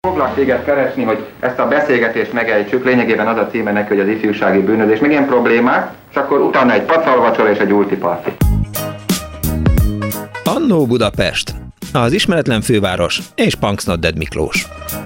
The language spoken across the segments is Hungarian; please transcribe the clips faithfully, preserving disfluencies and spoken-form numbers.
Foglak téged keresni, hogy ezt a beszélgetést megejtsük, lényegében az a címe neki, hogy az ifjúsági bűnözés, meg ilyen problémák, és akkor utána egy pacalvacsora és egy ultiparti. Annó Budapest, az ismeretlen főváros és Punks Not Dead Miklós.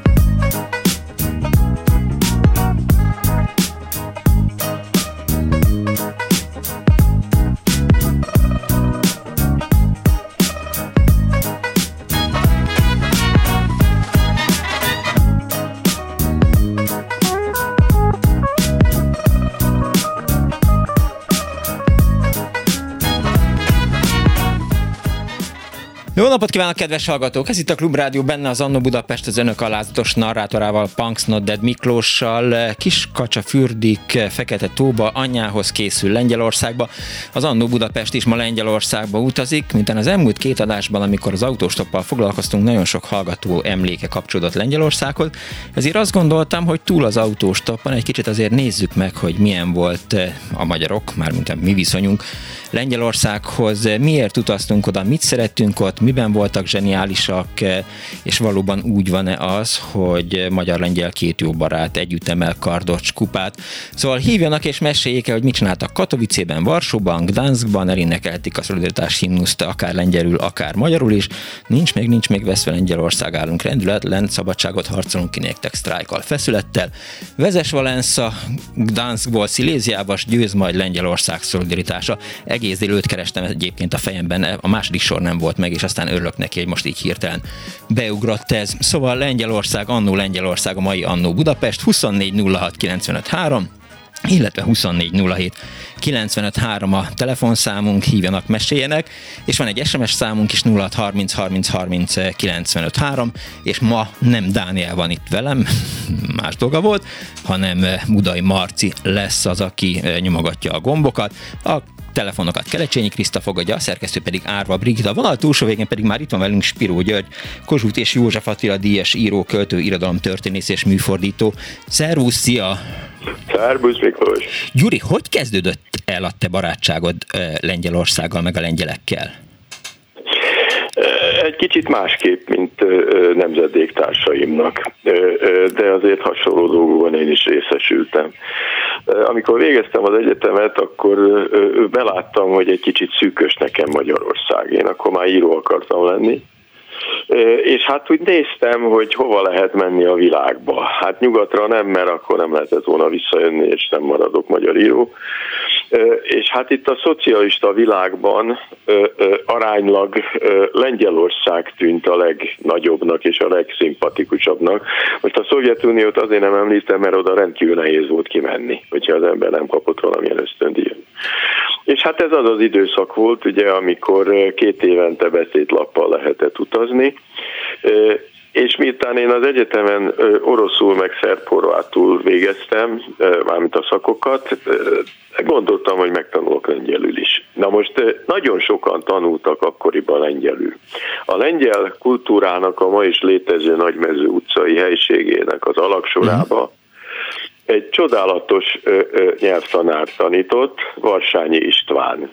Jó napot kívánok, kedves hallgatók! Ez itt a Klubrádió, benne az Annó Budapest, az önök alázatos narrátorával, Punks Not Dead Miklóssal. Kiskacsa fürdik Fekete tóba, anyjához készül Lengyelországba. Az Annó Budapest is ma Lengyelországba utazik, miután az elmúlt két adásban, amikor az autóstoppal foglalkoztunk, nagyon sok hallgató emléke kapcsolódott Lengyelországhoz. Ezért azt gondoltam, hogy túl az autóstoppon egy kicsit azért nézzük meg, hogy milyen volt a magyarok, mármint a mi viszonyunk Lengyelországhoz, miért utaztunk oda, mit szerettünk ott, miben voltak zseniálisak, és valóban úgy van-e az, hogy magyar-lengyel két jó barát együtt emel Kardocs kupát. Szóval hívjanak és meséljék el, hogy mit csináltak Katowicében, Varsóban, Gdanskban, elénekelték a szolidaritás himnuszt akár lengyelül, akár magyarul is. Nincs még, nincs még veszve Lengyelország, állunk rendületlen, szabadságot harcolunk ki nektek sztrájkkal, feszülettel. Vezes Valensza, Gdanskból Sziléziába, győz majd Lengyelország szolidaritása. Egész délőtt kerestem egyébként a fejemben, a második sor nem volt meg, és aztán örülök neki, hogy most így hirtelen beugrott ez. Szóval Lengyelország, Annó Lengyelország, a mai Annó Budapest, huszonnégy nulla hat kilencvenöt három, illetve huszonnégy nulla hét kilencvenöt három a telefonszámunk, hívjanak, meséljenek, és van egy es em es számunk is, nulla hat harminc harminc harminc kilencvenöt három, és ma nem Dániel van itt velem, más dolga volt, hanem Budai Marci lesz az, aki nyomogatja a gombokat. A telefonokat Kelecsényi Kriszta fogadja, a szerkesztő pedig Árva Brigitta. Vonal túlsó végén pedig már itt van velünk Spiró György, Kossuth és József Attila díjas író, költő, irodalomtörténész és műfordító. Szervusz, szia! Szervusz, Miklós! Gyuri, hogy kezdődött el a te barátságod Lengyelországgal, meg a lengyelekkel? Egy kicsit másképp, mint nemzedéktársaimnak, de azért hasonló dolgokban én is részesültem. Amikor végeztem az egyetemet, akkor beláttam, hogy egy kicsit szűkös nekem Magyarország. Én akkor már író akartam lenni. És hát úgy néztem, hogy hova lehet menni a világba. Hát nyugatra nem, mert akkor nem lehetett volna visszajönni, és nem maradok magyar író. És hát itt a szocialista világban aránylag Lengyelország tűnt a legnagyobbnak és a legszimpatikusabbnak. Most a Szovjetuniót azért nem említem, mert oda rendkívül nehéz volt kimenni, hogyha az ember nem kapott valamilyen ösztöndíjat. És hát ez az az időszak volt, ugye, amikor két évente betétlappal lehetett utazni, és miután én az egyetemen oroszul meg szerb-horvátul végeztem, mármint a szakokat, gondoltam, hogy megtanulok lengyelül is. Na most nagyon sokan tanultak akkoriban lengyelül. A lengyel kultúrának a ma is létező Nagymező utcai helységének az alagsorába egy csodálatos nyelvtanár tanított, Varsányi István,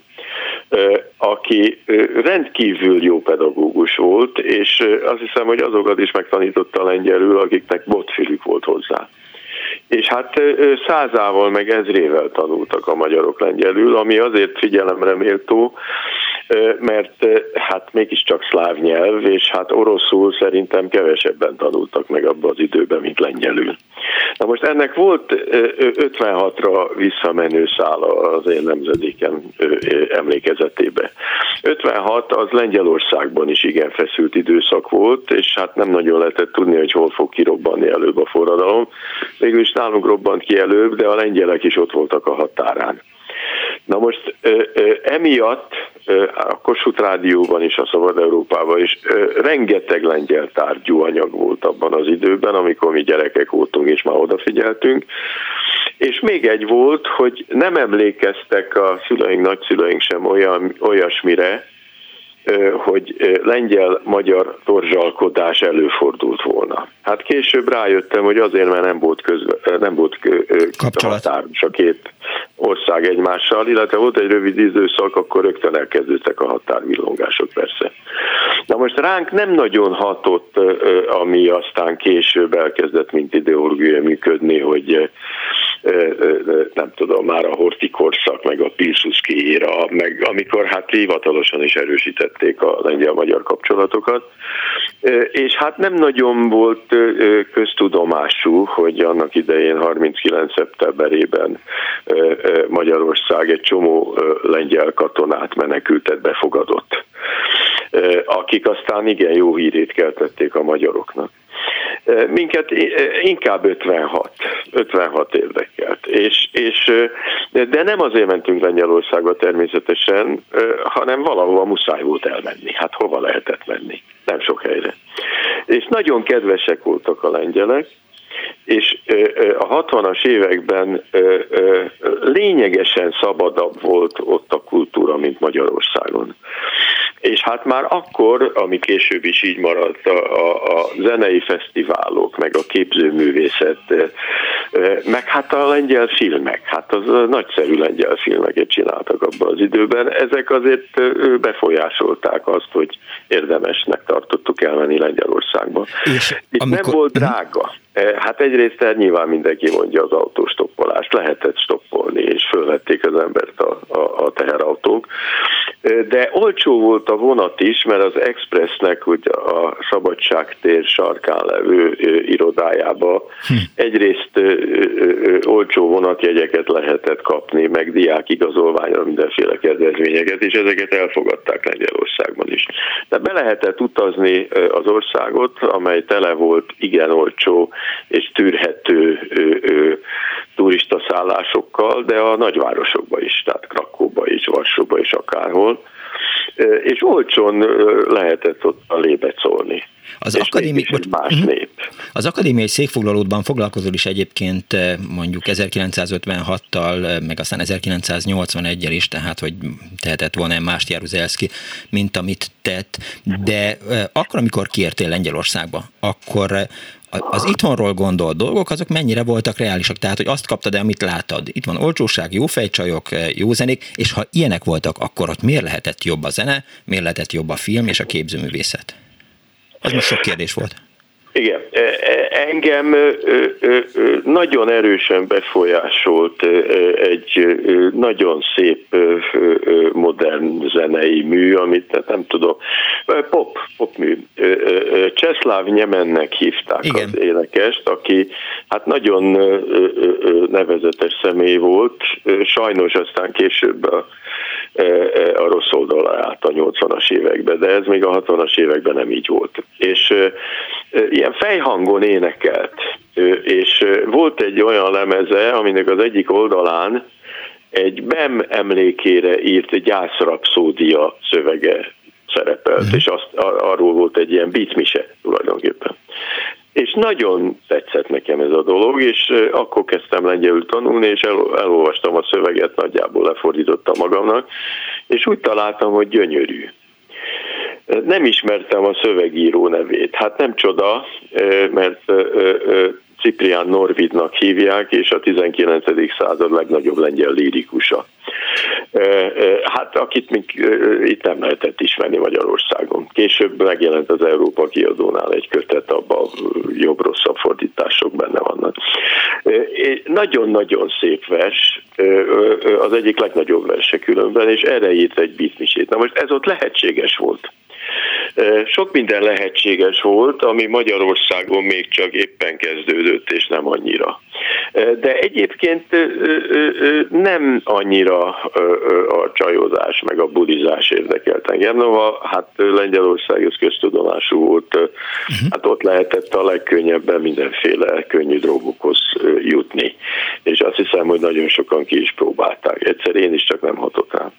aki rendkívül jó pedagógus volt, és azt hiszem, hogy azokat is megtanította lengyelül, akiknek botfülük volt hozzá. És hát százával meg ezrével tanultak a magyarok lengyelül, ami azért figyelemre méltó, mert hát mégiscsak szláv nyelv, és hát oroszul szerintem kevesebben tanultak meg abban az időben, mint lengyelül. Na most ennek volt ötvenhatra visszamenő szála az én nemzedékem emlékezetébe. ötvenhat az Lengyelországban is igen feszült időszak volt, és hát nem nagyon lehetett tudni, hogy hol fog kirobbanni előbb a forradalom. Végülis nálunk robbant ki előbb, de a lengyelek is ott voltak a határán. Na most emiatt a Kossuth Rádióban is, a Szabad Európában is rengeteg lengyel tárgyú anyag volt abban az időben, amikor mi gyerekek voltunk és már odafigyeltünk. És még egy volt, hogy nem emlékeztek a szüleink, nagyszüleink sem olyan, olyasmire, hogy lengyel-magyar torzsalkodás előfordult volna. Hát később rájöttem, hogy azért, mert nem volt, közve, nem volt kapcsolat a két ország egymással, illetve volt egy rövid időszak, akkor rögtön elkezdődtek a határvillongások persze. Na most ránk nem nagyon hatott, ami aztán később elkezdett, mint ideológia működni, hogy nem tudom, már a Horthy korszak, meg a Pilsudski éra, meg amikor hát hivatalosan is erősítették a lengyel-magyar kapcsolatokat, és hát nem nagyon volt köztudomású, hogy annak idején harminckilenc szeptemberében Magyarország egy csomó lengyel katonát, menekültet befogadott, akik aztán igen jó hírét keltették a magyaroknak. Minket inkább ötvenhat, ötvenhat érdekelt, és, és, de nem azért mentünk Lengyelországba természetesen, hanem valahova muszáj volt elmenni. Hát hova lehetett menni? Nem sok helyre. És nagyon kedvesek voltak a lengyelek, és a hatvanas években lényegesen szabadabb volt ott a kultúra, mint Magyarországon. És hát már akkor, ami később is így maradt, a, a, a zenei fesztiválok, meg a képzőművészet, meg hát a lengyel filmek, hát az nagyszerű lengyel filmeket csináltak abban az időben, ezek azért befolyásolták azt, hogy érdemesnek tartottuk elmenni Lengyelországba. És Itt amikor... nem volt drága. Hát egyrészt nyilván mindenki mondja az autóstoppolást, lehetett stoppolni, és fölvették az embert a, a, a teherautók, de olcsó volt a vonat is, mert az Expressnek ugye a Szabadságtér sarkán levő irodájába hm. egyrészt ö, ö, olcsó vonatjegyeket lehetett kapni, meg diákigazolványra mindenféle kedvezményeket, és ezeket elfogadták Lengyelországban is. De be lehetett utazni az országot, amely tele volt igen olcsó és tűrhető ö, ö, turistaszállásokkal, de a nagyvárosokba is, tehát Krakóba is, Varsóba is, akárhol, és olcsón lehetett ott a lébecolni. Az, akadémi... más nép. Az akadémiai székfoglalódban foglalkozol is egyébként mondjuk ezerkilencszázötvenhattal, meg aztán ezerkilencszáznyolcvanegyel is, tehát hogy tehetett volna mást Jaruzelszky, mint amit tett, de akkor, amikor kiértél Lengyelországba, akkor az itthonról gondolt dolgok, azok mennyire voltak reálisak? Tehát, hogy azt kaptad, amit látod. Itt van olcsóság, jó fejcsajok, jó zenék, és ha ilyenek voltak, akkor ott miért lehetett jobb a zene, miért lehetett jobb a film és a képzőművészet? Az most sok kérdés volt. Igen, engem nagyon erősen befolyásolt egy nagyon szép modern zenei mű, amit nem tudom, pop, popmű. Czesław Niemennek hívták. Igen. Az énekest, aki hát nagyon nevezetes személy volt, sajnos aztán később a a rossz oldalra állt a nyolcvanas években, de ez még a hatvanas években nem így volt. És ilyen fejhangon énekelt, és volt egy olyan lemeze, aminek az egyik oldalán egy Bem emlékére írt gyászrapszódia szövege szerepelt, mm. és azt, arról volt egy ilyen beatmise tulajdonképpen. És nagyon tetszett nekem ez a dolog, és akkor kezdtem lengyelül tanulni, és el, elolvastam a szöveget, nagyjából lefordítottam magamnak, és úgy találtam, hogy gyönyörű. Nem ismertem a szövegíró nevét. Hát nem csoda, mert Ciprián Norvidnak hívják, és a tizenkilencedik század legnagyobb lengyel lírikusa. Hát akit még itt nem lehetett ismerni Magyarországon. Később megjelent az Európa kiadónál egy kötet, abban jobb-rosszabb fordítások benne vannak. Nagyon-nagyon szép vers, az egyik legnagyobb verse különben, és erre írt egy beatmisét. Na most ez ott lehetséges volt. Sok minden lehetséges volt, ami Magyarországon még csak éppen kezdődött, és nem annyira. De egyébként nem annyira a csajozás meg a bulizás érdekelt engem. Noha hát Lengyelország ez köztudomású volt, uh-huh. hát ott lehetett a legkönnyebben mindenféle könnyű drogokhoz jutni. És azt hiszem, hogy nagyon sokan ki is próbálták. Egyszer én is csak nem hatott rám.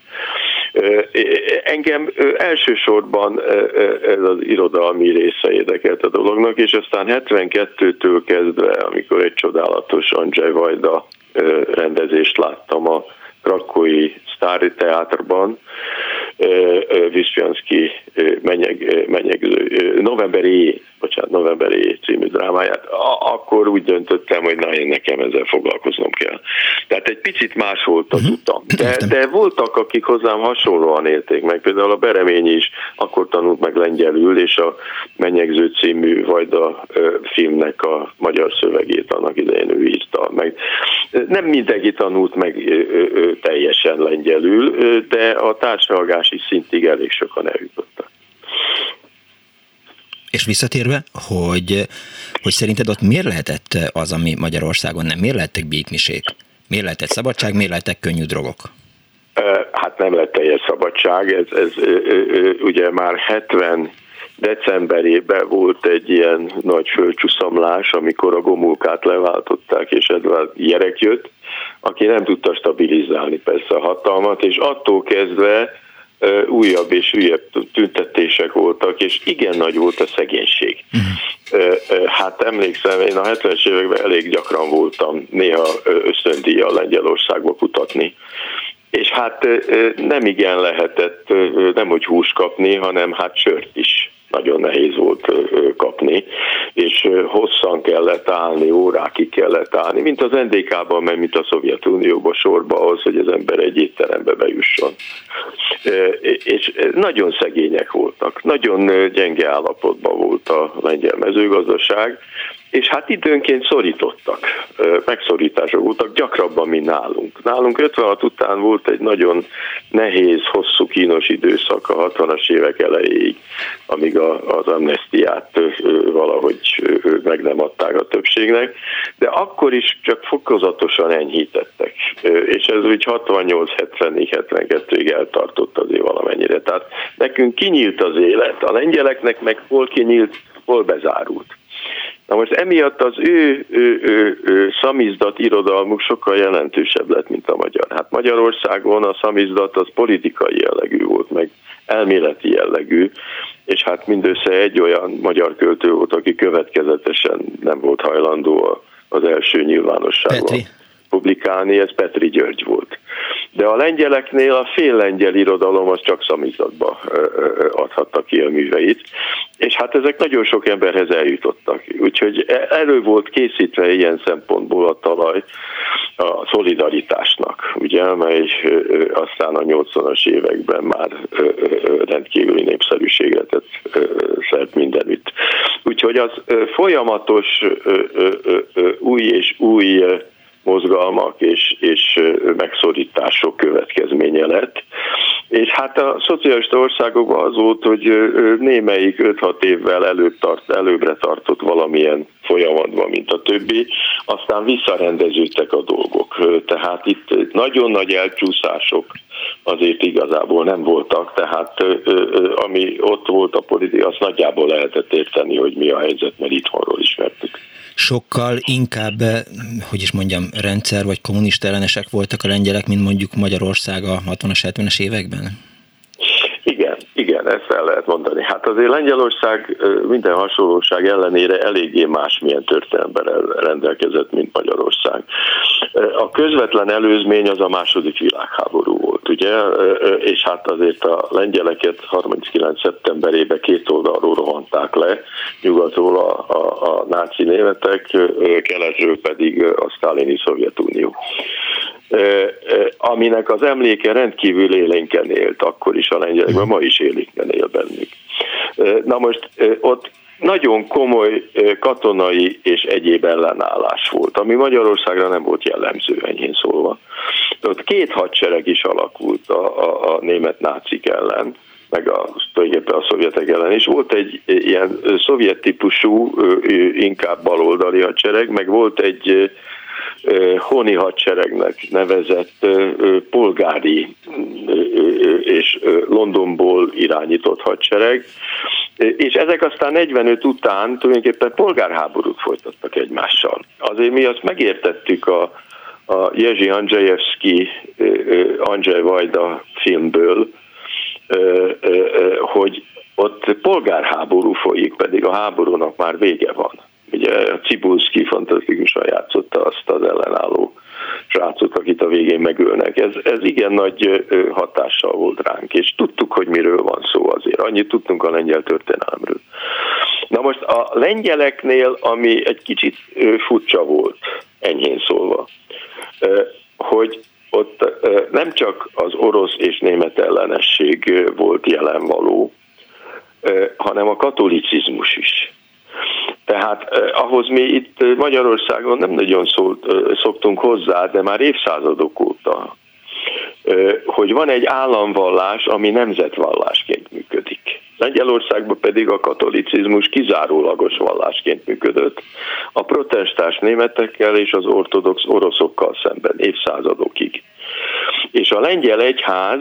Engem elsősorban ez az irodalmi része érdekelt a dolognak, és aztán hetvenkettőtől kezdve, amikor egy csodálatos Andrzej Wajda rendezést láttam a krakói Sztári Teátrban, Wyspianski menyeg, menyegző, novemberi, bocsánat, novemberi című drámáját, akkor úgy döntöttem, hogy na, én nekem ezzel foglalkoznom kell. Tehát egy picit más volt az utam. De, de voltak, akik hozzám hasonlóan élték meg. Például a Bereményi is akkor tanult meg lengyelül, és a Menyegző című Vajda filmnek a magyar szövegét annak idején ő írta meg. Nem mindenki tanult meg teljesen lengyelül, de a társalgási szintig elég sokan eljutottak. És visszatérve, hogy, hogy szerinted ott miért lehetett az, ami Magyarországon nem? Miért lehettek békmisék? Miért lehetett szabadság? Miért lehettek könnyű drogok? Hát nem lett teljes szabadság. Ez, ez ugye már hetven decemberében volt egy ilyen nagy földcsúszamlás, amikor a Gomulkát leváltották, és Edvard Jerek jött, aki nem tudta stabilizálni persze a hatalmat, és attól kezdve újabb és újabb tüntetések voltak, és igen nagy volt a szegénység. Uh-huh. Hát emlékszem, én a hetvenes években elég gyakran voltam néha ösztöndíjjal Lengyelországba kutatni, és hát nem igen lehetett nem hogy húst kapni, hanem hát sört is nagyon nehéz volt kapni, és hosszan kellett állni, órákig kellett állni, mint az en dé ká-ban, meg mint a Szovjetunióban sorba ahhoz, hogy az ember egy étterembe bejusson. És nagyon szegények voltak, nagyon gyenge állapotban volt a lengyel mezőgazdaság, és hát időnként szorítottak, megszorítások voltak, gyakrabban, mint nálunk. Nálunk ötvenhat után volt egy nagyon nehéz, hosszú, kínos időszak a hatvanas évek elejéig, amíg az amnesztiát valahogy meg nem adták a többségnek, de akkor is csak fokozatosan enyhítettek, és ez úgy hatvannyolc hetvennégy hetvenkettőig eltartott azért valamennyire. Tehát nekünk kinyílt az élet, a lengyeleknek meg hol kinyílt, hol bezárult. Na most emiatt az ő, ő, ő, ő szamizdat irodalmuk sokkal jelentősebb lett, mint a magyar. Hát Magyarországon a szamizdat az politikai jellegű volt, meg elméleti jellegű, és hát mindössze egy olyan magyar költő volt, aki következetesen nem volt hajlandó az első nyilvánosságban Petri. publikálni, ez Petri György volt. De a lengyeleknél a fél lengyel irodalom az csak szamizdatba adhatta ki a műveit, és hát ezek nagyon sok emberhez eljutottak. Úgyhogy elő volt készítve ilyen szempontból a talaj a szolidaritásnak, ugye, amely aztán a nyolcvanas években már rendkívüli népszerűségre tett szert mindenütt. Úgyhogy az folyamatos új és új mozgalmak és, és megszorítások következménye lett. És hát a szocialista országokban az volt, hogy némelyik öt-hat évvel előbb tart, előbbre tartott valamilyen folyamatban, mint a többi, aztán visszarendeződtek a dolgok. Tehát itt nagyon nagy elcsúszások azért igazából nem voltak, tehát ami ott volt a politika, azt nagyjából lehetett érteni, hogy mi a helyzet, mert itthonról ismertük. Sokkal inkább, hogy is mondjam, rendszer vagy kommunista ellenesek voltak a lengyelek, mint mondjuk Magyarország a hatvanas, hetvenes években? Igen, igen, ezt el lehet mondani. Hát azért Lengyelország minden hasonlóság ellenére eléggé másmilyen történelemben rendelkezett, mint Magyarország. A közvetlen előzmény az a második világháború volt, ugye, és hát azért a lengyeleket harminckilenc szeptemberében két oldalról rohanták le, nyugatról a, a, a náci németek, keletről pedig a sztálini Szovjetunió. Aminek az emléke rendkívül élénken élt, akkor is a lengyelekben, ma is élénken él bennük. Na most ott nagyon komoly katonai és egyéb ellenállás volt, ami Magyarországra nem volt jellemző, enyhén szólva. Ott két hadsereg is alakult a, a, a német nácik ellen, meg a, tulajdonképpen a szovjetek ellen is. Volt egy ilyen szovjet típusú, inkább baloldali hadsereg, meg volt egy honi hadseregnek nevezett polgári és Londonból irányított hadsereg, és ezek aztán negyvenöt után tulajdonképpen polgárháborút folytattak egymással. Azért mi azt megértettük a, a Jerzy Andrzejewski Andrzej Vajda filmből, hogy ott polgárháború folyik, pedig a háborúnak már vége van. Ugye a Cibulszky fantasztikusan játszotta azt az ellenálló srácot, akit a végén megölnek. Ez, ez igen nagy hatással volt ránk, és tudtuk, hogy miről van szó azért. Annyit tudtunk a lengyel történelemről. Na most a lengyeleknél, ami egy kicsit furcsa volt, enyhén szólva, hogy ott nem csak az orosz és német ellenesség volt jelenvaló, hanem a katolicizmus is. Tehát eh, ahhoz mi itt Magyarországon nem nagyon szólt, eh, szoktunk hozzá, de már évszázadok óta, eh, hogy van egy államvallás, ami nemzetvallásként működik. Lengyelországban pedig a katolicizmus kizárólagos vallásként működött, a protestáns németekkel és az ortodox oroszokkal szemben évszázadokig. És a lengyel egyház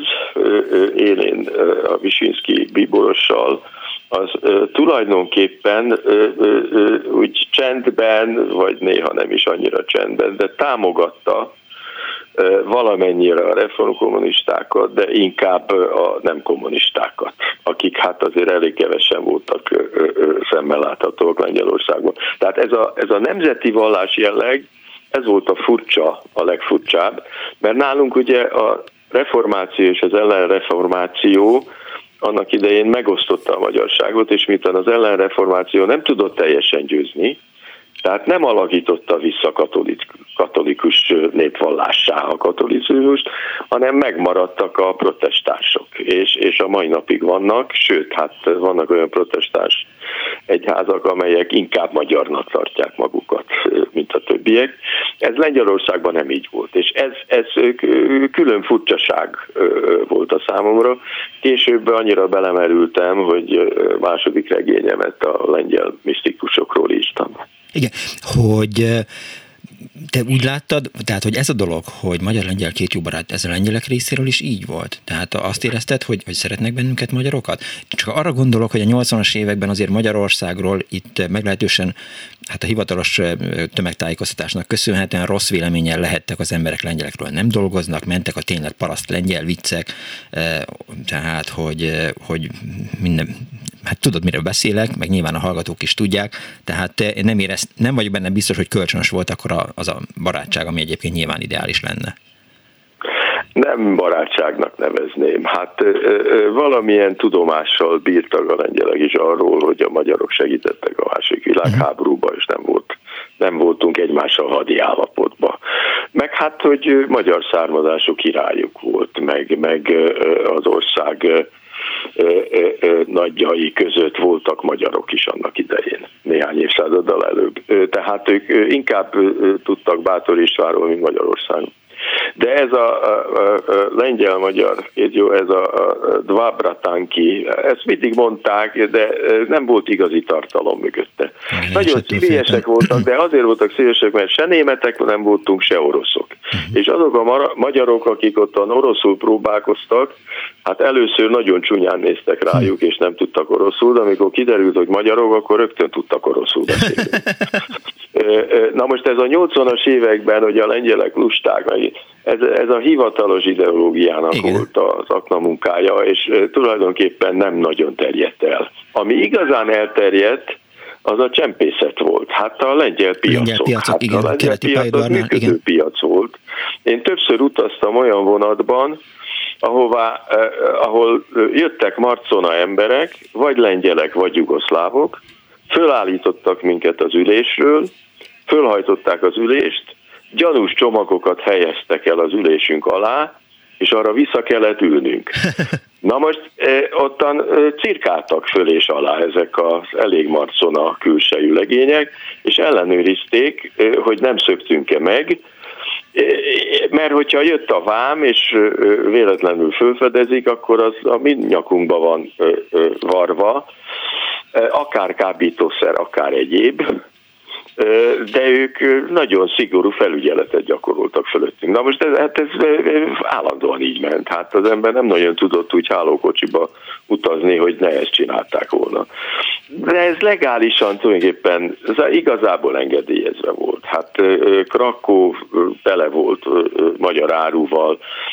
élén a Visinszky bíborossal az ö, tulajdonképpen ö, ö, ö, úgy csendben, vagy néha nem is annyira csendben, de támogatta ö, valamennyire a reformkommunistákat, de inkább a nem kommunistákat, akik hát azért elég kevesen voltak ö, ö, szemmel láthatók Lengyelországban. Tehát ez a, ez a nemzeti vallás jelleg, ez volt a furcsa, a legfurcsább, mert nálunk ugye a reformáció és az ellenreformáció annak idején megosztotta a magyarságot, és miután az ellenreformáció nem tudott teljesen győzni, tehát nem alakította vissza katolik, katolikus népvallássá a katolicizmust, hanem megmaradtak a protestánsok, és, és a mai napig vannak, sőt, hát vannak olyan protestáns egyházak, amelyek inkább magyarnak tartják magukat, mint a többiek. Ez Lengyelországban nem így volt, és ez, ez külön furcsaság volt a számomra. Később annyira belemerültem, hogy második regényemet a lengyel misztikusokról írtam. Igen, hogy te úgy láttad, tehát, hogy ez a dolog, hogy magyar-lengyel két jó barát, ez a lengyelek részéről is így volt? Tehát azt érezted, hogy, hogy szeretnek bennünket magyarokat? Csak arra gondolok, hogy a nyolcvanas években azért Magyarországról itt meglehetősen, hát a hivatalos tömegtájékoztatásnak köszönhetően rossz véleménnyel lehettek az emberek lengyelekről. Nem dolgoznak, mentek a tényleg paraszt lengyel viccek, tehát, hogy, hogy minden, hát tudod, miről beszélek, meg nyilván a hallgatók is tudják, tehát nem, érez, nem vagyok benne biztos, hogy kölcsönös volt akkor az a barátság, ami egyébként nyilván ideális lenne. Nem barátságnak nevezném. Hát ö, ö, valamilyen tudomással bírtak a lengyelek is arról, hogy a magyarok segítettek a második világháborúban, és nem, volt, nem voltunk egymással hadi állapotban. Meg hát, hogy magyar származású királyuk volt, meg, meg az ország ö, ö, ö, nagyjai között voltak magyarok is annak idején, néhány évszázaddal előbb. Tehát ők inkább tudtak Bátor Istvánról, mint Magyarországon. De ez a, a, a lengyel-magyar, jó, ez a, a dva bratanki, ezt mindig mondták, de nem volt igazi tartalom mögötte. Igen, nagyon szívélyesek voltak, de azért voltak szívesek, mert se németek nem voltunk, se oroszok. Uh-huh. És azok a magyarok, akik ottan oroszul próbálkoztak, hát először nagyon csúnyán néztek rájuk, és nem tudtak oroszul, de amikor kiderült, hogy magyarok, akkor rögtön tudtak oroszul beszélni. Na most ez a nyolcvanas években, hogy a lengyelek lusták, ez, ez a hivatalos ideológiának Igen. volt az aknamunkája, és tulajdonképpen nem nagyon terjedt el. Ami igazán elterjedt, az a csempészet volt. Hát a lengyel piacok. Lengyel piacok hát igen, a lengyel piac az működő igen. piac volt. Én többször utaztam olyan vonatban, ahová, eh, ahol jöttek marcona emberek, vagy lengyelek, vagy jugoszlávok, fölállítottak minket az ülésről, fölhajtották az ülést, gyanús csomagokat helyeztek el az ülésünk alá, és arra vissza kellett ülnünk. Na most eh, ottan eh, cirkáltak föl és alá ezek az elég marcona külsejű legények, és ellenőrizték, eh, hogy nem szöktünk-e meg, eh, mert hogyha jött a vám, és eh, véletlenül fölfedezik, akkor az a mi nyakunkba van eh, eh, varva, eh, akár kábítószer, akár egyéb, de ők nagyon szigorú felügyeletet gyakoroltak fölöttünk. Na most ez, hát ez állandóan így ment. Hát az ember nem nagyon tudott úgy hálókocsiba utazni, hogy ne ezt csinálták volna. De ez legálisan tulajdonképpen ez igazából engedélyezve volt. Hát Krakó tele volt magyar áruval,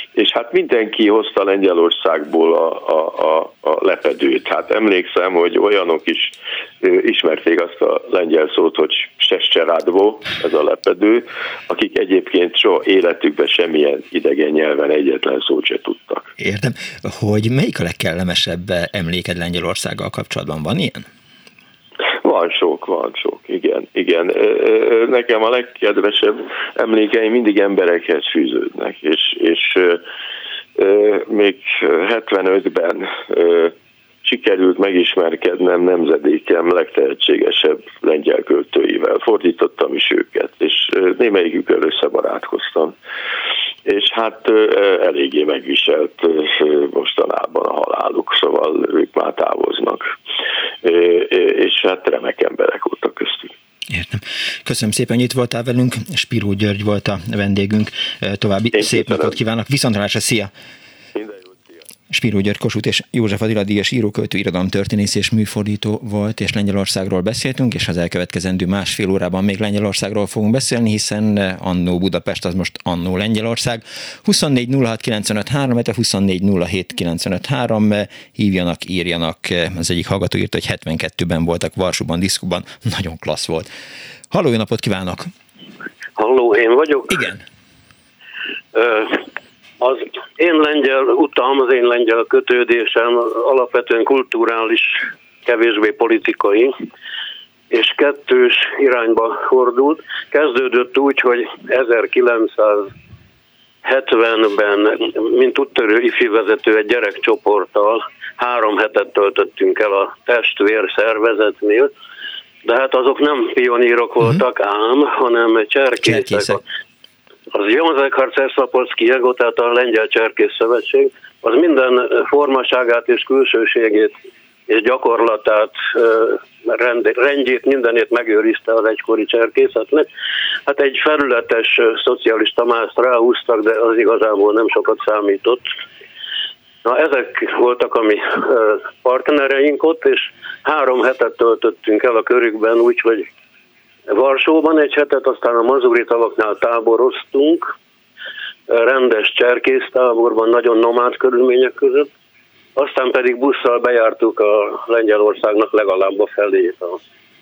és hát mindenki hozta Lengyelországból a, a, a, a lepedőt. Hát emlékszem, hogy olyanok is ismerték azt a lengyel szót, hogy sescserádvó, ez a lepedő, akik egyébként soha életükben semmilyen idegen nyelven egyetlen szót se tudtak. Értem, hogy melyik a legkellemesebb emléked Lengyelországgal kapcsolatban? Van ilyen? Van sok, van sok, igen, igen. Nekem a legkedvesebb emlékeim mindig emberekhez fűződnek, és, és még hetvenötben sikerült megismerkednem nemzedékem legtehetségesebb lengyel költőivel. Fordítottam is őket, és némelyikükkel összebarátkoztam. És hát eléggé megviselt mostanában a haláluk, szóval ők már távoznak. És hát remek emberek voltak köztük. Értem. Köszönöm szépen, hogy itt voltál velünk. Spiró György volt a vendégünk. További Én szép napot kívánok. Viszontlátásra, szia! Spiró György Kossuth és József Attila díjas íróköltő, irodalomtörténész és műfordító volt, és Lengyelországról beszéltünk, és az elkövetkezendő másfél órában még Lengyelországról fogunk beszélni, hiszen annó Budapest az most annó Lengyelország. huszonnégy nulla hat kilencvenöt három, illetve huszonnégy nulla hét kilencvenöt három, hívjanak, írjanak. Az egyik hallgató írta, hogy hetvenkettőben voltak Varsóban, diszkóban. Nagyon klassz volt. Halló, jó napot kívánok! Halló, én vagyok? Igen. Uh... Az én lengyel utam, az én lengyel kötődésem alapvetően kulturális, kevésbé politikai, és kettős irányba fordult. Kezdődött úgy, hogy ezerkilencszázhetvenben, mint úttörő ifjúvezető egy gyerekcsoporttal három hetet töltöttünk el a testvér szervezetnél, de hát azok nem pionírok voltak ám, hanem cserkészek. cserkészek. Az József Harcesz-Lapolszki, tehát a Lengyel Cserkész Szövetség, az minden formaságát és külsőségét és gyakorlatát, rend, rendjét, mindenét megőrizte az egykori cserkészetnek. Hát egy felületes szocialista mászt ráhúztak, de az igazából nem sokat számított. Na, ezek voltak a mi partnereink ott, és három hetet töltöttünk el a körükben, úgyhogy Varsóban egy hetet, aztán a Mazuri tavaknál táboroztunk, rendes cserkésztáborban, nagyon nomád körülmények között, aztán pedig busszal bejártuk a Lengyelországnak legalább a felét, a,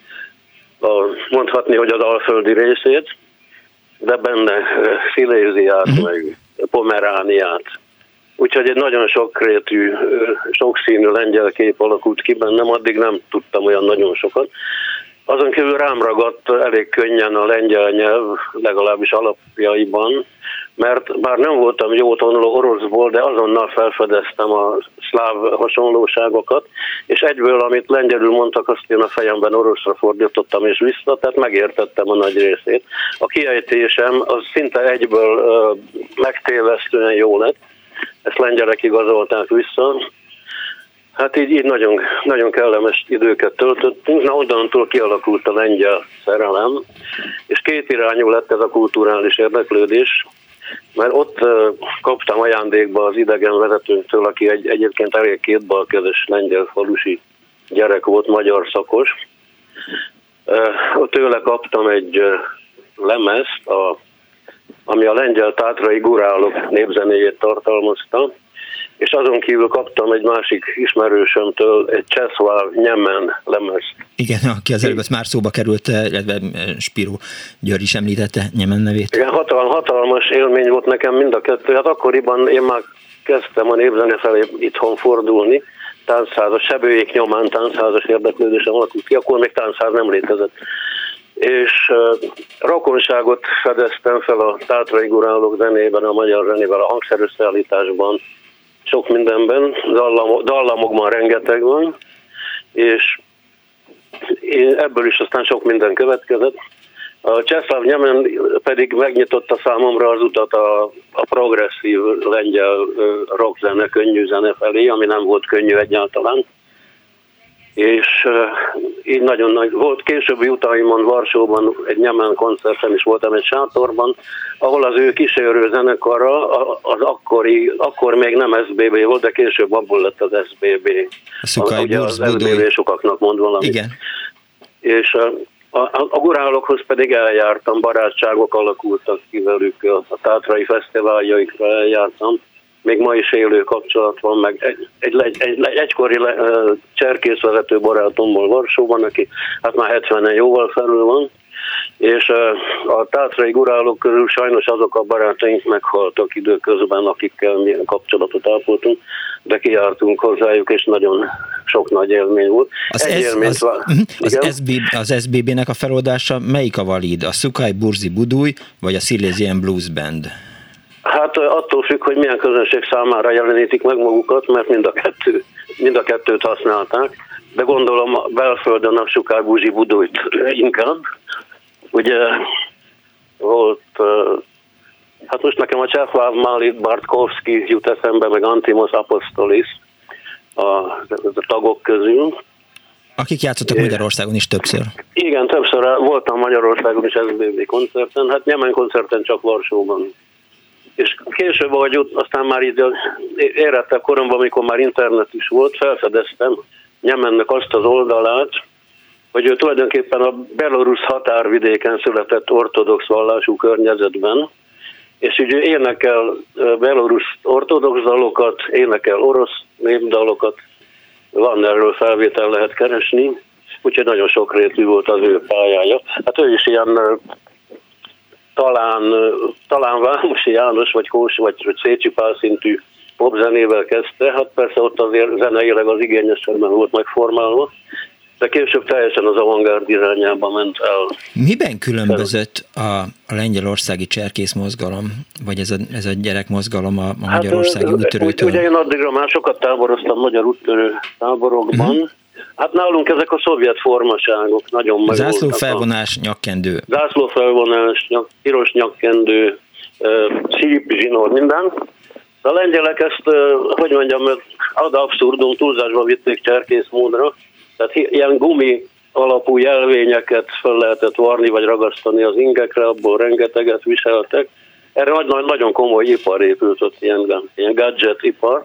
a, mondhatni, hogy az alföldi részét, de benne Sziléziát, uh-huh. meg Pomerániát. Úgyhogy egy nagyon sokrétű, sokszínű lengyel kép alakult ki bennem, addig nem tudtam olyan nagyon sokat. Azon kívül rám ragadt elég könnyen a lengyel nyelv, legalábbis alapjaiban, mert bár nem voltam jó tanuló oroszból, de azonnal felfedeztem a szláv hasonlóságokat, és egyből, amit lengyelül mondtak, azt én a fejemben oroszra fordítottam és vissza, tehát megértettem a nagy részét. A kiejtésem az szinte egyből uh, megtévesztően jó lett, ezt lengyelek igazolták vissza. Hát így, így nagyon, nagyon kellemes időket töltöttünk, na onnantól kialakult a lengyel szerelem, és kétirányú lett ez a kulturális érdeklődés, mert ott uh, kaptam ajándékba az idegen vezetőnktől, aki egy, egyébként elég kétbalkezes lengyel falusi gyerek volt, magyar szakos. Uh, tőle kaptam egy uh, lemezt, a, ami a lengyel tátrai gurálok népzenéjét tartalmazta, és azon kívül kaptam egy másik ismerősömtől egy Cseszláv Nyemen lemezt. Igen, aki az előbb már szóba került, illetve Spiró György is említette Nyemen nevét. Igen, hatal, hatalmas élmény volt nekem mind a kettő. Hát akkoriban én már kezdtem a népzene felé itthon fordulni, táncházas, sebőjék nyomán táncházas érdeklődésem alakult ki, akkor még táncház nem létezett. És uh, rokonságot fedeztem fel a tátrai gurálok zenében, a magyar zenével, a hangszerösszeállításban, sok mindenben, dallam, dallamokban rengeteg van, és ebből is aztán sok minden következett. A Cseszláv Nyemen pedig megnyitotta számomra az utat a, a progresszív lengyel rockzene, könnyű zene felé, ami nem volt könnyű egyáltalán. És így nagyon nagy volt. Későbbi utaimon Varsóban egy Nyemen koncerten is voltam egy sátorban, ahol az ő kísérő zenekara, az akkori, akkor még nem es bé bé volt, de később abból lett az es bé bé. A ugye az es bé bé sokaknak mond valamit. Igen. És a, a, a gurálokhoz pedig eljártam, barátságok alakultak ki velük, a tátrai fesztiváljaikra eljártam. még ma is élő kapcsolat van, meg egy, egy, egy, egy, egy egykori le, cserkészvezető barátomból Varsóban, aki hát már hetvenen jóval felül van, és a tátrai gurálók közül sajnos azok a barátaink meghaltak időközben, akikkel mi kapcsolatot ápoltunk, de kijártunk hozzájuk, és nagyon sok nagy élmény volt. Az, ez, az, va- az, es bé, az es bé bé-nek a feloldása melyik a valid? A Szukai Burzi Buduj, vagy a Silesian Blues Band? Hát attól függ, hogy milyen közönség számára jelenítik meg magukat, mert mind a, kettő, mind a kettőt használták, de gondolom belföldön a Szukai Burzi Budujt inkább. Ugye volt, hát most nekem a Csehváv Málit Bartkovszki jut eszembe, meg Antimos Apostolis a, a tagok közül. Akik játszottak Magyarországon is többször. Igen, többször voltam Magyarországon is es bé bé koncerten, hát Nyemen koncerten csak Varsóban. És később, ahogy aztán már így érettebb koromban, amikor már internet is volt, felfedeztem Nyemennek azt az oldalát, hogy ő tulajdonképpen a belorusz határvidéken született ortodox vallású környezetben, és így énekel belorusz ortodox dalokat, énekel orosz népdalokat, van erről felvétel, lehet keresni, úgyhogy nagyon sokrétű volt az ő pályája. Hát ő is ilyen talán, talán Vámosi János, vagy Kós, vagy Szécsi Pál szintű popzenével kezdte, hát persze ott azért zeneileg az igényesebben volt megformálva, de később teljesen az avantgárd irányába ment el. Miben különbözött a, a lengyelországi cserkészmozgalom, vagy ez a, ez a gyerekmozgalom a, a hát, magyarországi úttörőtől? Ugye én addigra már sokat táboroztam magyar úttörő táborokban. Uh-huh. Hát nálunk ezek a szovjet formaságok nagyon meg. Zászlófelvonás, nyakkendő. Zászlófelvonás, nyak, piros nyakkendő, szíp, zsinór, minden. A lengyelek ezt, hogy mondjam, ad abszurdum, túlzásba vitték cserkészmódra. Tehát ilyen gumi alapú jelvényeket fel lehetett varni, vagy ragasztani az ingekre, abból rengeteget viseltek. Erre nagy, nagyon komoly ipar épült ott, ilyen, ilyen gadget ipar.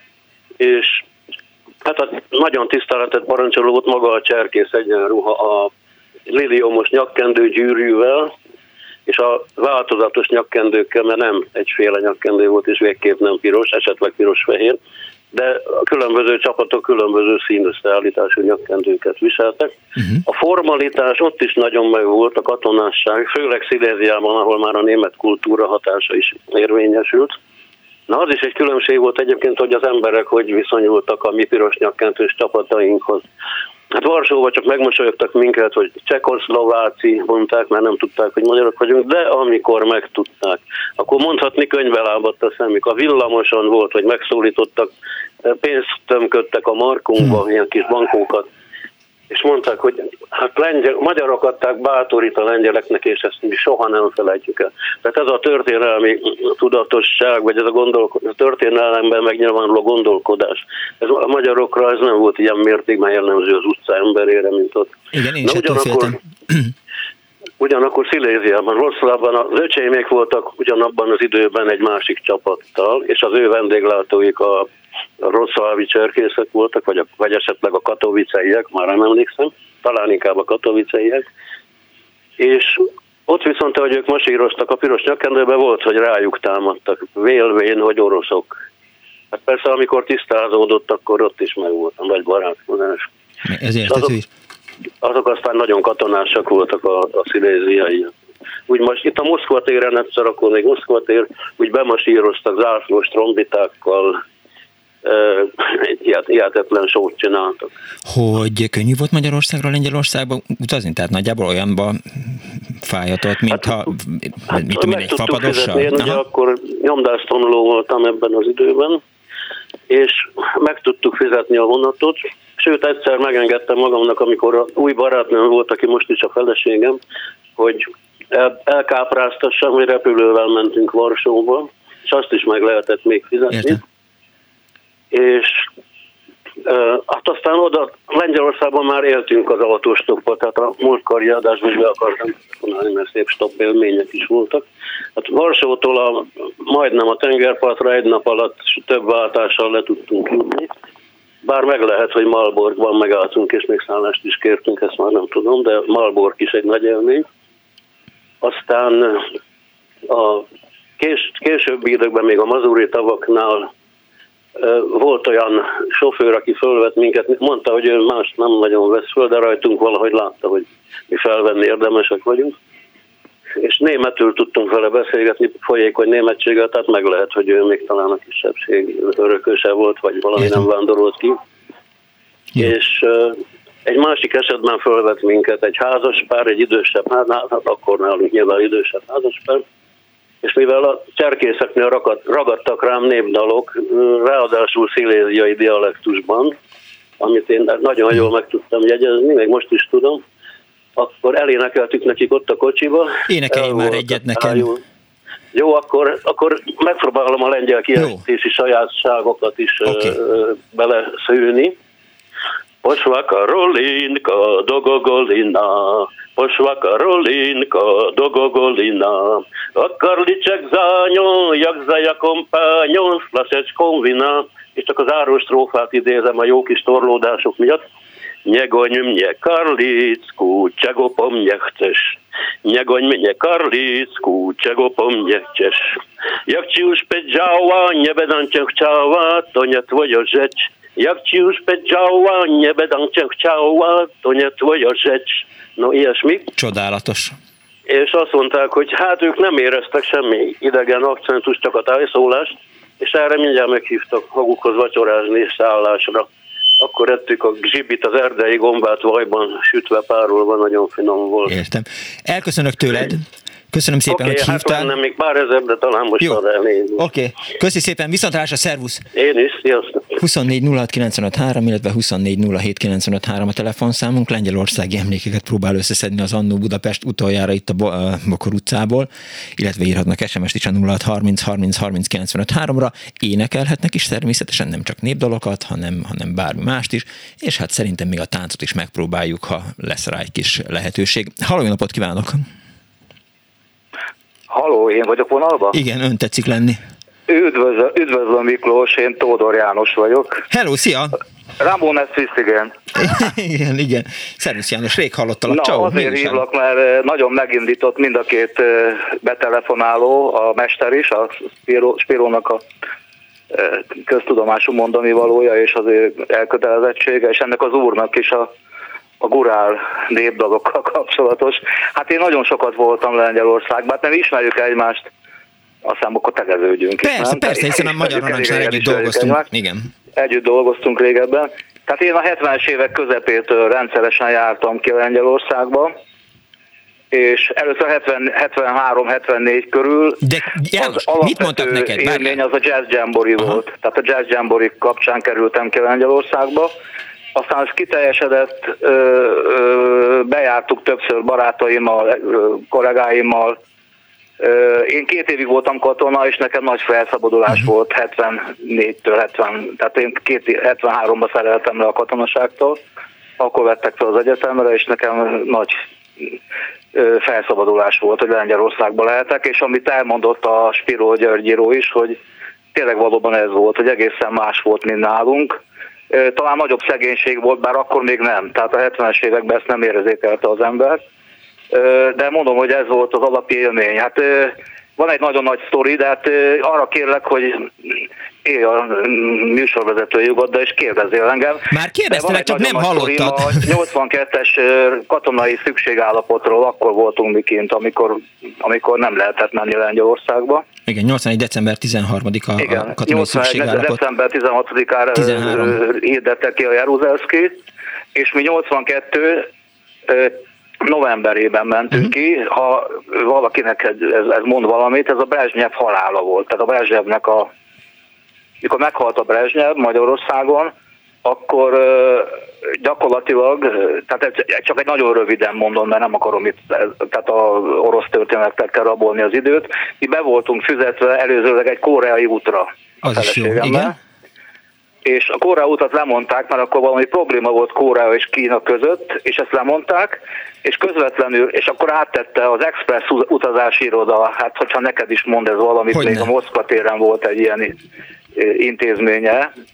És hát a nagyon tiszteletet parancsoló volt maga a cserkész egyenruha a liliomos nyakkendő gyűrűvel, és a változatos nyakkendőkkel, mert nem egyféle nyakkendő volt, és végképp nem piros, esetleg piros-fehér, de a különböző csapatok különböző színösszeállítású nyakkendőket viseltek. Uh-huh. A formalitás ott is nagyon meg volt, a katonásság, főleg Sziléziában, ahol már a német kultúra hatása is érvényesült. Na, az is egy különbség volt egyébként, hogy az emberek hogy viszonyultak a mi piros nyakkendős csapatainkhoz. Hát Varsóban csak megmosolyogtak minket, hogy csekoszlováci mondták, mert nem tudták, hogy magyarok vagyunk, de amikor megtudták, akkor mondhatni könyvbe lábadt a szemük. A villamoson volt, hogy megszólítottak, pénzt tömködtek a markunkba, hmm. ilyen kis bankókat, és mondták, hogy hát lengyel, magyarok adták bátorít a lengyeleknek, és ezt mi soha nem felejtjük el. Tehát ez a történelmi tudatosság, vagy ez a, gondolko- a történelemben megnyilvánuló gondolkodás, ez a magyarokra ez nem volt ilyen mértékben jellemző az utca emberére, mint ott. Igen, én is ettől féltem. Ugyanakkor Sziléziában, Wroclawban az öcsémék voltak ugyanabban az időben egy másik csapattal, és az ő vendéglátóik a a wrocławi cserkészek voltak, vagy, a, vagy esetleg a katowiceiek, már nem emlékszem, talán inkább a katowiceiek, és ott viszont, hogy ők masíroztak a piros nyakkendőbe, volt, hogy rájuk támadtak, vélvén, hogy oroszok. Hát persze, amikor tisztázódott, akkor ott is meg voltam, vagy barátkozás. Ezért azok, azok aztán nagyon katonásak voltak a, a sziléziai. Úgy most itt a Moszkva téren egyszer, akkor még Moszkva tér, úgy bemasíroztak zászlós trombitákkal, egy hihetetlen sót csináltak. Hogy könnyű volt Magyarországra, Lengyelországba utazni? Tehát nagyjából olyanba fájatott, mintha hát, hát, mit tudom én, egy fapadossal? Én ugye akkor nyomdásztanuló voltam ebben az időben, és meg tudtuk fizetni a vonatot, sőt egyszer megengedtem magamnak, amikor a új barátnőm volt, aki most is a feleségem, hogy el, elkápráztassam, hogy repülővel mentünk Varsóba, és azt is meg lehetett még fizetni. Értem. És uh, hát aztán oda Lengyelországban már éltünk az autóstoppal, tehát a múltkori adásban is be akartam mondani, mert szép stopp élmények is voltak. Hát Varsótól a, majdnem a tengerpartra egy nap alatt több váltással le tudtunk jutni, bár meg lehet, hogy Malborgban megálltunk, és még szállást is kértünk, ezt már nem tudom, de Malborg is egy nagy élmény. Aztán a kés, későbbi időkben még a mazuri tavaknál volt olyan sofőr, aki fölvett minket, mondta, hogy ő mást nem nagyon vesz föl, de rajtunk valahogy látta, hogy mi felvenni érdemesek vagyunk. És németül tudtunk vele beszélgetni, folyékony németséggel, tehát meg lehet, hogy ő még talán a kisebbség örököse volt, vagy valami nem vándorolt ki. Ja. És uh, egy másik esetben fölvett minket egy házaspár, egy idősebb, hát, hát akkor nálunk nyilván idősebb házaspár, és mivel a cserkészeknél ragad, ragadtak rám népdalok, ráadásul sziléziai dialektusban, amit én nagyon jól meg tudtam jegyezni, még most is tudom, akkor elénekeltük nekik ott a kocsiba. Énekelj már egyet nekem. Jó, jó akkor, akkor megpróbálom a lengyel kiejtési sajátságokat is okay. beleszűrni. Poszva Karolinka, dogogolina, poszva Karolinka, dogogolina, a karliczek za nią, jak za jaką panią, z flaszeczką wina. És csak az áró strófát idézem a jó kis torlódások miatt. Nie goń mnie, Karlicku, czego po mnie chcesz? Nie goń mnie, Karlicku, czego po mnie chcesz? Jak ci już powiedziała, nie będę cię chciała, to nie twoja rzecz. Jak ci już powiedziała, nie będę cię chciała, to nie twoja rzecz. No ilyesmi. Csodálatos. És azt mondták, hogy hát ők nem éreztek semmi idegen akcentus, csak a tájszólást, és erre mindjárt meghívtak magukhoz vacsorázni és szállásra. Akkor ettük a zsibit, az erdei gombát vajban sütve, párolva, nagyon finom volt. Értem. Elköszönök tőled. Köszönöm szépen, okay, hogy hát hívtál. nem még pár ezer, de talán most jó. ad elnézni. Oké. Okay. Köszi szépen, viszontlátásra, szervusz! Én is, sziasztok! huszonnégy nulla hat kilencszázötvenhárom, illetve huszonnégy nulla hét kilencszázötvenhárom a telefonszámunk. Lengyelországi emlékeket próbál összeszedni az Annó Budapest utoljára itt a Bokor utcából, illetve írhatnak es em es-t is a nulla hat harminc harminc harminc kilencszázötvenhárom-ra. Énekelhetnek is természetesen nem csak népdalokat, hanem, hanem bármi mást is, és hát szerintem még a táncot is megpróbáljuk, ha lesz rá egy kis lehetőség. Halló, jó napot kívánok! Halló, én vagyok vonalban? Igen, ön tetszik lenni. Üdvözlöm, üdvözlöm Miklós, én Tódor János vagyok. Hello, szia! Ramón Swiss, igen. igen, igen. Szervusz János, rég hallottalak. Na, Ciao, azért hívlak, mert nagyon megindított mind a két betelefonáló, a mester is, a Spiro, Spirónak a köztudomású mondani valója és az elkötelezettsége, és ennek az úrnak is a a gurál népdalokkal kapcsolatos. Hát én nagyon sokat voltam Lengyelországban, hát nem ismerjük egymást, aztán akkor tegeződjünk. Persze, is, persze, hiszen a Magyar Narancsnál együtt dolgoztunk. Egymást. Igen. Együtt dolgoztunk régebben. Tehát én a hetvenes évek közepétől rendszeresen jártam ki Lengyelországba, és először hetven, hetvenhárom hetvennégy körül de, János, az mit mondtak neked? élmény az a Jazz Jamboree volt. Tehát a Jazz Jamboree kapcsán kerültem ki Lengyelországba. Aztán ez kiteljesedett, ö, ö, bejártuk többször barátaimmal, kollégáimmal. Ö, én két évig voltam katona, és nekem nagy felszabadulás uh-huh. volt hetvennégytől hetven, tehát én két, hetvenháromba szereltem le a katonaságtól, akkor vettek fel az egyetemre, és nekem nagy ö, felszabadulás volt, hogy Lengyelországba lehetek, és amit elmondott a Spiro Györgyíró is, hogy tényleg valóban ez volt, hogy egészen más volt, mint nálunk. Talán nagyobb szegénység volt, bár akkor még nem. Tehát a hetvenes években ezt nem érzékelte az ember. De mondom, hogy ez volt az alapélmény. Hát van egy nagyon nagy sztori, de hát arra kérlek, hogy élj a műsorvezető jogoddal, és kérdezzél engem. Már kérdeztelek, csak nem hallottad. A nyolcvankettes katonai szükségállapotról akkor voltunk mi kint, amikor, amikor nem lehetett menni Lengyelországba. Igen, nyolcvanegy december tizenharmadika a, a katonai szükségállapot. december tizenhatodikára hirdette ki a Jaruzelszki, és mi nyolcvankettő novemberében mentünk uh-huh. ki, ha valakinek ez, ez mond valamit, ez a Brezsnyev halála volt. Tehát a Brezsnyevnek a... Mikor meghalt a Brezsnyev Magyarországon, akkor gyakorlatilag, tehát csak egy nagyon röviden mondom, mert nem akarom itt, tehát a orosz történetekkel rabolni az időt, mi be voltunk fizetve előzőleg egy koreai útra a feleségemmel. És a Korea utat lemondták, mert akkor valami probléma volt Korea és Kína között, és ezt lemondták, és közvetlenül, és akkor áttette az Express utazási iroda, hát hogyha neked is mond ez valamit, Hogyne. Még a Moszkva téren volt egy ilyen intézménye,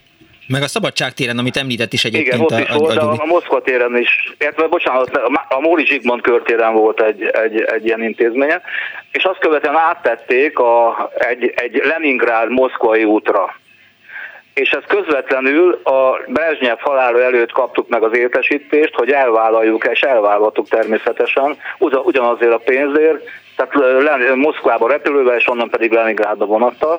Meg a Szabadság téren, amit említett is egyébként. Igen, ott is a, volt, a, de a, a Moszkva téren is, illetve bocsánat, a Móri Zsigmond körtéren volt egy, egy, egy ilyen intézménye, és azt követően áttették a, egy, egy Leningrád-moszkvai útra. És ez közvetlenül a Brezsnyev halála előtt kaptuk meg az értesítést, hogy elvállaljuk, és elvállaltuk természetesen, ugyanazért a pénzért, tehát Moszkvába repülővel, és onnan pedig Leningrádba vonattal,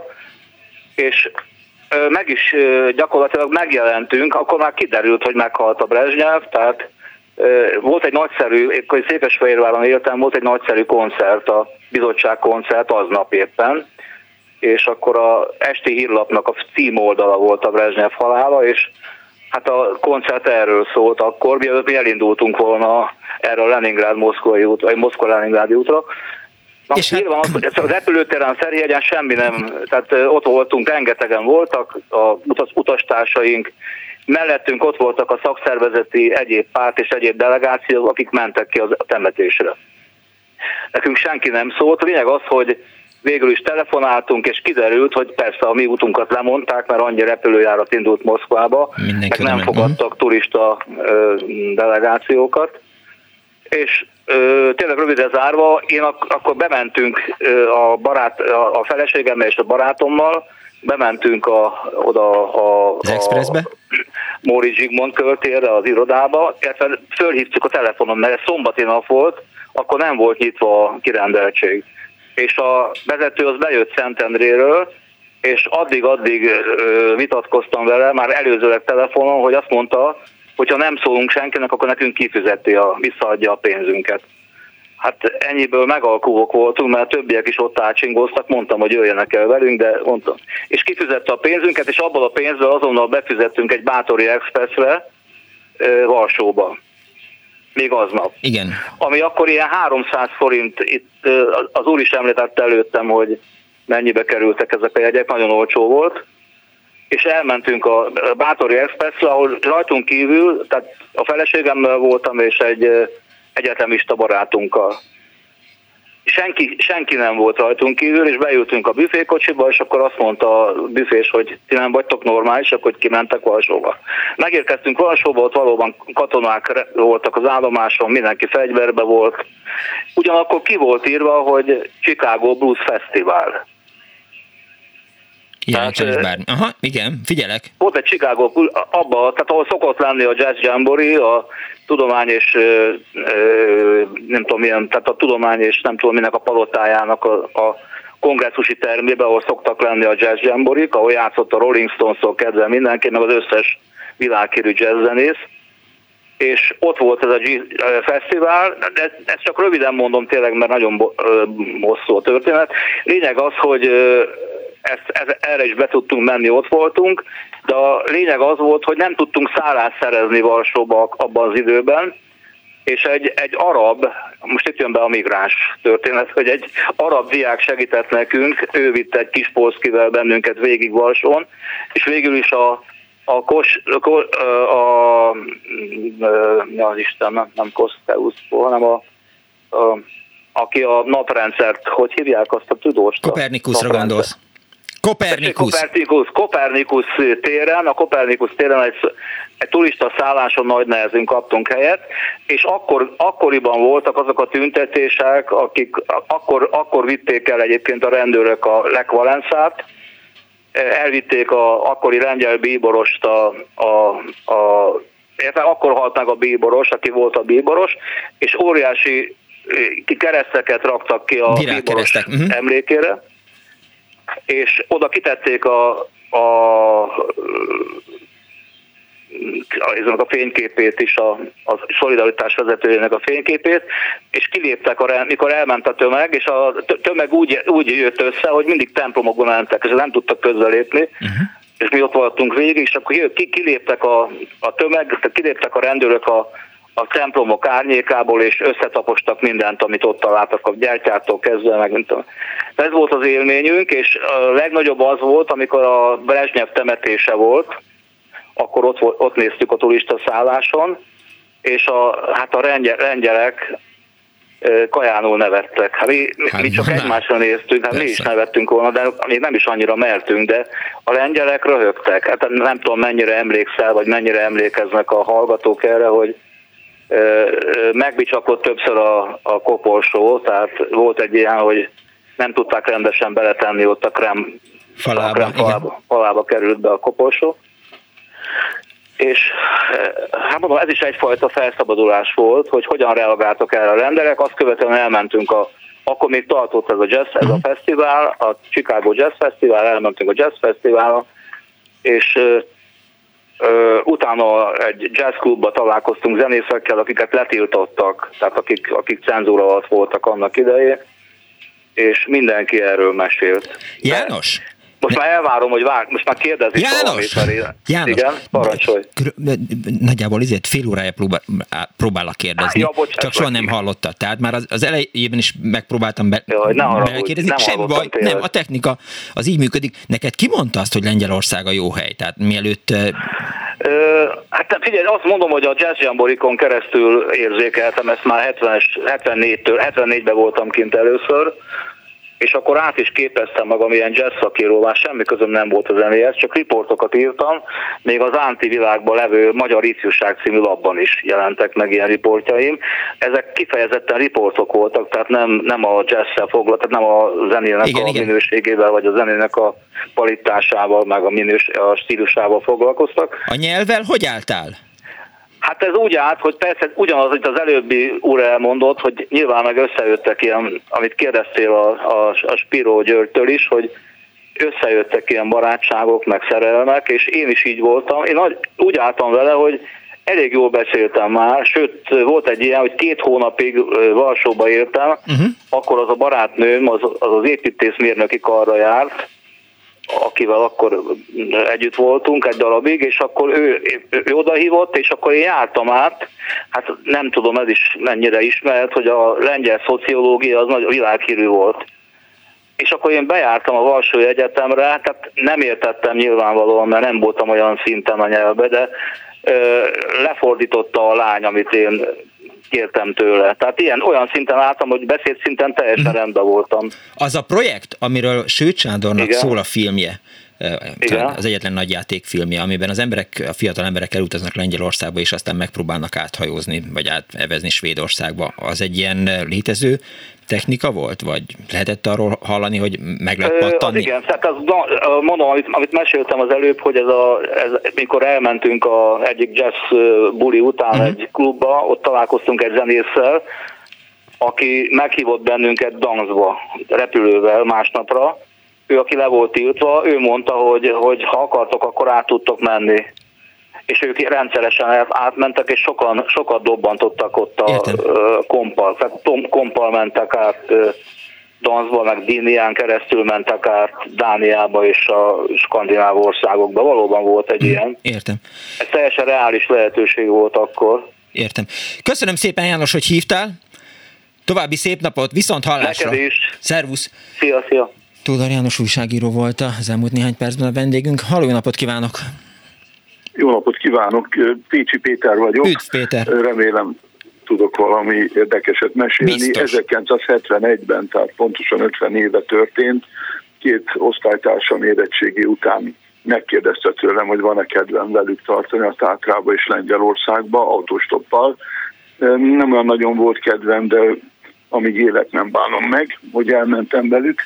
és meg is gyakorlatilag megjelentünk, akkor már kiderült, hogy meghalt a Brezsnyev, tehát volt egy nagyszerű, éppen Székesfehérváron éltem, volt egy nagyszerű koncert, a bizottság koncert aznap éppen, és akkor a esti hírlapnak a címoldala volt a Brezsnyev halála, és hát a koncert erről szólt akkor, mielőtt mi elindultunk volna erre a Leningrád-moszkvai út, vagy Moszkva-Leningrádi útra. Na, és nyilván hát... az, a repülőtéren Ferihegyen semmi nem, tehát ott voltunk, rengetegen voltak a utas, utastársaink, mellettünk ott voltak a szakszervezeti egyéb párt és egyéb delegációk, akik mentek ki a temetésre. Nekünk senki nem szólt, a lényeg az, hogy végül is telefonáltunk, és kiderült, hogy persze a mi útunkat lemondták, mert annyi repülőjárat indult Moszkvába, meg nem fogadtak turista ö, delegációkat. És ö, tényleg röviden zárva, én ak- akkor bementünk ö, a, barát, a, a feleségemmel és a barátommal, bementünk a, oda a, az Expressbe? a Móri Zsigmond körtérre, az irodába, illetve fölhívtuk a telefonon, mert ez szombati nap volt, akkor nem volt nyitva a kirendeltség. És a vezető az bejött Szentendréről, és addig-addig vitatkoztam vele, már előzőleg telefonon, hogy azt mondta, hogyha nem szólunk senkinek, akkor nekünk kifizeti, a, visszaadja a pénzünket. Hát ennyiből megalkuvok voltunk, mert többiek is ott átsingoztak, mondtam, hogy jöjjenek el velünk, de mondtam. És kifizette a pénzünket, és abból a pénzből azonnal befizettünk egy Bátori Expressre Varsóba. Még aznap. Igen. Ami akkor ilyen háromszáz forint, itt az úr is említette előttem, hogy mennyibe kerültek ezek a jegyek, nagyon olcsó volt, és elmentünk a Bátori Expressre, ahol rajtunk kívül, tehát a feleségemmel voltam, és egy egyetemista barátunkkal. Senki, senki nem volt rajtunk kívül, és beültünk a büfékocsiba, és akkor azt mondta a büfés, hogy ti nem vagytok normálisak, hogy kimentek Varsóba. Megérkeztünk Varsóba, ott valóban katonák voltak az állomáson, mindenki fegyverbe volt. Ugyanakkor ki volt írva, hogy Chicago Blues Festival. Tehát, bár. Aha, igen, figyelek. Volt egy Chicago, abba, tehát ahol szokott lenni a Jazz Jamboree, a tudomány és ö, ö, nem tudom milyen, tehát a tudomány és nem tudom minek a palotájának a, a kongresszusi termében, ahol szoktak lenni a Jazz Jamboree, ahol játszott a Rolling Stones-tól kedve mindenki, meg az összes világhírű jazzzenész. És ott volt ez a fesztivál, de ezt csak röviden mondom tényleg, mert nagyon hosszú a történet. Lényeg az, hogy Ezt, ez, erre is be tudtunk menni, ott voltunk, de a lényeg az volt, hogy nem tudtunk szállást szerezni Varsóba abban az időben, és egy, egy arab, most itt jön be a migráns történet, hogy egy arab diák segített nekünk, ő vitt egy kis polszkivel bennünket végig Varsón, és végül is a a kos, a, a, a, a az Isten, nem, nem Kosteusz, hanem a, a aki a naprendszert, hogy hívják azt a tudóst? Kopernikusra gondolsz. Kopernikus. Kopernikus. Kopernikus téren, a Kopernikus téren egy, egy turista szálláson nagy nehezen kaptunk helyet, és akkor, akkoriban voltak azok a tüntetések, akik akkor, akkor vitték el egyébként a rendőrök a Lech Valenszát, elvitték a akkori lengyel bíborost, a, a, a, érte, akkor halt meg a bíboros, aki volt a bíboros, és óriási kereszteket raktak ki a bíboros uh-huh. emlékére, és oda kitették a, a, a, a fényképét is, a, a szolidaritás vezetőjének a fényképét, és kiléptek, a, mikor elment a tömeg, és a tömeg úgy, úgy jött össze, hogy mindig templomokban mentek, és nem tudtak közelépni, uh-huh. és mi ott voltunk végig, és akkor kiléptek a, a tömeg, kiléptek a rendőrök a a templomok árnyékából, és összetapostak mindent, amit ott találtak, a gyertyától kezdve, meg mint a... Ez volt az élményünk, és a legnagyobb az volt, amikor a Brezsnyev temetése volt, akkor ott, ott néztük a turista szálláson, és a, hát a lengyelek kajánul nevettek. Hát mi, hát, mi csak egymásra néztünk, hát persze. Mi is nevettünk volna, de még nem is annyira mertünk, de a lengyelek röhögtek. Hát nem tudom, mennyire emlékszel, vagy mennyire emlékeznek a hallgatók erre, hogy megbicsakott többször a, a koporsó, tehát volt egy ilyen, hogy nem tudták rendesen beletenni ott a krem falába, a krem falába, falába került be a koporsó. És hát mondom, ez is egyfajta felszabadulás volt, hogy hogyan reagáltak erre a rendelek. Azt követően elmentünk a, akkor még tartott ez a jazz, ez a fesztivál, a Chicago Jazz Fesztivál, elmentünk a Jazz Fesztiválra, és ö, ö, utána egy jazzklubba találkoztunk zenészekkel, akiket letiltottak, tehát akik, akik cenzúra alatt voltak annak idején, és mindenki erről mesélt. János! De most már elvárom, hogy vár, most már kérdezik János! valamit. János! Igen, parancsolj. Nagyjából ezért fél órája próbál, próbálok kérdezni, ja, bocsánat, csak soha nem hallottad. Tehát már az, az elejében is megpróbáltam be, Jaj, belekérdezni. Semmi baj, tényleg. Nem, a technika az így működik. Neked ki mondta azt, hogy Lengyelország a jó hely? Tehát mielőtt... Ö, hát figyelj, azt mondom, hogy a Jazz Jamborikon keresztül érzékeltem, ezt már hetvenes, hetvennégytől, hetvennégyben voltam kint először, és akkor át is képeztem magam ilyen jazz szakíróvá, semmi közöm nem volt a zenéhez, csak riportokat írtam, még az Ánti világban levő Magyar Ifjúság című labban is jelentek meg ilyen riportjaim. Ezek kifejezetten riportok voltak, tehát nem, nem a jazz-szel foglalkoztak, tehát nem a zenének igen, a igen. minőségével, vagy a zenének a kvalitásával, meg a, minős, a stílusával foglalkoztak. A nyelvvel hogy álltál? Hát ez úgy állt, hogy persze ugyanaz, amit az előbbi úr elmondott, hogy nyilván meg összejöttek ilyen, amit kérdeztél a, a, a Spiro Györgytől is, hogy összejöttek ilyen barátságok, meg szerelmek, és én is így voltam. Én úgy álltam vele, hogy elég jól beszéltem már, sőt, volt egy ilyen, hogy két hónapig Varsóba éltem, uh-huh. Akkor az a barátnőm, az az, az építészmérnöki karra járt, akivel akkor együtt voltunk egy darabig, és akkor ő, ő, ő odahívott, és akkor én jártam át, hát nem tudom, ez is mennyire ismert, hogy a lengyel szociológia az nagy világhírű volt. És akkor én bejártam a Varsói Egyetemre, tehát nem értettem nyilvánvalóan, mert nem voltam olyan szinten a nyelvbe, de ö, lefordította a lány, amit én kértem tőle. Tehát ilyen, olyan szinten álltam, hogy beszédszinten teljesen rendben voltam. Az a projekt, amiről Szőcs Sándornak igen. szól a filmje, igen. az egyetlen nagy játékfilmje, amiben az emberek, a fiatal emberek elutaznak Lengyelországba, és aztán megpróbálnak áthajózni, vagy átevezni Svédországba. Az egy ilyen létező technika volt? Vagy lehetett arról hallani, hogy meg lehet pattanni? Az igen, tehát az, mondom, amit, amit meséltem az előbb, hogy ez a, ez, mikor elmentünk a egyik jazz buli után uh-huh. egy klubba, ott találkoztunk egy zenésszel, aki meghívott bennünket Danszba, repülővel másnapra. Ő, aki le volt tiltva, ő mondta, hogy, hogy ha akartok, akkor át tudtok menni. És ők rendszeresen átmentek, és sokan, sokat dobbantottak ott a Értem. kompal. Tehát kompal mentek át Danszba, meg Dínián keresztül mentek át Dániába és a skandináv országokba. Valóban volt egy hmm. ilyen. Értem. Ez teljesen reális lehetőség volt akkor. Értem. Köszönöm szépen, János, hogy hívtál. További szép napot, viszont hallásra. Neked is. Szervusz. Szia, szia. Tódor János újságíró volt az elmúlt néhány percben a vendégünk. Halló, jó napot kívánok! Jó napot kívánok! Pécsi Péter vagyok. Üdv, Péter! Remélem tudok valami érdekeset mesélni. Biztos. ezerkilencszázhetvenegyben, tehát pontosan ötven éve történt. Két osztálytársam érettségi után megkérdezte tőlem, hogy van-e kedvem velük tartani a Tátrába és Lengyelországba autóstoppal. Nem olyan nagyon volt kedvem, de amíg élek, nem bánom meg, hogy elmentem velük.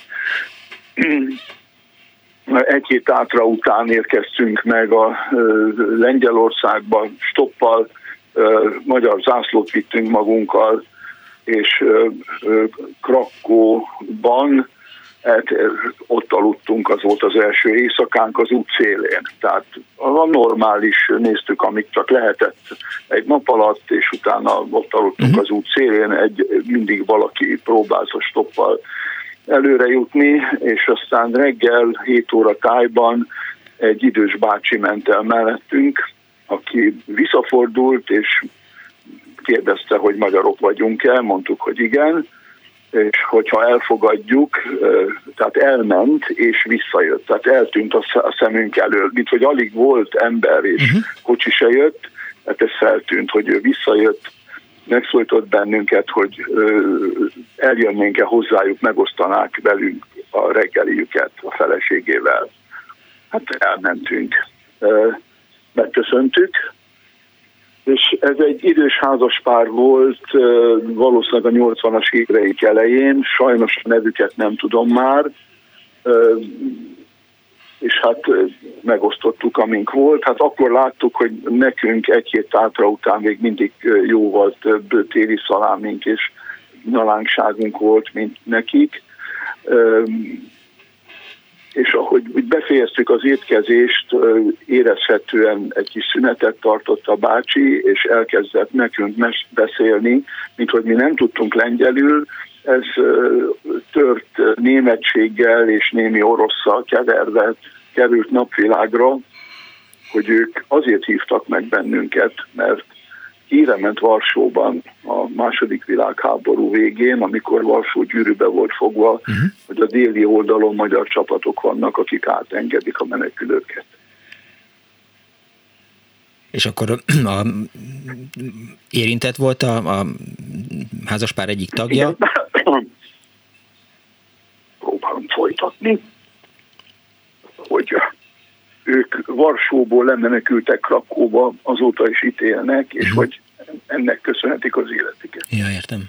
Egy-két Tátra után érkeztünk meg a Lengyelországba, stoppal, magyar zászlót vittünk magunkkal, és Krakóban, hát ott aludtunk, az volt az első éjszakánk az út szélén. Tehát a normális, néztük, amit csak lehetett egy nap alatt, és utána ott aludtunk uh-huh. az út szélén, egy, mindig valaki próbált a stoppal előre jutni, és aztán reggel hét óra tájban egy idős bácsi ment el mellettünk, aki visszafordult, és kérdezte, hogy magyarok vagyunk-e, mondtuk, hogy igen, és hogyha elfogadjuk, tehát elment és visszajött, tehát eltűnt a szemünk elől, mint hogy alig volt ember és uh-huh. kocsi se jött, hát ez feltűnt, hogy ő visszajött, megszólított bennünket, hogy eljönnénk-e hozzájuk, megosztanák velünk a reggeliüket a feleségével. Hát elmentünk, megköszöntük, és ez egy idős házaspár volt, valószínűleg a nyolcvanas éveik elején, sajnos a nevüket nem tudom már, és hát megosztottuk, amink volt. Hát akkor láttuk, hogy nekünk egy hét tátra után még mindig jóval több téli szalámink és nyalánkságunk volt, mint nekik. És ahogy befejeztük az étkezést, érezhetően egy kis szünetet tartott a bácsi, és elkezdett nekünk beszélni, mint hogy mi nem tudtunk lengyelül. Ez tört németséggel és némi orosszal keverve került napvilágra, hogy ők azért hívtak meg bennünket, mert híre ment Varsóban a második világháború végén, amikor Varsó gyűrűbe volt fogva, uh-huh. hogy a déli oldalon magyar csapatok vannak, akik átengedik a menekülőket. És akkor a, érintett volt a, a házaspár egyik tagja? Próbálom folytatni, hogy ők Varsóból lemenekültek Krakóba, azóta is itt élnek, és uh-huh. hogy ennek köszönhetik az életüket. Ja, értem.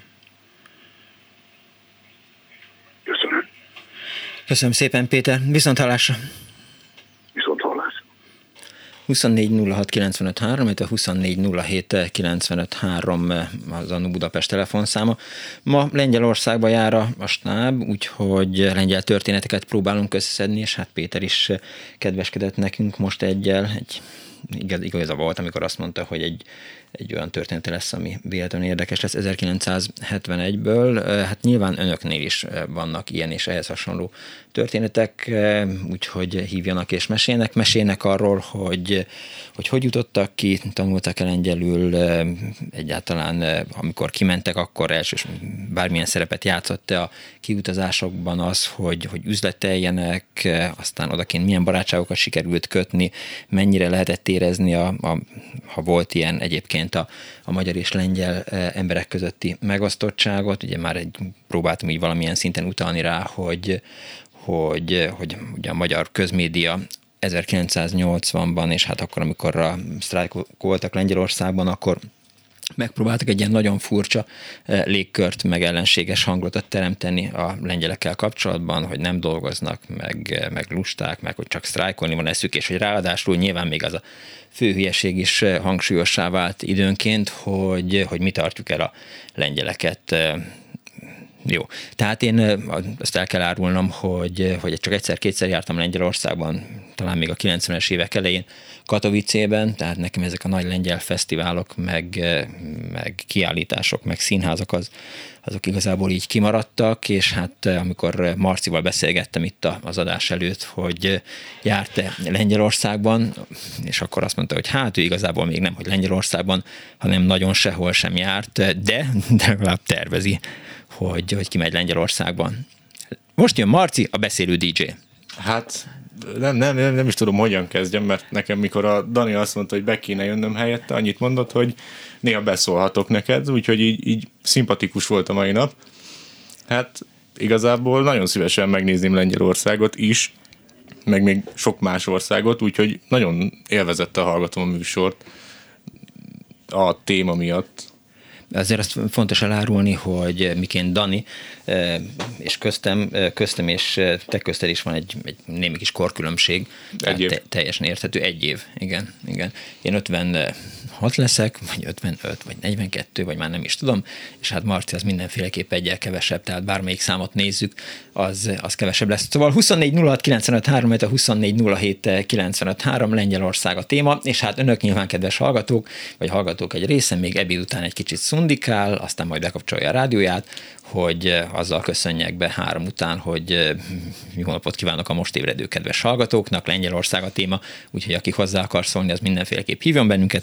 Köszönöm. Köszönöm szépen, Péter. Viszonthallásra. Viszonthallásra. huszonnégy nulla hat kilencvenöt három, illetve huszonnégy nulla hét kilencvenöt három az Annu Budapest telefonszáma. Ma Lengyelországba jár a stáb, úgyhogy lengyel történeteket próbálunk összeszedni, és hát Péter is kedveskedett nekünk most egyel. Egy igaz, igaza volt, amikor azt mondta, hogy egy, egy olyan története lesz, ami véletlenül érdekes lesz ezerkilencszázhetvenegyből. Hát nyilván önöknél is vannak ilyen és ehhez hasonló történetek, úgyhogy hívjanak és mesélnek. Mesélnek arról, hogy hogy, hogy jutottak ki, tanultak-e lengyelül, egyáltalán amikor kimentek, akkor elsős bármilyen szerepet játszott-e a kiutazásokban az, hogy, hogy üzleteljenek, aztán odakint milyen barátságokat sikerült kötni, mennyire lehetett érezni, a, a, ha volt ilyen egyébként a, a magyar és lengyel emberek közötti megosztottságot. Ugye már egy, próbáltam így valamilyen szinten utalni rá, hogy, hogy, hogy ugye a magyar közmédia ezerkilencszáznyolcvanban, és hát akkor, amikor a sztrájkok voltak Lengyelországban, akkor megpróbáltak egy ilyen nagyon furcsa légkört, meg ellenséges hangulatot teremteni a lengyelekkel kapcsolatban, hogy nem dolgoznak, meg, meg lusták, meg hogy csak sztrájkolni van eszük, és hogy ráadásul nyilván még az a fő hülyeség is hangsúlyossá vált időnként, hogy, hogy mi tartjuk el a lengyeleket. Jó, tehát én azt el kell árulnom, hogy, hogy csak egyszer-kétszer jártam Lengyelországban, talán még a kilencvenes évek elején Katowicében, tehát nekem ezek a nagy lengyel fesztiválok, meg, meg kiállítások, meg színházak az, azok igazából így kimaradtak, és hát amikor Marcival beszélgettem itt az adás előtt, hogy járt-e Lengyelországban, és akkor azt mondta, hogy hát ő igazából még nem, hogy Lengyelországban, hanem nagyon sehol sem járt, de, de legalább tervezi, hogy, hogy kimegy Lengyelországban. Most jön Marci, a beszélő dé dzsé. Hát nem, nem, nem, nem is tudom, hogyan kezdjem, mert nekem mikor a Dani azt mondta, hogy be kéne jönnöm helyette, annyit mondott, hogy néha beszólhatok neked, úgyhogy így, így szimpatikus volt a mai nap. Hát igazából nagyon szívesen megnézném Lengyelországot is, meg még sok más országot, úgyhogy nagyon élvezettel hallgatom a műsort a téma miatt. Azért azt fontos elárulni, hogy miként Dani, és köztem, köztem és te közted is van egy, egy némi kis korkülönbség. Egy év. Te, teljesen érthető. Egy év, igen, igen. Én ötvenhat leszek, vagy ötvenöt, vagy negyvenkettő, vagy már nem is tudom, és hát Marci az mindenféleképp egyel kevesebb, tehát bármelyik számot nézzük, az, az kevesebb lesz. Szóval huszonnégy nulla hat kilencvenöt három, a huszonnégy nulla hét kilencvenöt három, Lengyelország a téma, és hát önök nyilván, kedves hallgatók, vagy hallgatók egy része még ebéd után egy kicsit szundikál, aztán majd bekapcsolja a rádióját, hogy azzal köszönjek be három után, hogy jó napot kívánok a most ébredő kedves hallgatóknak, Lengyelország a téma, úgyhogy aki hozzá akar szólni, az mindenféleképp hívjon bennünket, vagy írjon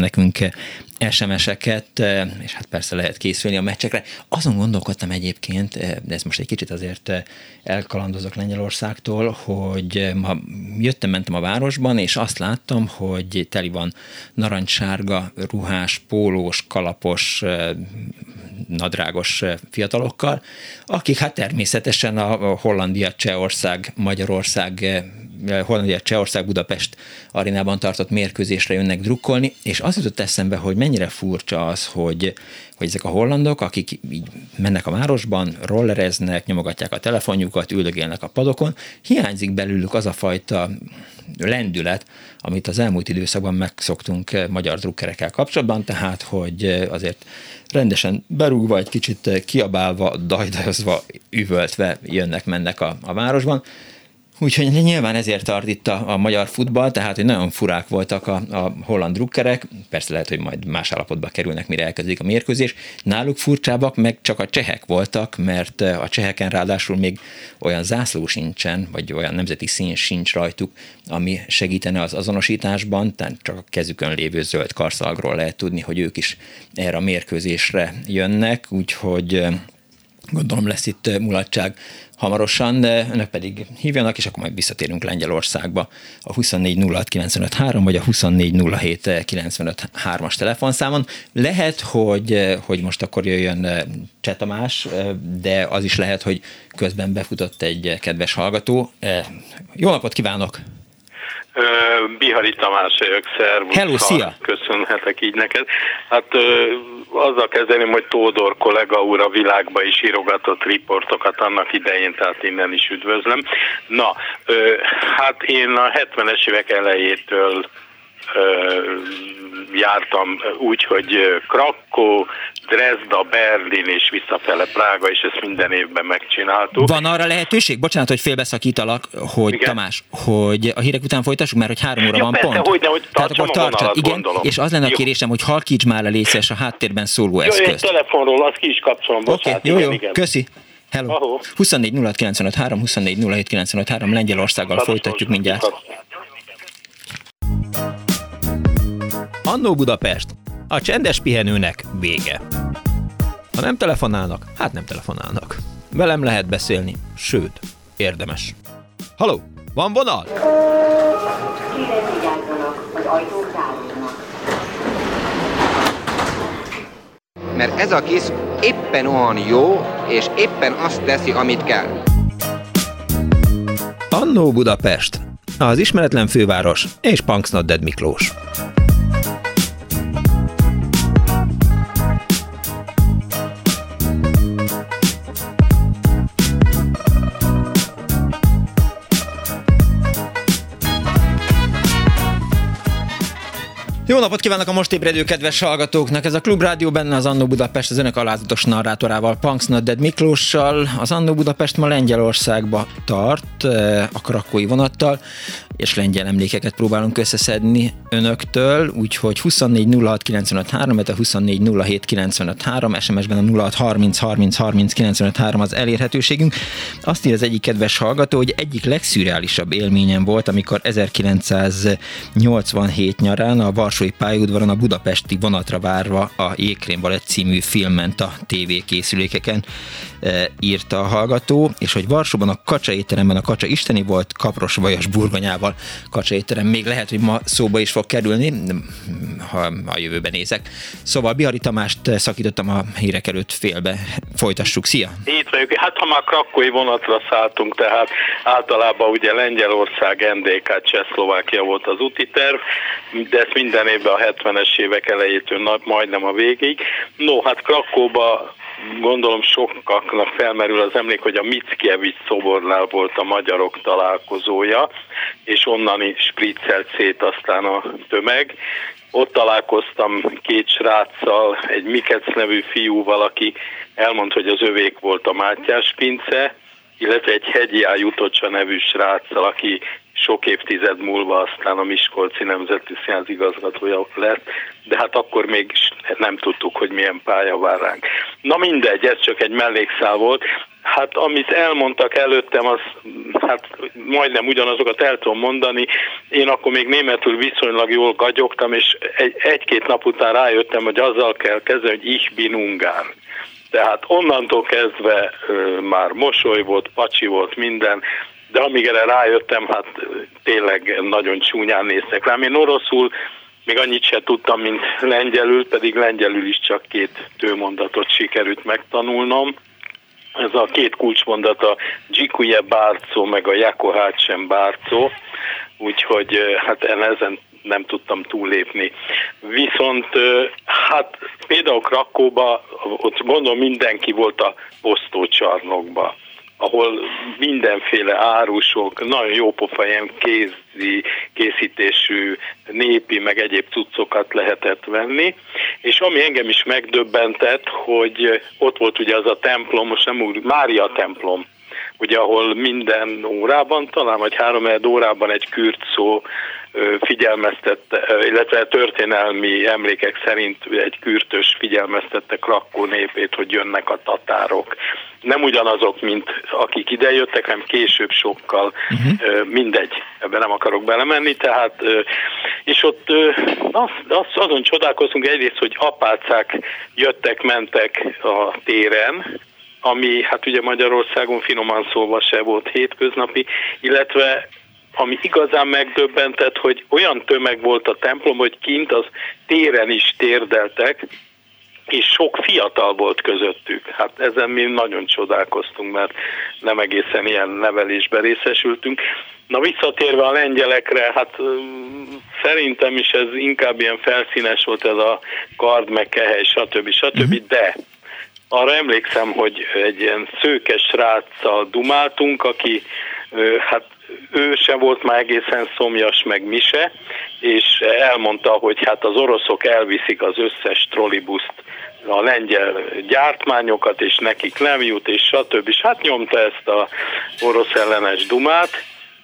nekünk es em es-eket, és hát persze lehet készülni a meccsekre. Azon gondolkodtam egyébként, de ez most egy kicsit azért elkalandozok Lengyelországtól, hogy ma jöttem, mentem a városban, és azt láttam, hogy teli van narancssárga, ruhás, pólós, kalapos, nadrágos fiatalokkal, akik hát természetesen a Hollandia, Csehország, Magyarország, Hollandia, Csehország, Budapest arénában tartott mérkőzésre jönnek drukkolni, és az jutott eszembe, hogy mennyire furcsa az, hogy, hogy ezek a hollandok, akik így mennek a városban, rollereznek, nyomogatják a telefonjukat, üldögélnek a padokon, hiányzik belőlük az a fajta lendület, amit az elmúlt időszakban megszoktunk magyar drukkerekkel kapcsolatban, tehát, hogy azért rendesen berúgva, egy kicsit kiabálva, dajdajozva, üvöltve jönnek-mennek a, a városban. Úgyhogy nyilván ezért tart itt a, a magyar futball, tehát hogy nagyon furák voltak a, a holland drukkerek, persze lehet, hogy majd más állapotba kerülnek, mire elkezdődik a mérkőzés. Náluk furcsábbak meg csak a csehek voltak, mert a cseheken ráadásul még olyan zászló sincsen, vagy olyan nemzeti szín sincs rajtuk, ami segítene az azonosításban, tehát csak a kezükön lévő zöld karszalagról lehet tudni, hogy ők is erre a mérkőzésre jönnek, úgyhogy gondolom lesz itt mulatság hamarosan, de önök pedig hívjanak, és akkor majd visszatérünk Lengyelországba a huszonnégy nulla hat kilencvenöt három vagy a huszonnégy nulla hét kilencvenöt hármas telefonszámon. Lehet, hogy, hogy most akkor jöjjön Cseh Tamás, de az is lehet, hogy közben befutott egy kedves hallgató. Jó napot kívánok! Bihari Tamás vagyok, szervusz. Hello, szia! Köszönhetek így neked. Hát azzal kezdeném, hogy Tódor kollega úr a Világba is írogatott riportokat annak idején, tehát innen is üdvözlöm. Na, hát én a hetvenes évek elejétől jártam úgy, hogy Krakkó, Dresda, Berlin és visszafele Prága, és ezt minden évben megcsináltuk. Van arra lehetőség? Bocsánat, hogy félbeszakítalak, hogy igen? Tamás, hogy a hírek után folytassuk, mert hogy három óra ja, van persze, pont. Hogyne, hogy tehát akkor tartsad, igen, gondolom. És az lenne a kérésem, hogy halkíts már le létszes a háttérben szóló eszközt. Jó, egy telefonról, azt ki is kapcsolom, bocsánat. Okay, jó, jó, igen. Köszi. Hello. Ahó. huszonnégy nulla hat kilencvenöt három, huszonnégy nulla hét kilencvenöt három, Lengyelországgal hát, folytatjuk mindjárt. Annó Budapest. A csendes pihenőnek vége. Ha nem telefonálnak, hát nem telefonálnak. Velem lehet beszélni, sőt, érdemes. Halló, van vonal? Kérem vigyázzanak, az ajtók zárulnak. Mert ez a kis éppen olyan jó, és éppen azt teszi, amit kell. Annó Budapest. Az ismeretlen főváros és Punksnodded Miklós. Jó napot kívánok a most ébredő kedves hallgatóknak! Ez a Klubrádió, benne az Annó Budapest az önök alázatos narrátorával, Punksnodded Miklóssal. Az Annó Budapest ma Lengyelországba tart a krakkói vonattal, és lengyel emlékeket próbálunk összeszedni önöktől, úgyhogy huszonnégy nulla hat kilencvenöt három, a huszonnégy nulla hét kilencvenöt három, es em es-ben a nulla hat harminc harminc harminc kilencvenöt három az elérhetőségünk. Azt írja az egyik kedves hallgató, hogy egyik legszürreálisabb élményem volt, amikor ezerkilencszáznyolcvanhét nyarán a Varsói pályaudvaron a budapesti vonatra várva a Jégkrém Balett című film ment a tévékészülékeken, írta a hallgató, és hogy Varsóban a Kacsa étteremben a kacsa isteni volt, kapros vajas burgonyával. Kacsa étterem még lehet, hogy ma szóba is fog kerülni, ha a jövőben nézek. Szóval Bihari Tamást szakítottam a hírek előtt félbe. Folytassuk. Szia! Itt vagyok. Hát ha már krakkói vonatra szálltunk, tehát általában ugye Lengyelország, en dé ká, Csehszlovákia volt az úti terv, de ezt minden évben a hetvenes évek elejétől majdnem a végig. No, hát Krakkóba gondolom sokaknak felmerül az emlék, hogy a Mickiewicz szobornál volt a magyarok találkozója, és onnan is spriccelt szét aztán a tömeg. Ott találkoztam két sráccal, egy Mikec nevű fiúval, aki elmondta, hogy az övék volt a Mátyás pince, illetve egy Hegyi Á. Jutocsa nevű sráccal, aki sok évtized múlva aztán a Miskolci Nemzeti Színház igazgatója lett, de hát akkor még nem tudtuk, hogy milyen pálya vár ránk. Na mindegy, ez csak egy mellékszál volt. Hát amit elmondtak előttem, az hát majdnem ugyanazokat el tudom mondani. Én akkor még németül viszonylag jól gagyogtam, és egy, egy-két nap után rájöttem, hogy azzal kell kezdeni, hogy ich bin Ungán. Tehát onnantól kezdve ö, már mosoly volt, pacsi volt minden, de amíg erre rájöttem, hát tényleg nagyon csúnyán néztek rám. Én oroszul még annyit sem tudtam, mint lengyelül, pedig lengyelül is csak két tőmondatot sikerült megtanulnom. Ez a két kulcsmondat, a Dzsikuje Bárcó, meg a Jakohácsen Bárcó, úgyhogy hát ezen nem tudtam túllépni. Viszont hát például Krakóba, ott gondolom mindenki volt a posztócsarnokba, ahol mindenféle árusok, nagyon jópofa ilyen kézi készítésű népi, meg egyéb cuccokat lehetett venni, és ami engem is megdöbbentett, hogy ott volt ugye az a templom, most nem úgy, Mária templom, ugye ahol minden órában, talán vagy három órában egy kürt szó figyelmeztette, illetve történelmi emlékek szerint egy kürtös figyelmeztette Krakkó népét, hogy jönnek a tatárok. Nem ugyanazok, mint akik idejöttek, hanem később sokkal, uh-huh. mindegy, ebben nem akarok belemenni, tehát, és ott az, az, azon csodálkoztunk egyrészt, hogy apácák jöttek, mentek a téren, ami hát ugye Magyarországon finoman szólva se volt hétköznapi, illetve ami igazán megdöbbentett, hogy olyan tömeg volt a templom, hogy kint az téren is térdeltek, és sok fiatal volt közöttük. Hát ezen mi nagyon csodálkoztunk, mert nem egészen ilyen nevelésben részesültünk. Na visszatérve a lengyelekre, hát szerintem is ez inkább ilyen felszínes volt, ez a kard, meg kehely, stb. stb. De arra emlékszem, hogy egy ilyen szőkes sráccal dumáltunk, aki hát ő sem volt már egészen szomjas, meg mi se, és elmondta, hogy hát az oroszok elviszik az összes trollibuszt, a lengyel gyártmányokat, és nekik nem jut, és stb. És hát nyomta ezt a orosz ellenes dumát,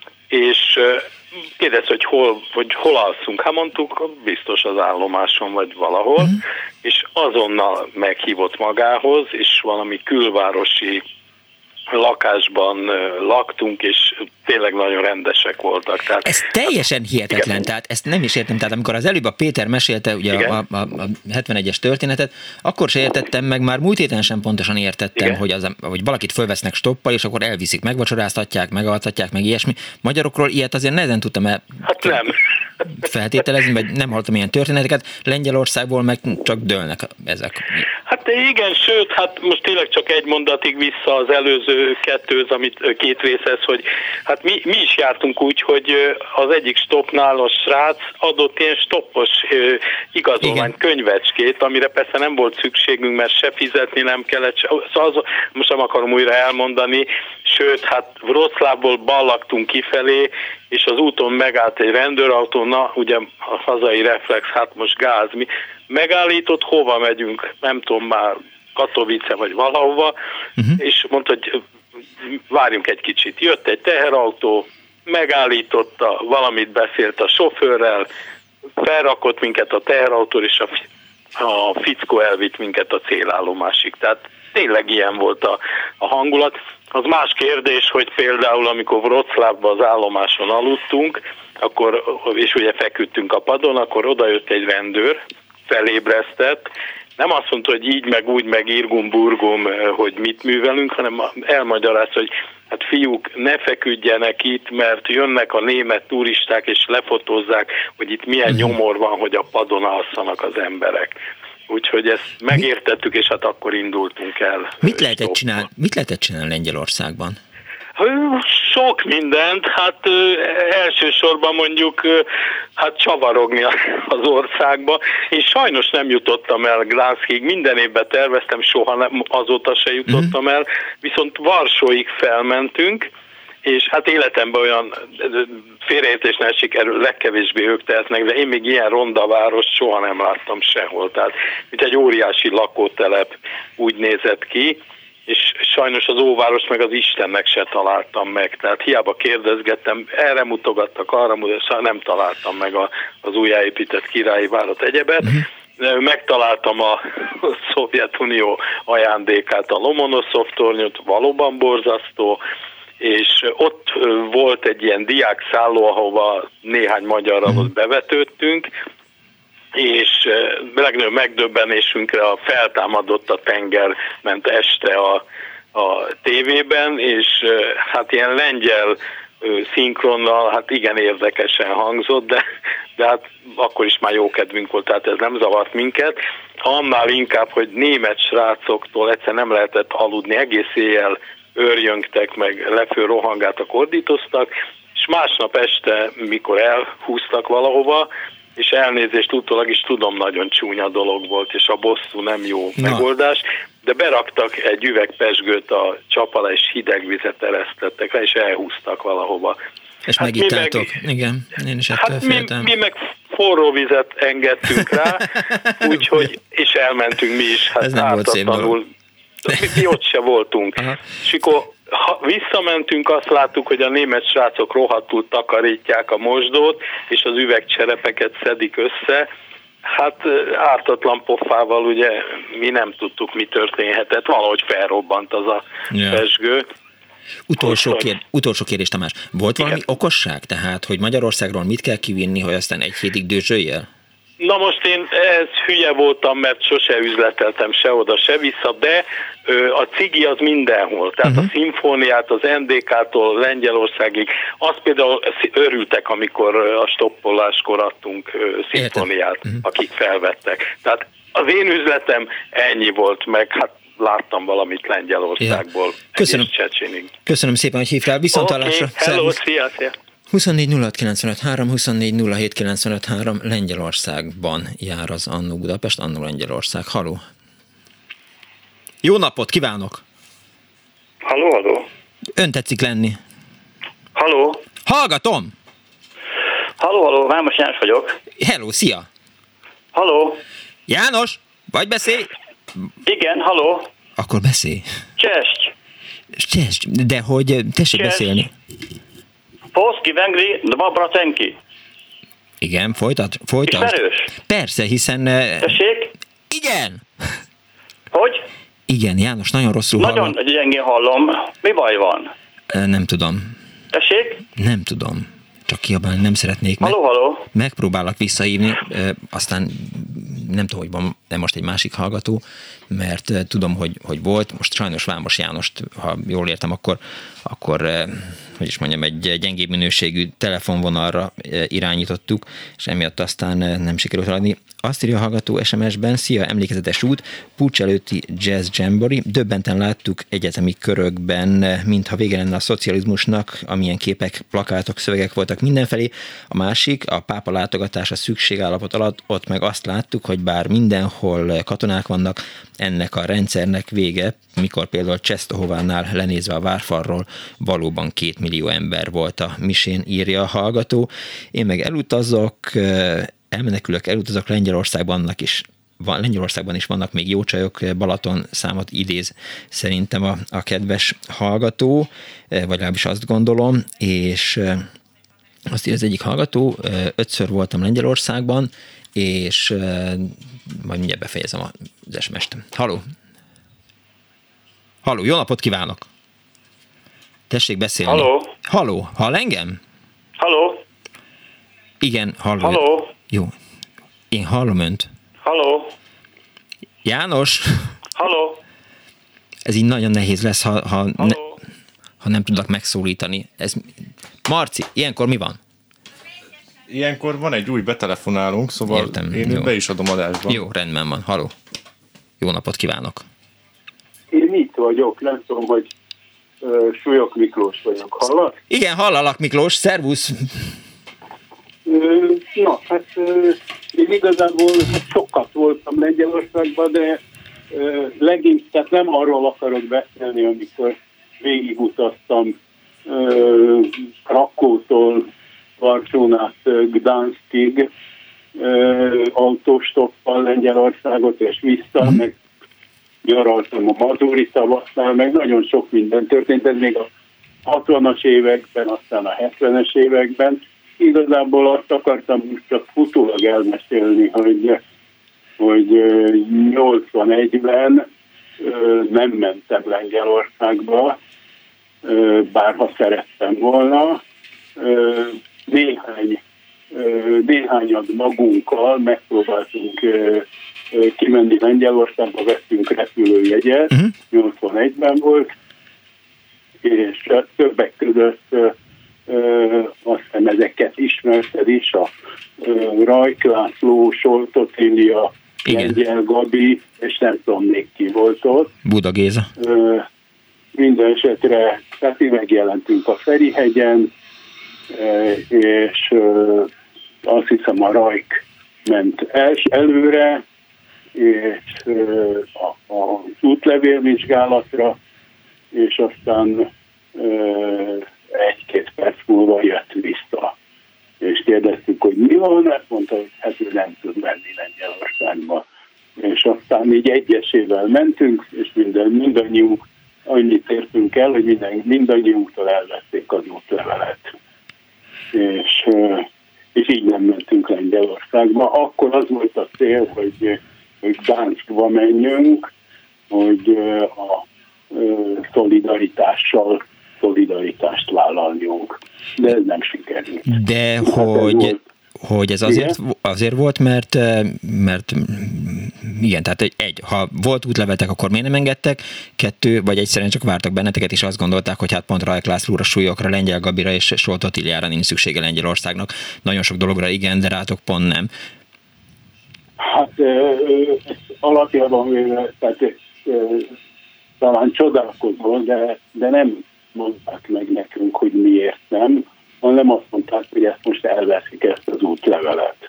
és kérdezte, hogy hol, hogy hol alszunk. Hát mondtuk, biztos az állomáson, vagy valahol, uh-huh. és azonnal meghívott magához, és valami külvárosi lakásban laktunk, és tényleg nagyon rendesek voltak. Tehát, ez teljesen hihetetlen, igen. Tehát ezt nem is értem. Tehát amikor az előbb a Péter mesélte ugye a, a, a hetvenegyes történetet, akkor se értettem meg, már múlt héten sem pontosan értettem, hogy, az, hogy valakit fölvesznek stoppal, és akkor elviszik, megvacsoráztatják, megaltatják, meg ilyesmi. Magyarokról ilyet azért nehezen tudtam el hát nem. feltételezni, vagy nem hallottam ilyen történeteket. Lengyelországból meg csak dőlnek ezek. Hát igen, sőt, hát most tényleg csak egy mondatig vissza az előző kettőz, amit két részhez, hogy hát mi, mi is jártunk úgy, hogy az egyik stoppnál a srác adott ilyen stoppos igazolvány könyvecskét, amire persze nem volt szükségünk, mert se fizetni nem kellett, se, szóval az, most nem akarom újra elmondani, sőt, hát Wroclawból ballagtunk kifelé, és az úton megállt egy rendőrautó, na, ugye a hazai reflex, hát most gáz, mi megállított, hova megyünk, nem tudom már, Katowice vagy valahova, uh-huh. és mondta, hogy várjunk egy kicsit. Jött egy teherautó, megállította, valamit beszélt a sofőrrel, felrakott minket a teherautó, és a, a fickó elvitt minket a célállomásig. Tehát tényleg ilyen volt a, a hangulat. Az más kérdés, hogy például amikor Wroclawban az állomáson aludtunk, akkor, és ugye feküdtünk a padon, akkor odajött egy rendőr, felébresztett, nem azt mondta, hogy így, meg úgy, meg irgum-burgum, hogy mit művelünk, hanem elmagyarázta, hogy hát fiúk, ne feküdjenek itt, mert jönnek a német turisták, és lefotózzák, hogy itt milyen uh-huh. nyomor van, hogy a padon alszanak az emberek. Úgyhogy ezt megértettük, és hát akkor indultunk el. Mit lehetett csinálni, mit lehetett csinálni Lengyelországban? Sok mindent, hát elsősorban mondjuk hát csavarogni az országba. Én sajnos nem jutottam el Gdanskig, minden évben terveztem, soha nem, azóta se jutottam el, viszont Varsóig felmentünk, és hát életemben olyan félreértés ne sikerül, legkevésbé ők tehetnek, de én még ilyen ronda város soha nem láttam sehol. Tehát, mint egy óriási lakótelep úgy nézett ki, és sajnos az óváros meg az Istennek se találtam meg. Tehát hiába kérdezgettem, erre mutogattak, arra mutogattak, nem találtam meg a, az újjáépített királyi várat, egyebet. Uh-huh. megtaláltam a Szovjetunió ajándékát, a Lomonoszov tornyot, valóban borzasztó, és ott volt egy ilyen diákszálló, ahova néhány magyarral ott bevetődtünk, és legnagyobb megdöbbenésünkre a feltámadott a tenger ment este a, a tévében, és hát ilyen lengyel szinkronnal, hát igen érdekesen hangzott, de, de hát akkor is már jó kedvünk volt, tehát ez nem zavart minket. Annál inkább, hogy német srácoktól egyszer nem lehetett aludni, egész éjjel őrjöngtek, meg lefő rohangáltak, ordítoztak, és másnap este, mikor elhúztak valahova, és elnézést utólag is tudom, nagyon csúnya dolog volt, és a bosszú nem jó Na. megoldás, de beraktak egy üveg pezsgőt a csap alá, és hideg vizet eresztettek rá, és elhúztak valahova. És hát megitáltok, meg, igen, én is ettől hát féltem. Mi, mi meg forró vizet engedtünk rá, úgyhogy, és elmentünk mi is, hát ártatlanul. Mi, mi ott se voltunk. Aha. És akkor ha visszamentünk, azt láttuk, hogy a német srácok rohadtul takarítják a mosdót, és az üvegcserepeket szedik össze. Hát ártatlan pofával ugye mi nem tudtuk, mi történhetett. Valahogy felrobbant az a ja. pezsgő. Utolsó, kér, utolsó kérdés, Tamás. Volt valami Igen. okosság? Tehát, hogy Magyarországról mit kell kivinni, hogy aztán egy hétig dőzsöljél? Na most én ez hülye voltam, mert sose üzleteltem se oda, se vissza, de ö, a cigi az mindenhol. Tehát uh-huh. a szimfóniát az en dé ká-tól Lengyelországig, azt például örültek, amikor a stoppoláskor adtunk ö, szimfóniát, uh-huh. akik felvettek. Tehát az én üzletem ennyi volt, meg hát láttam valamit Lengyelországból. Ja. Köszönöm. Köszönöm szépen, hogy hívtál. Viszontlátásra. Okay. Hello, szia, szia. huszonnégy nulla hat kilencvenöt három, huszonnégy nulla hét kilencvenöt három Lengyelországban jár az Annó Budapest, Annó Lengyelország. Haló! Jó napot kívánok! Haló, haló! Ön tetszik lenni? Haló! Hallgatom! Haló, haló, Vámos János vagyok. Hello, szia! Haló! János, vagy beszélj! Igen, haló! Akkor beszélj! Csest! Csest, de hogy tessék Csest. beszélni. Polski, Vengri, Dwa Bratenki. Igen, folytat, folytat. Ismerős? Persze, hiszen... Tessék? Igen! Hogy? Igen, János, nagyon rosszul nagyon hallom. Nagyon gyengén hallom. Mi baj van? Nem tudom. Tessék? Nem tudom. Csak kiabálni nem szeretnék. Haló, meg, haló. Megpróbálok visszahívni, aztán nem tudom, hogy van de most egy másik hallgató, mert tudom, hogy, hogy volt. Most sajnos Vámos Jánost, ha jól értem, akkor, akkor hogy is mondjam, egy gyengébb minőségű telefonvonalra irányítottuk, és emiatt aztán nem sikerült haladni. Azt írja a hallgató es em es-ben: szia, emlékezetes út, puccs előtti jazz jamboree, döbbenten láttuk egyetemi körökben, mintha vége lenne a szocializmusnak, amilyen képek, plakátok, szövegek voltak mindenfelé. A másik, a pápa látogatása szükségállapot alatt, ott meg azt láttuk, hogy bár mindenhol katonák vannak, ennek a rendszernek vége, mikor például Czestohovánál lenézve a várfalról valóban két millió ember volt a misén, írja a hallgató. Én meg elutazok, elmenekülök, elutazok Lengyelországban, annak is van, Lengyelországban is vannak még jó csajok, Balaton számot idéz szerintem a, a kedves hallgató, vagy legalábbis azt gondolom, és azt írja az egyik hallgató, ötször voltam Lengyelországban, és majd mindjárt befejezem az es em est. Halló! Halló, jó napot kívánok! Tessék beszélni. Halló! Halló, hall engem? Halló! Igen, halló. Halló! Jó. Én hallom önt. Halló! János! Halló! Ez így nagyon nehéz lesz, ha, ha, ne, ha nem tudlak megszólítani. Ez... Marci, ilyenkor mi van? Ilyenkor van egy új betelefonálunk, szóval Értem, én jó. be is adom adásba. Jó, rendben van. Halló. Jó napot kívánok. Én itt vagyok, nem tudom, hogy uh, Súlyok Miklós vagyok. Hallak? Igen, hallalak, Miklós. Szervusz! Uh, na, hát uh, én igazából sokat voltam Lengyelországban, de uh, leginkább, tehát nem arról akarok beszélni, amikor végigutaztam uh, Krakótól Varsón át Gdanskig uh, autóstoppal Lengyelországot és vissza, mm. meg nyaraltam a Mazuri tavasznál, meg nagyon sok minden történt, ez még a hatvanas években, aztán a hetvenes években. Igazából azt akartam csak futólag elmesélni, hogy hogy nyolcvanegyben nem mentem Lengyelországba, bár ha szerettem volna. Néhány, néhányad magunkkal megpróbáltunk kimenni Lengyelországba, vettünk repülőjegyet, uh-huh. nyolcvanegyben volt, és többek között azt hiszem ezeket ismerted is, a Rajk László, Soltot Ilia, Lengyel Gabi, és nem tudom még ki volt ott. Buda Géza. Minden esetre, tehát mi megjelentünk a Ferihegyen, és azt hiszem a Rajk ment els, előre, és a, a útlevélvizsgálatra, és aztán egy-két perc múlva jött vissza. És kérdeztük, hogy mi van, mert mondta, hogy hát ő nem tud menni Lengyelországba. És aztán így egyesével mentünk, és minden, mindannyiunk annyit értünk el, hogy minden, mindannyiunktól elvették az útlevelet. És, és így nem mentünk Lengyelországba. Akkor az volt a cél, hogy, hogy Gdanskba menjünk, hogy a szolidaritással szolidaritást vállaljunk. De ez nem sikerült. De hát hogy, ez hogy ez azért, azért volt, mert, mert igen, tehát egy, egy, ha volt útlevetek, akkor miért nem engedtek? Kettő, vagy egyszerűen csak vártak benneteket, és azt gondolták, hogy hát pont Rajk Lászlóra, Súlyokra, Lengyel Gabira és Soltot Attilára nincs szüksége Lengyelországnak. Nagyon sok dologra igen, de rátok pont nem. Hát alapjában véve, tehát talán csodálkozol, de, de nem mondták meg nekünk, hogy miért nem, hanem azt mondták, hogy ezt most elveszik, ezt az útlevelet.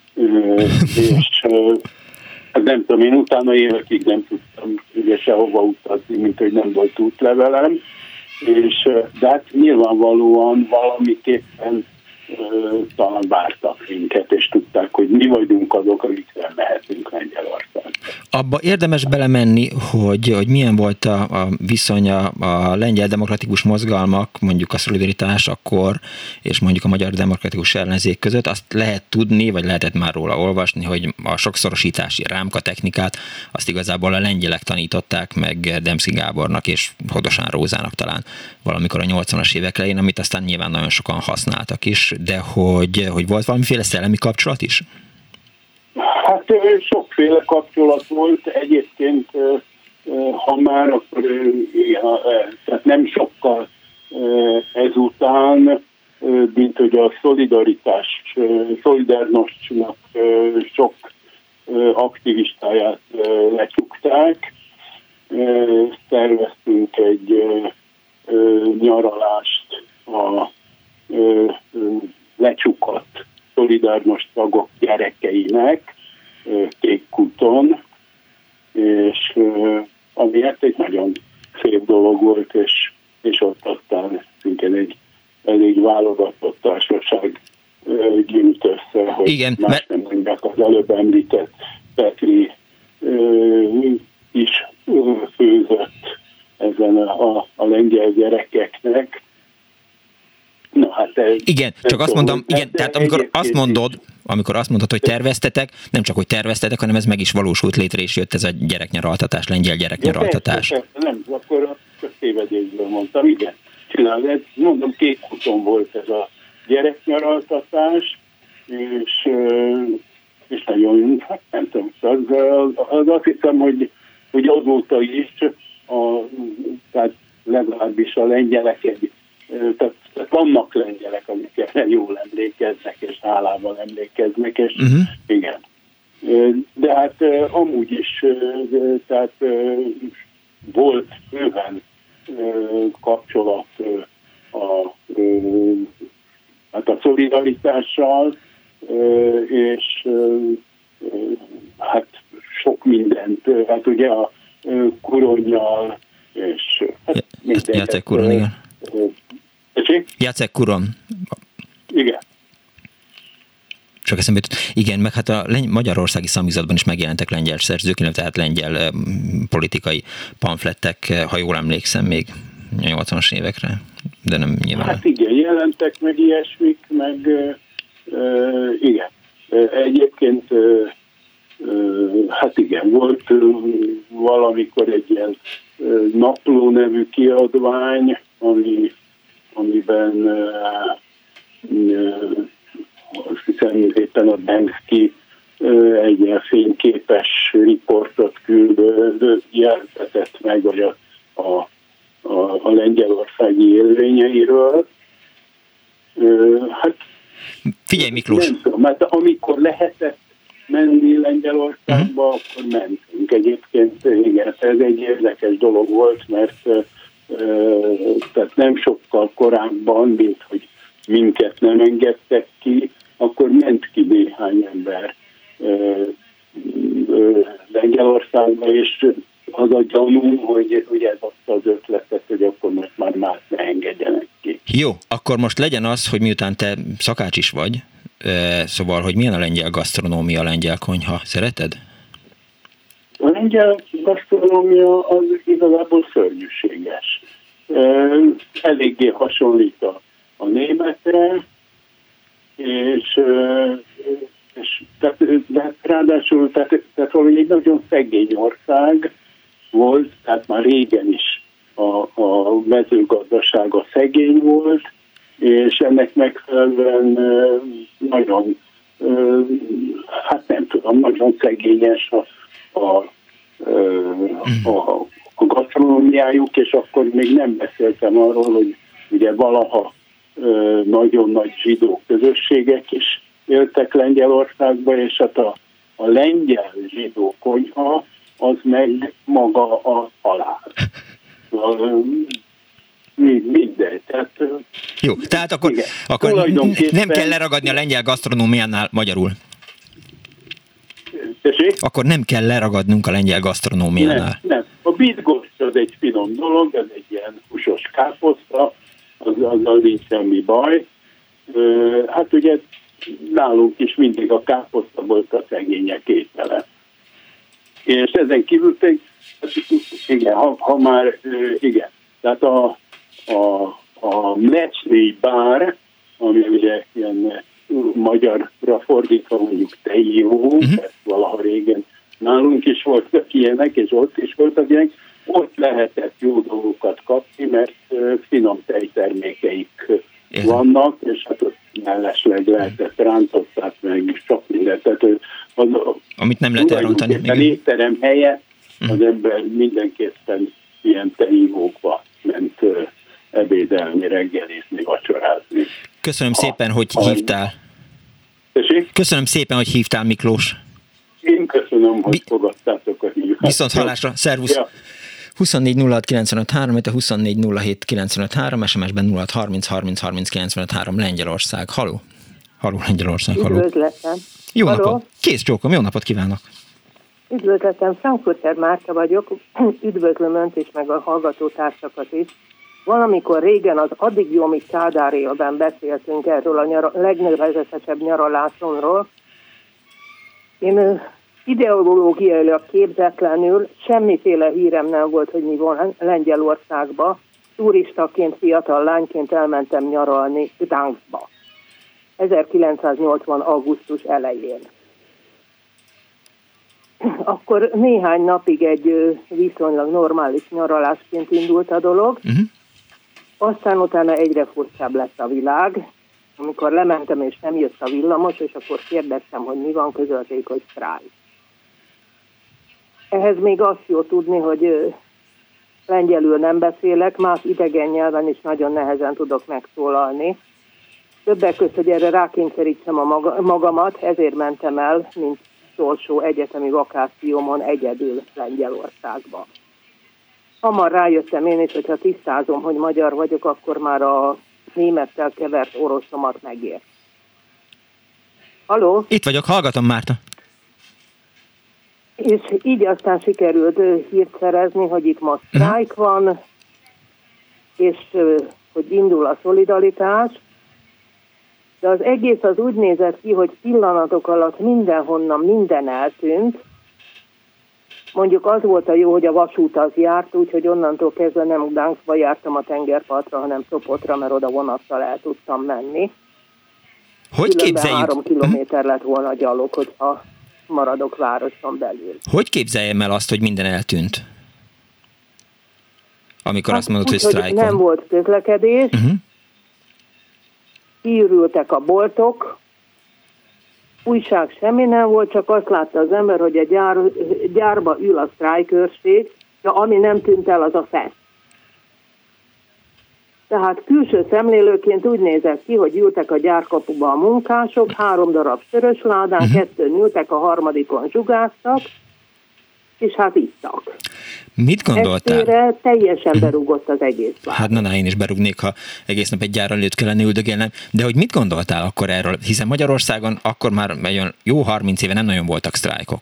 És hát nem tudom, én utána évekig nem tudtam ugye sehova utazni, mint hogy nem volt útlevelem, és de hát nyilvánvalóan valamiképpen talán vártak minket, és tudták, hogy mi vagyunk azok, akik nem mehetünk Lengyelországba. Abba érdemes belemenni, hogy, hogy milyen volt a, a viszonya a lengyel demokratikus mozgalmak, mondjuk a Szolidaritás akkor, és mondjuk a magyar demokratikus ellenzék között. Azt lehet tudni, vagy lehetett már róla olvasni, hogy a sokszorosítási rámka technikát azt igazából a lengyelek tanították meg Dembszky Gábornak és Hodosán Rózának talán valamikor a nyolcvanas évek elején, amit aztán nyilván nagyon sokan használtak is, de hogy, hogy volt valamiféle szellemi kapcsolat is? Hát sokféle kapcsolat volt. Egyébként, ha már, akkor igen, tehát nem sokkal ezután, mint hogy a Szolidaritás, Szolidarnosnak sok aktivistáját lecsukták. Szerveztünk egy nyaralást a lecsukott Szolidárnos tagok gyerekeinek Kékkúton, és ami hát egy nagyon szép dolog volt, és, és ott aztán szintén egy elég válogatott társaság gyűlt össze, hogy igen, más mert... nem mondják, az előbb említett Petri is főzött ezen a, a lengyel gyerekeknek. No, hát ez, igen, csak azt mondom, igen, tehát amikor azt mondod, amikor azt mondod, hogy terveztetek, nem csak, hogy terveztetek, hanem ez meg is valósult létre, és jött ez a gyereknyaraltatás, lengyel gyereknyaraltatás. Ja, persze, nem, akkor csak tévedésből mondtam, igen. Csinálni, mondom, Kékkúton volt ez a gyereknyaraltatás, és, és nagyon, hát nem tudom, az, az azt hiszem, hogy, hogy azóta is, a, tehát legalábbis a lengyelek egy, tehát, tehát vannak lengyelek, amik erre jól emlékeznek, és hálával emlékeznek, és uh-huh. igen. De hát amúgy is, tehát volt bőven kapcsolat a, hát a szolidaritással, és hát sok mindent, hát ugye a Kuronnyal, és hát mindent. Jacek Kuron, igen. Jacek Kuron. Igen. Csak eszembe jutott. Igen, meg hát a Lengy- magyarországi számizatban is megjelentek lengyel szerzők, tehát lengyel um, politikai pamflettek, ha jól emlékszem, még nyolcvanas évekre, de nem nyilván. Hát igen, jelentek meg ilyesmik, meg uh, uh, igen. Uh, egyébként uh, hát igen, volt valamikor egy ilyen Napló nevű kiadvány, ami, amiben azt hiszem éppen a Banksy egy ilyen fényképes riportot küldött, jelentetett meg vagy a, a, a, a lengyelországi élményeiről. Hát, figyelj Miklós! Nem tudom, mert amikor lehetett menni Lengyelországba, uh-huh. akkor mentünk. Egyébként igen, ez egy érdekes dolog volt, mert uh, tehát nem sokkal korábban, mint hogy minket nem engedtek ki, akkor ment ki néhány ember uh, uh, Lengyelországba, és az a gyanúm, hogy ugye ez azt az ötletet, hogy akkor most már más ne engedjenek ki. Jó, akkor most legyen az, hogy miután te szakács is vagy, szóval, hogy milyen a lengyel gasztronómia, a lengyel konyha. Szereted? A lengyel gasztronómia az igazából szörnyűséges. Eléggé hasonlít a, a németre, és, és tehát, de ráadásul tehát, tehát valami egy nagyon szegény ország volt, tehát már régen is a, a mezőgazdasága szegény volt, és ennek megfelelően nagyon, hát nem tudom, nagyon szegényes a, a, a, a gasztronómiájuk, és akkor még nem beszéltem arról, hogy ugye valaha nagyon nagy zsidó közösségek is éltek Lengyelországba, és hát a, a lengyel zsidó konyha az meg maga a halál. Mindegy. Tehát, jó, tehát akkor, akkor nem kell leragadni a lengyel gasztronómiánál magyarul. Tessék? Akkor nem kell leragadnunk a lengyel gasztronómiánál. Nem, nem. A bitgocs az egy finom dolog, ez egy ilyen húsos káposzta, az, azzal nincs semmi baj. Hát ugye nálunk is mindig a káposzta volt a szegények étele. És ezen kívül, igen, ha, ha már, igen, tehát a A, a Mecsley bár, ami ugye ilyen magyarra fordítva mondjuk tejjó, uh-huh. ezt valaha régen nálunk is voltak ilyenek, és ott is voltak ilyenek, ott lehetett jó dolgokat kapni, mert finom tejtermékeik uh-huh. vannak, és hát ott mellesleg lehetett rántották meg sok mindent. Tehát az, amit nem lehet elrontani. A étterem helyett uh-huh. az ember mindenképpen ilyen tejjókba ment ebédelni, reggelizni, vacsorázni. Köszönöm a, szépen, hogy a, hívtál. Tessék? Köszönöm szépen, hogy hívtál, Miklós. Én köszönöm, hogy Bi- fogadtátok a hívást. Viszont hallásra, szervusz! Ja. huszonnégy nulla hat kilencvenöt három, a huszonnégy nulla hét kilencvenöt három, es em es-ben nulla hat harminc harminc harminc kilencvenöt három, Lengyelország. Haló! Haló, Lengyelország, haló! Üdvözletem! Jó Haló. napot! Kész csókom, jó napot kívánok! Üdvözletem, Frankfurter Márta vagyok, üdvözlöm Önt is, meg a hallgatótársakat is. Valamikor régen az addig jó, míg Kádár élben beszéltünk erről a nyara, legnevezetesebb nyaralásunkról. Én ideológiailag képzetlenül semmiféle hírem nem volt, hogy mi van Lengyelországba. Turistaként, fiatal lányként elmentem nyaralni Gdańskba. ezerkilencszáznyolcvan. augusztus elején. Akkor néhány napig egy viszonylag normális nyaralásként indult a dolog. Uh-huh. Aztán utána egyre furcsább lett a világ, amikor lementem és nem jött a villamos, és akkor kérdeztem, hogy mi van, közölték, hogy sztrájk. Ehhez még azt jó tudni, hogy lengyelül nem beszélek, más idegen nyelven is nagyon nehezen tudok megszólalni. Többek között, hogy erre rákényszerítsem a maga, magamat, ezért mentem el, mint utolsó egyetemi vakációmon egyedül Lengyelországba. Hamar rájöttem én is, hogyha tisztázom, hogy magyar vagyok, akkor már a némettel kevert oroszomat megér. Haló? Itt vagyok, hallgatom, Márta. És így aztán sikerült hírt szerezni, hogy itt most sztrájk van, és hogy indul a szolidaritás, de az egész az úgy nézett ki, hogy pillanatok alatt mindenhonnan minden eltűnt. Mondjuk az volt a jó, hogy a vasút az járt, úgyhogy onnantól kezdve nem Gdańskba jártam a tengerpartra, hanem Sopotra, mert oda vonattal el tudtam menni. Hogy képzeljük? Három kilométer lett volna gyalog, hogyha maradok városon belül. Hogy képzeljem el azt, hogy minden eltűnt? Amikor hát azt mondod, úgy, hogy sztrájk van. Nem volt közlekedés, uh-huh. kiürültek a boltok, újság semmi nem volt, csak azt látta az ember, hogy a gyár, gyárba ül a sztrájkőrség, de ami nem tűnt el, az a fest. Tehát külső szemlélőként úgy nézett ki, hogy ültek a gyárkapuba a munkások, három darab sörös ládán, uh-huh. kettőn ültek, a harmadikon zsugáztak, és hát ittak. Mit gondoltál? Estére teljesen berúgott az egész vár. Hát na, na, én is berúgnék, ha egész nap egy gyár előtt kellene üldögélnem. De hogy mit gondoltál akkor erről? Hiszen Magyarországon akkor már olyan jó harminc éve nem nagyon voltak sztrájkok.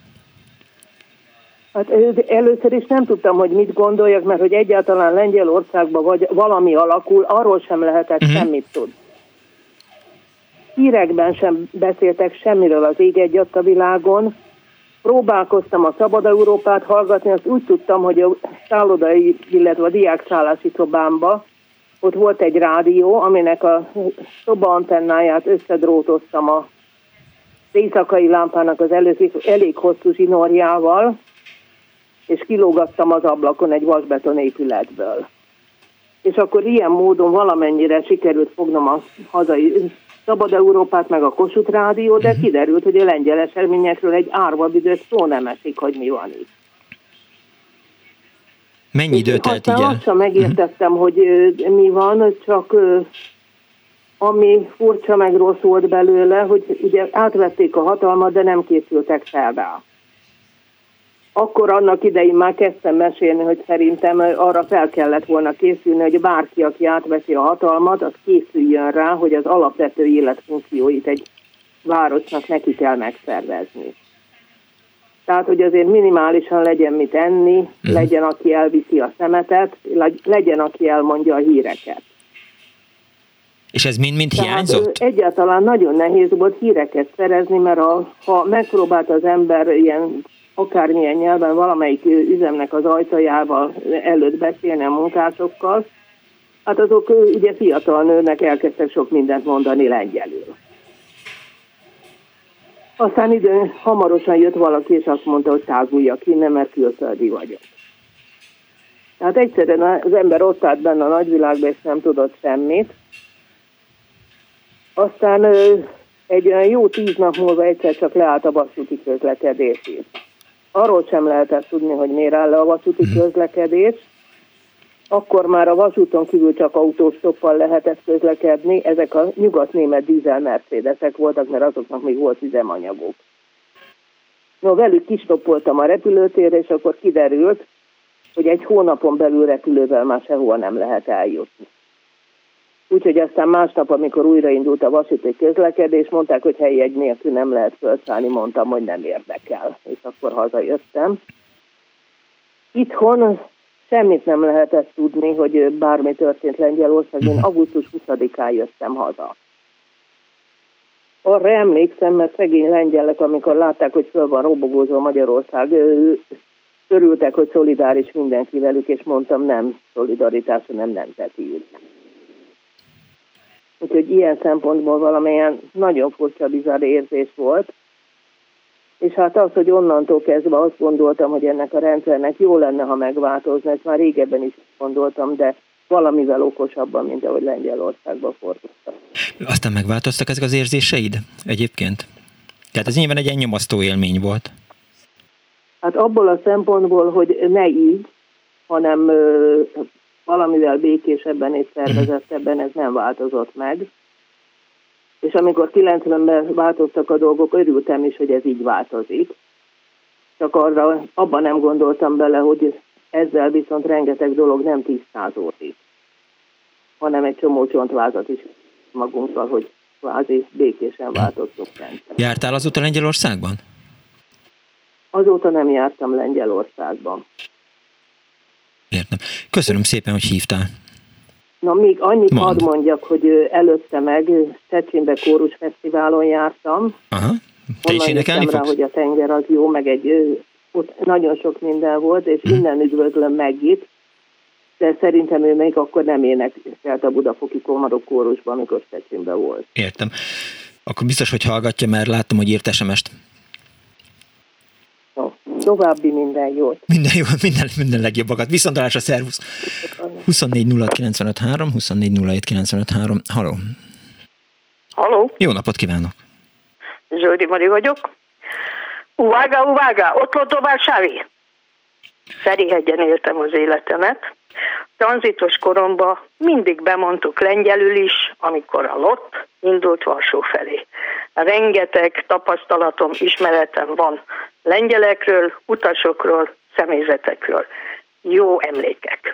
Hát először is nem tudtam, hogy mit gondoljak, mert hogy egyáltalán Lengyelországban vagy valami alakul, arról sem lehetett uh-huh. semmit tudni. Hírekben sem beszéltek semmiről az ég egyatt a világon. Próbálkoztam a Szabad Európát hallgatni, azt úgy tudtam, hogy a szállodai, illetve a diákszállási szobámba ott volt egy rádió, aminek a szoba antennáját összedrótoztam a éjszakai lámpának az elég, elég hosszú zsinórjával, és kilógattam az ablakon egy vasbeton épületből. És akkor ilyen módon valamennyire sikerült fognom a hazai Szabad Európát, meg a Kossuth Rádió, de kiderült, hogy a lengyel eseményekről egy árva büdös szó nem esik, hogy mi van itt. Mennyi időt telt így el? Azt sem megértettem, uh-huh. hogy mi van, csak ami furcsa meg rossz volt belőle, hogy ugye átvették a hatalmat, de nem készültek fel rá. Akkor annak idején már kezdtem mesélni, hogy szerintem arra fel kellett volna készülni, hogy bárki, aki átveszi a hatalmat, az készüljön rá, hogy az alapvető életfunkcióit egy városnak neki kell megszervezni. Tehát, hogy azért minimálisan legyen mit enni, uh-huh. legyen, aki elviszi a szemetet, legyen, aki elmondja a híreket. És ez mind-mind hiányzott? Tehát egyáltalán nagyon nehéz volt híreket szerezni, mert a, ha megpróbált az ember ilyen akármilyen nyelven valamelyik üzemnek az ajtajával előtt beszélni a munkásokkal, hát azok ugye fiatal nőnek elkezdtek sok mindent mondani lengyelül. Aztán időn hamarosan jött valaki, és azt mondta, hogy táguljak innen, mert külföldi vagyok. Tehát egyszerűen az ember ott állt benne a nagyvilágban, és nem tudott semmit. Aztán egy olyan jó tíz nap múlva egyszer csak leállt a vasúti közlekedés. Arról sem lehetett tudni, hogy miért áll le a vasúti közlekedés. Akkor már a vasúton kívül csak autóstoppal lehetett közlekedni. Ezek a nyugat-német dízel Mercedesek voltak, mert azoknak még volt üzemanyaguk. No, velük kistoppoltam a repülőtérre, és akkor kiderült, hogy egy hónapon belül repülővel már sehova nem lehet eljutni. Úgyhogy aztán másnap, amikor újraindult a vasúti közlekedés, mondták, hogy helyjegy nélkül nem lehet felszállni, mondtam, hogy nem érdekel, és akkor hazajöttem. Itthon semmit nem lehetett tudni, hogy bármi történt Lengyelországban. Én augusztus huszadikán jöttem haza. Arra emlékszem, mert szegény lengyelek, amikor látták, hogy föl van robogózva Magyarország, örültek, hogy szolidáris mindenki velük, és mondtam, nem szolidaritás, hanem nemzeti ügy. Úgyhogy ilyen szempontból valamilyen nagyon furcsa, bizarr érzés volt. És hát az, hogy onnantól kezdve azt gondoltam, hogy ennek a rendszernek jó lenne, ha megváltozna, ezt már régebben is gondoltam, de valamivel okosabban, mint ahogy Lengyelországba fordultam. Aztán megváltoztak ezek az érzéseid egyébként? Tehát ez nyilván egy ilyen nyomasztó élmény volt. Hát abból a szempontból, hogy ne így, hanem ö, valamivel békésebben és szervezettebben, ez nem változott meg. És amikor kilencvenben változtak a dolgok, örültem is, hogy ez így változik. Csak arra, abban nem gondoltam bele, hogy ezzel viszont rengeteg dolog nem tisztázódik, hanem egy csomó csontvázat is magunkkal, hogy kvázi békésen változtunk rendszer. Jártál azóta Lengyelországban? Azóta nem jártam Lengyelországban. Értem. Köszönöm szépen, hogy hívtál. Na, még annyit Mond. hadd mondjak, hogy előtte meg Szecsénbe kórusfesztiválon jártam. Aha. Te is énekelni fogsz? Rá, hogy a tenger az jó, meg egy, ott nagyon sok minden volt, és hmm. innen üdvözlöm Meggit, de szerintem ő még akkor nem énekelt a Budafoki Komarok kórusban, amikor Szecsénbe volt. Értem. Akkor biztos, hogy hallgatja, mert láttam, hogy írt es em est. További minden jót. Minden jó, minden, minden legjobbakat. Viszontalásra, szervusz. huszonnégy nulla kilencvenöt három, huszonnégy nulla hét kilencvenöt három. Halló. Halló. Jó napot kívánok. Zöldi Mari vagyok. Uvága, uvága, ott volt tovább Sávi. Ferihegyen éltem az életemet. Tranzitos koromban mindig bemondtuk lengyelül is, amikor a lott indult Varsó felé. Rengeteg tapasztalatom, ismeretem van lengyelekről, utasokról, személyzetekről. Jó emlékek.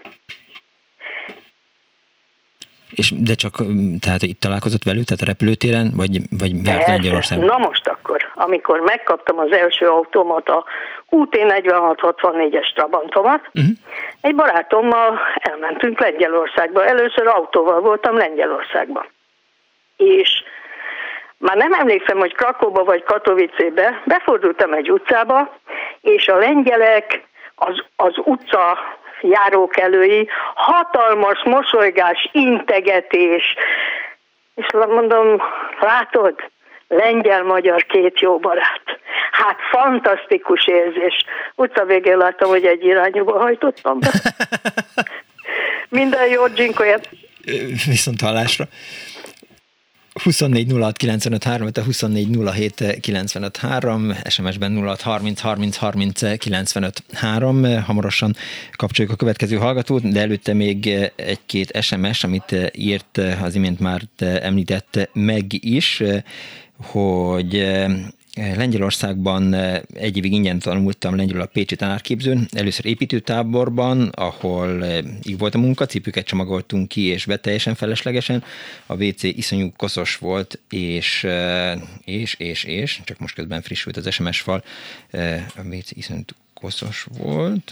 És de csak, tehát itt találkozott velük, tehát a repülőtéren, vagy, vagy járt Lengyelországban? Na most akkor, amikor megkaptam az első autómat, a U T negyvenhat hatvannégyes Trabantomat, uh-huh. egy barátommal elmentünk Lengyelországba. Először autóval voltam Lengyelországban. És már nem emlékszem, hogy Krakóba vagy Katowicébe, befordultam egy utcába, és a lengyelek az, az utca járókelői, hatalmas mosolygás, integetés, és mondom, látod, lengyel-magyar két jó barát. Hát fantasztikus érzés. Utca végén láttam, hogy egy irányúba hajtottam be. Minden jó, Dzsinkolyat. Viszont hallásra. huszonnégy nulla hat kilencvenöt három, te huszonnégy nulla hét kilencvenöt három, es em es-ben nulla hat harminc harminc harminc kilencvenöt három. Hamarosan kapcsoljuk a következő hallgatót, de előtte még egy-két es em es, amit írt az imént már említett meg is, hogy Lengyelországban egy évig ingyen tanultam lengyelül a pécsi tanárképzőn, először építőtáborban, ahol így volt a munka, cipőket csomagoltunk ki, és be teljesen feleslegesen. A vé cé iszonyú koszos volt, és, és, és, és, csak most közben frissült az es em es fal, a vé cé iszonyú koszos volt.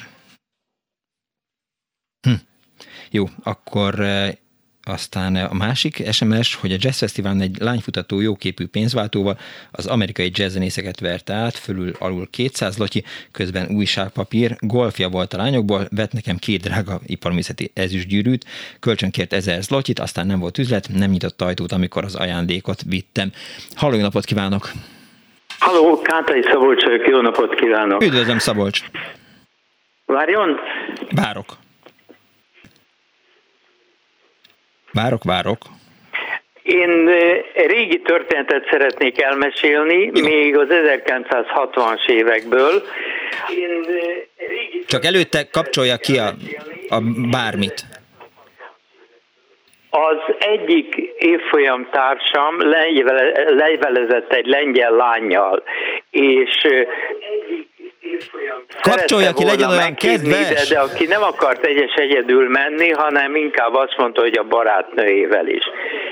Hm. Jó, akkor aztán a másik es em es, hogy a Jazz Fesztiválon egy lányfutató jóképű pénzváltóval az amerikai jazzzenészeket verte át, fölül alul kétszáz lotyi, közben újságpapír, golfja volt a lányokból, vett nekem két drága iparművészeti ezüstgyűrűt, kölcsönkért ezer zlotyit, aztán nem volt üzlet, nem nyitott ajtót, amikor az ajándékot vittem. Halló, jó napot kívánok! Halló, Kátai Szabolcs vagyok, jó napot kívánok! Üdvözlöm, Szabolcs! Várjon? Várok. Várok, várok. Én régi történetet szeretnék elmesélni, jó. Még az ezerkilencszázhatvanas évekből. Én régi Csak előtte kapcsolja ki a, a bármit. Az egyik évfolyam társam levelezett egy lengyel lánnyal, és kapcsolja ki, legyen olyan kedves. De, de aki nem akart egyes egyedül menni, hanem inkább azt mondta, hogy a barátnőjével is.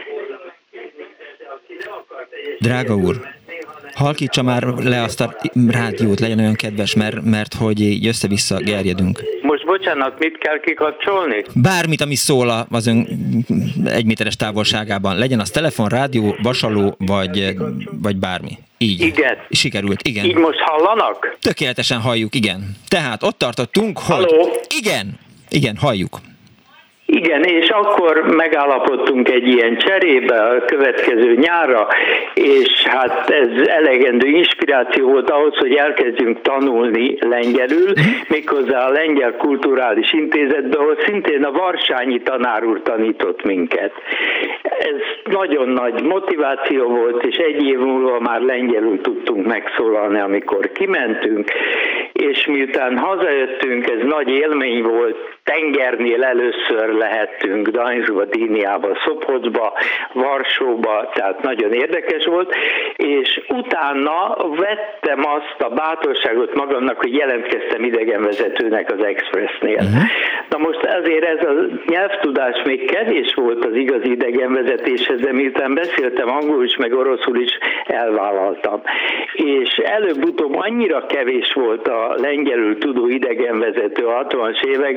Drága úr, halkítsa már le azt a rádiót, legyen olyan kedves, mert, mert hogy így össze-vissza gerjedünk. Most bocsánat, mit kell kikapcsolni? Bármit, ami szól az ön egy méteres távolságában. Legyen az telefon, rádió, vasaló, vagy, vagy bármi. Így. Igen. Sikerült, igen. Így most hallanak? Tökéletesen halljuk, igen. Tehát ott tartottunk, hogy... Halló? Igen, igen, halljuk. Igen, és akkor megállapodtunk egy ilyen cserébe a következő nyárra, és hát ez elegendő inspiráció volt ahhoz, hogy elkezdjünk tanulni lengyelül, méghozzá a Lengyel Kulturális Intézetbe, ahol szintén a Varsányi tanár úr tanított minket. Ez nagyon nagy motiváció volt, és egy év múlva már lengyelül tudtunk megszólalni, amikor kimentünk, és miután hazajöttünk, ez nagy élmény volt, tengernél először lehettünk Gdańskba, Díniába, Szopocsba, Varsóba, tehát nagyon érdekes volt, és utána vettem azt a bátorságot magamnak, hogy jelentkeztem idegenvezetőnek az Expressnél. Uh-huh. Na most ezért ez a nyelvtudás még kevés volt az igazi idegenvezetéshez, de miután beszéltem angolul is, meg oroszul is, elvállaltam. És előbb-utóbb annyira kevés volt a lengyelül tudó idegenvezető a hatvanas években,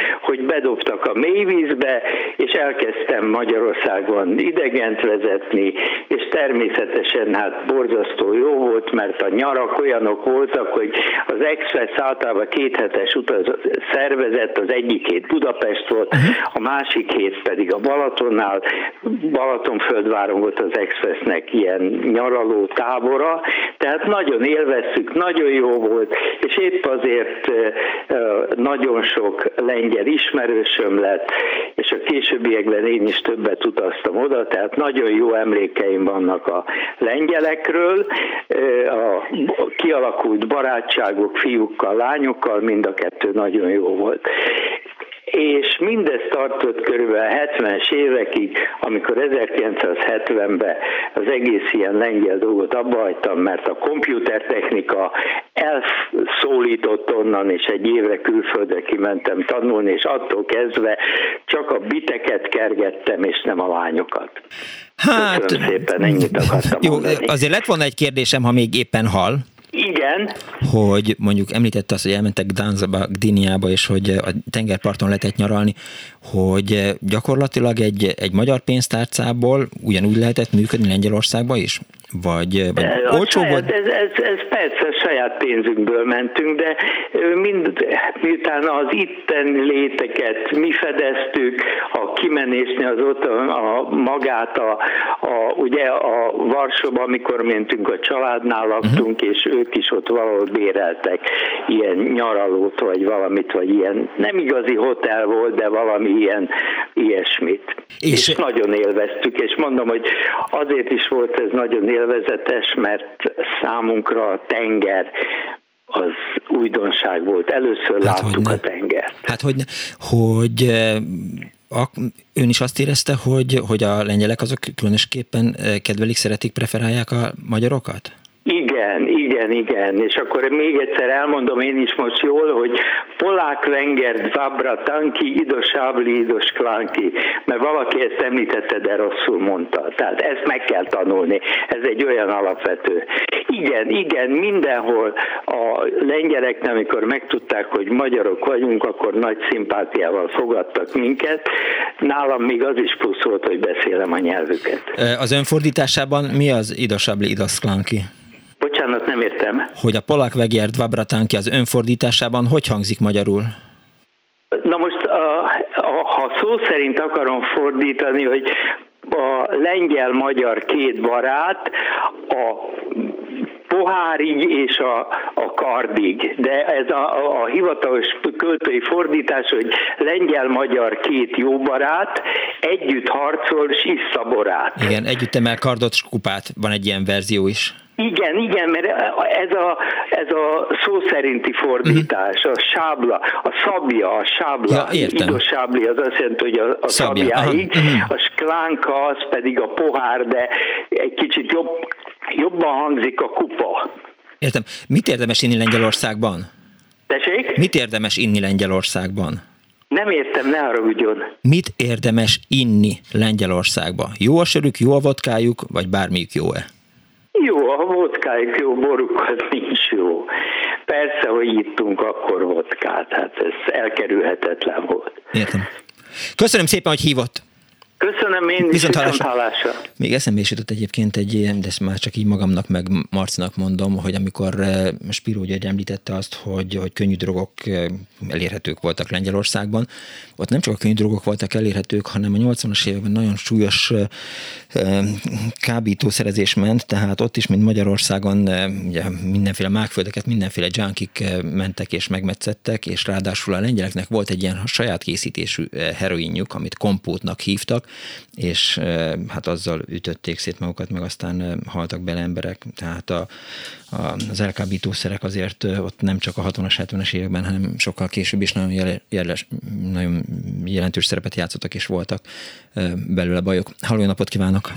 hogy bedobtak a mélyvízbe, és elkezdtem Magyarországon idegent vezetni, és természetesen hát borzasztó jó volt, mert a nyarak olyanok voltak, hogy az Express általában kéthetes utaz szervezett, az egyik hét Budapest volt, a másik hét pedig a Balatonnál, Balatonföldváron volt az Expressnek ilyen nyaraló tábora, tehát nagyon élveztük, nagyon jó volt, és épp azért nagyon sok lengyel ismerősöm lett, és a későbbiekben én is többet utaztam oda, tehát nagyon jó emlékeim vannak a lengyelekről, a kialakult barátságok fiúkkal, lányokkal, mind a kettő nagyon jó volt. És mindez tartott körülbelül hetvenes évekig, amikor ezerkilencszázhetvenben az egész ilyen lengyel dolgot abba hagytam, mert a komputertechnika elszólított onnan, és egy évre külföldre kimentem tanulni, és attól kezdve csak a biteket kergettem, és nem a lányokat. Hát, köszönöm szépen, ennyit akartam jó, mondani. Azért lett volna egy kérdésem, ha még éppen hall. Igen. Hogy mondjuk említette azt, hogy elmentek Gdanskba, Gdyniába, és hogy a tengerparton lehetett nyaralni, hogy gyakorlatilag egy, egy magyar pénztárcából ugyanúgy lehetett működni Lengyelországba is? Vagy, vagy olcsó saját, volt? Ez, ez, ez persze saját pénzünkből mentünk, de mind, miután az itten léteket mi fedeztük, a kimenésnél az ott a, a magát, a, a, ugye a Varsóba, amikor mentünk, a családnál laktunk, uh-huh. és ők is ott valahol béreltek ilyen nyaralót, vagy valamit, vagy ilyen, nem igazi hotel volt, de valami ilyen ilyesmit. És, és nagyon élveztük, és mondom, hogy azért is volt ez nagyon élvezetes, mert számunkra a tenger az újdonság volt. Először hát láttuk a tengert. Hát hogy, hogy ön is azt érezte, hogy, hogy a lengyelek azok különösképpen kedvelik, szeretik, preferálják a magyarokat? Igen, igen, igen, és akkor még egyszer elmondom én is most jól, hogy Polák, Wenger, Dvabra, Tanki, Idosábli, Idosklanki, mert valaki ezt említette, de rosszul mondta. Tehát ezt meg kell tanulni, ez egy olyan alapvető. Igen, igen, mindenhol a lengyeleknek, amikor megtudták, hogy magyarok vagyunk, akkor nagy szimpátiával fogadtak minket. Nálam még az is plusz volt, hogy beszélem a nyelvüket. Az önfordításában mi az Idosábli, Idosklanki? Bocsánat, nem értem. Hogy a Polák, Wenger, Dvabra, Tanki az önfordításában hogy hangzik magyarul? Na most, a, a, ha szó szerint akarom fordítani, hogy a lengyel-magyar két barát a pohárig és a, a kardig, de ez a, a, a hivatalos költői fordítás, hogy lengyel-magyar két jó barát, együtt harcol s issza borát. Igen, együtt emel kardot s kupát, van egy ilyen verzió is. Igen, igen, mert ez a, ez a szó szerinti fordítás, a sábla, a szabja, a sábla, ja, idosábli, az azt jelenti, hogy a, a szabjáig, a sklánka az pedig a pohár, de egy kicsit jobb, jobban hangzik a kupa. Értem. Mit érdemes inni Lengyelországban? Tessék? Mit érdemes inni Lengyelországban? Nem értem, ne haragudjon. Mit érdemes inni Lengyelországban? Jó a sörük, jó a vodkájuk, vagy bármelyik jó-e? Jó, a vodkájuk jó, boruk az nincs jó. Persze, hogy ittunk akkor vodkát, hát ez elkerülhetetlen volt. Értem. Köszönöm szépen, hogy hívott. Köszönöm én is, viszont hallásra. Még eszembe is jutott egyébként egy ilyen, de ezt már csak így magamnak meg Marcinak mondom, hogy amikor Spiró György említette azt, hogy, hogy könnyű drogok elérhetők voltak Lengyelországban, ott nem csak a könnyű drogok voltak elérhetők, hanem a nyolcvanas években nagyon súlyos kábítószerezés ment, tehát ott is, mint Magyarországon, ugye mindenféle mágföldeket, mindenféle junkik mentek és megmetszettek, és ráadásul a lengyeleknek volt egy ilyen saját készítésű heroinjuk, amit kompótnak hívtak, és hát azzal ütötték szét magukat, meg aztán haltak bele emberek. Tehát a, a, az elkábítószerek azért ott nem csak a hatvanas, hetvenes években, hanem sokkal később is nagyon, jel, jeles, nagyon jelentős szerepet játszottak, és voltak belőle bajok. Halló, jó napot kívánok!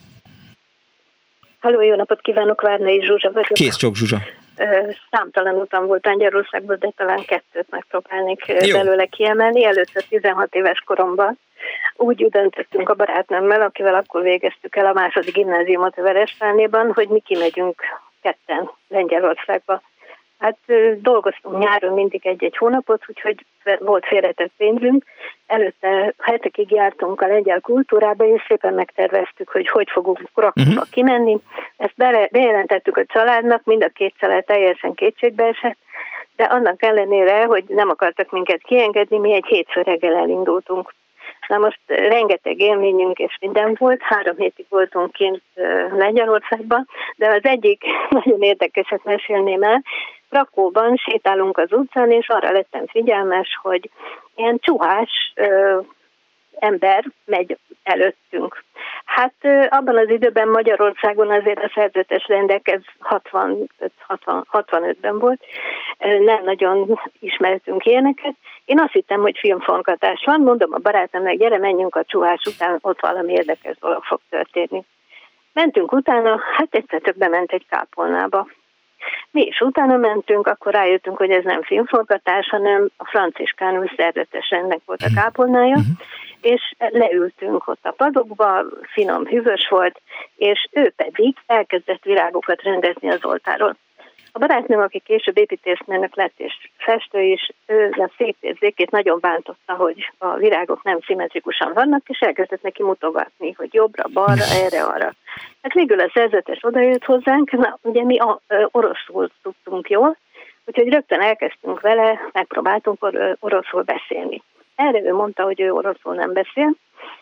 Halló, jó napot kívánok, Várnai Zsuzsa vagyok. Kész csók, Zsuzsa! Számtalan utam volt Lengyelországban, de talán kettőt megpróbálnék Jó. belőle kiemelni. Először tizenhat éves koromban úgy döntöttünk a barátnőmmel, akivel akkor végeztük el a második gimnáziumot a Veresfánéban, hogy mi kimegyünk ketten Lengyelországba Hát dolgoztunk nyáron mindig egy-egy hónapot, úgyhogy volt félretett pénzünk. Előtte hetekig jártunk a lengyel kultúrába, és szépen megterveztük, hogy hogy fogunk Krakóba uh-huh. kimenni. Ezt be, bejelentettük a családnak, mind a két család teljesen kétségbe esett, de annak ellenére, hogy nem akartak minket kiengedni, mi egy hétfő reggel elindultunk. Na most rengeteg élményünk és minden volt, három hétig voltunk kint Lengyelországban, de az egyik nagyon érdekeset mesélném el. Krakóban sétálunk az utcán, és arra lettem figyelmes, hogy ilyen csuhás ö, ember megy előttünk. Hát ö, abban az időben Magyarországon azért a szerzetes rendek, ez hatvanöt, hatvan, hatvanötben volt, ö, nem nagyon ismertünk ilyeneket. Én azt hittem, hogy filmforgatás van, mondom a barátomnak, gyere, menjünk a csuhás után, ott valami érdekes dolog fog történni. Mentünk utána, hát egyszer csak bement egy kápolnába. Mi is utána mentünk, akkor rájöttünk, hogy ez nem filmforgatás, hanem a franciskánus szerzetes rendnek volt a kápolnája, uh-huh. és leültünk ott a padokba, finom, hűvös volt, és ő pedig elkezdett virágokat rendezni az oltáron. A barátnőm, aki később építészmérnök lett és festő is, ő a szép érzékét nagyon bántotta, hogy a virágok nem szimmetrikusan vannak, és elkezdett neki mutogatni, hogy jobbra, balra, erre, arra. Hát végül a szerzetes odajött hozzánk, na ugye mi a, ö, oroszul tudtunk jól, úgyhogy rögtön elkezdtünk vele, megpróbáltunk or- oroszul beszélni. Erre ő mondta, hogy ő oroszul nem beszél,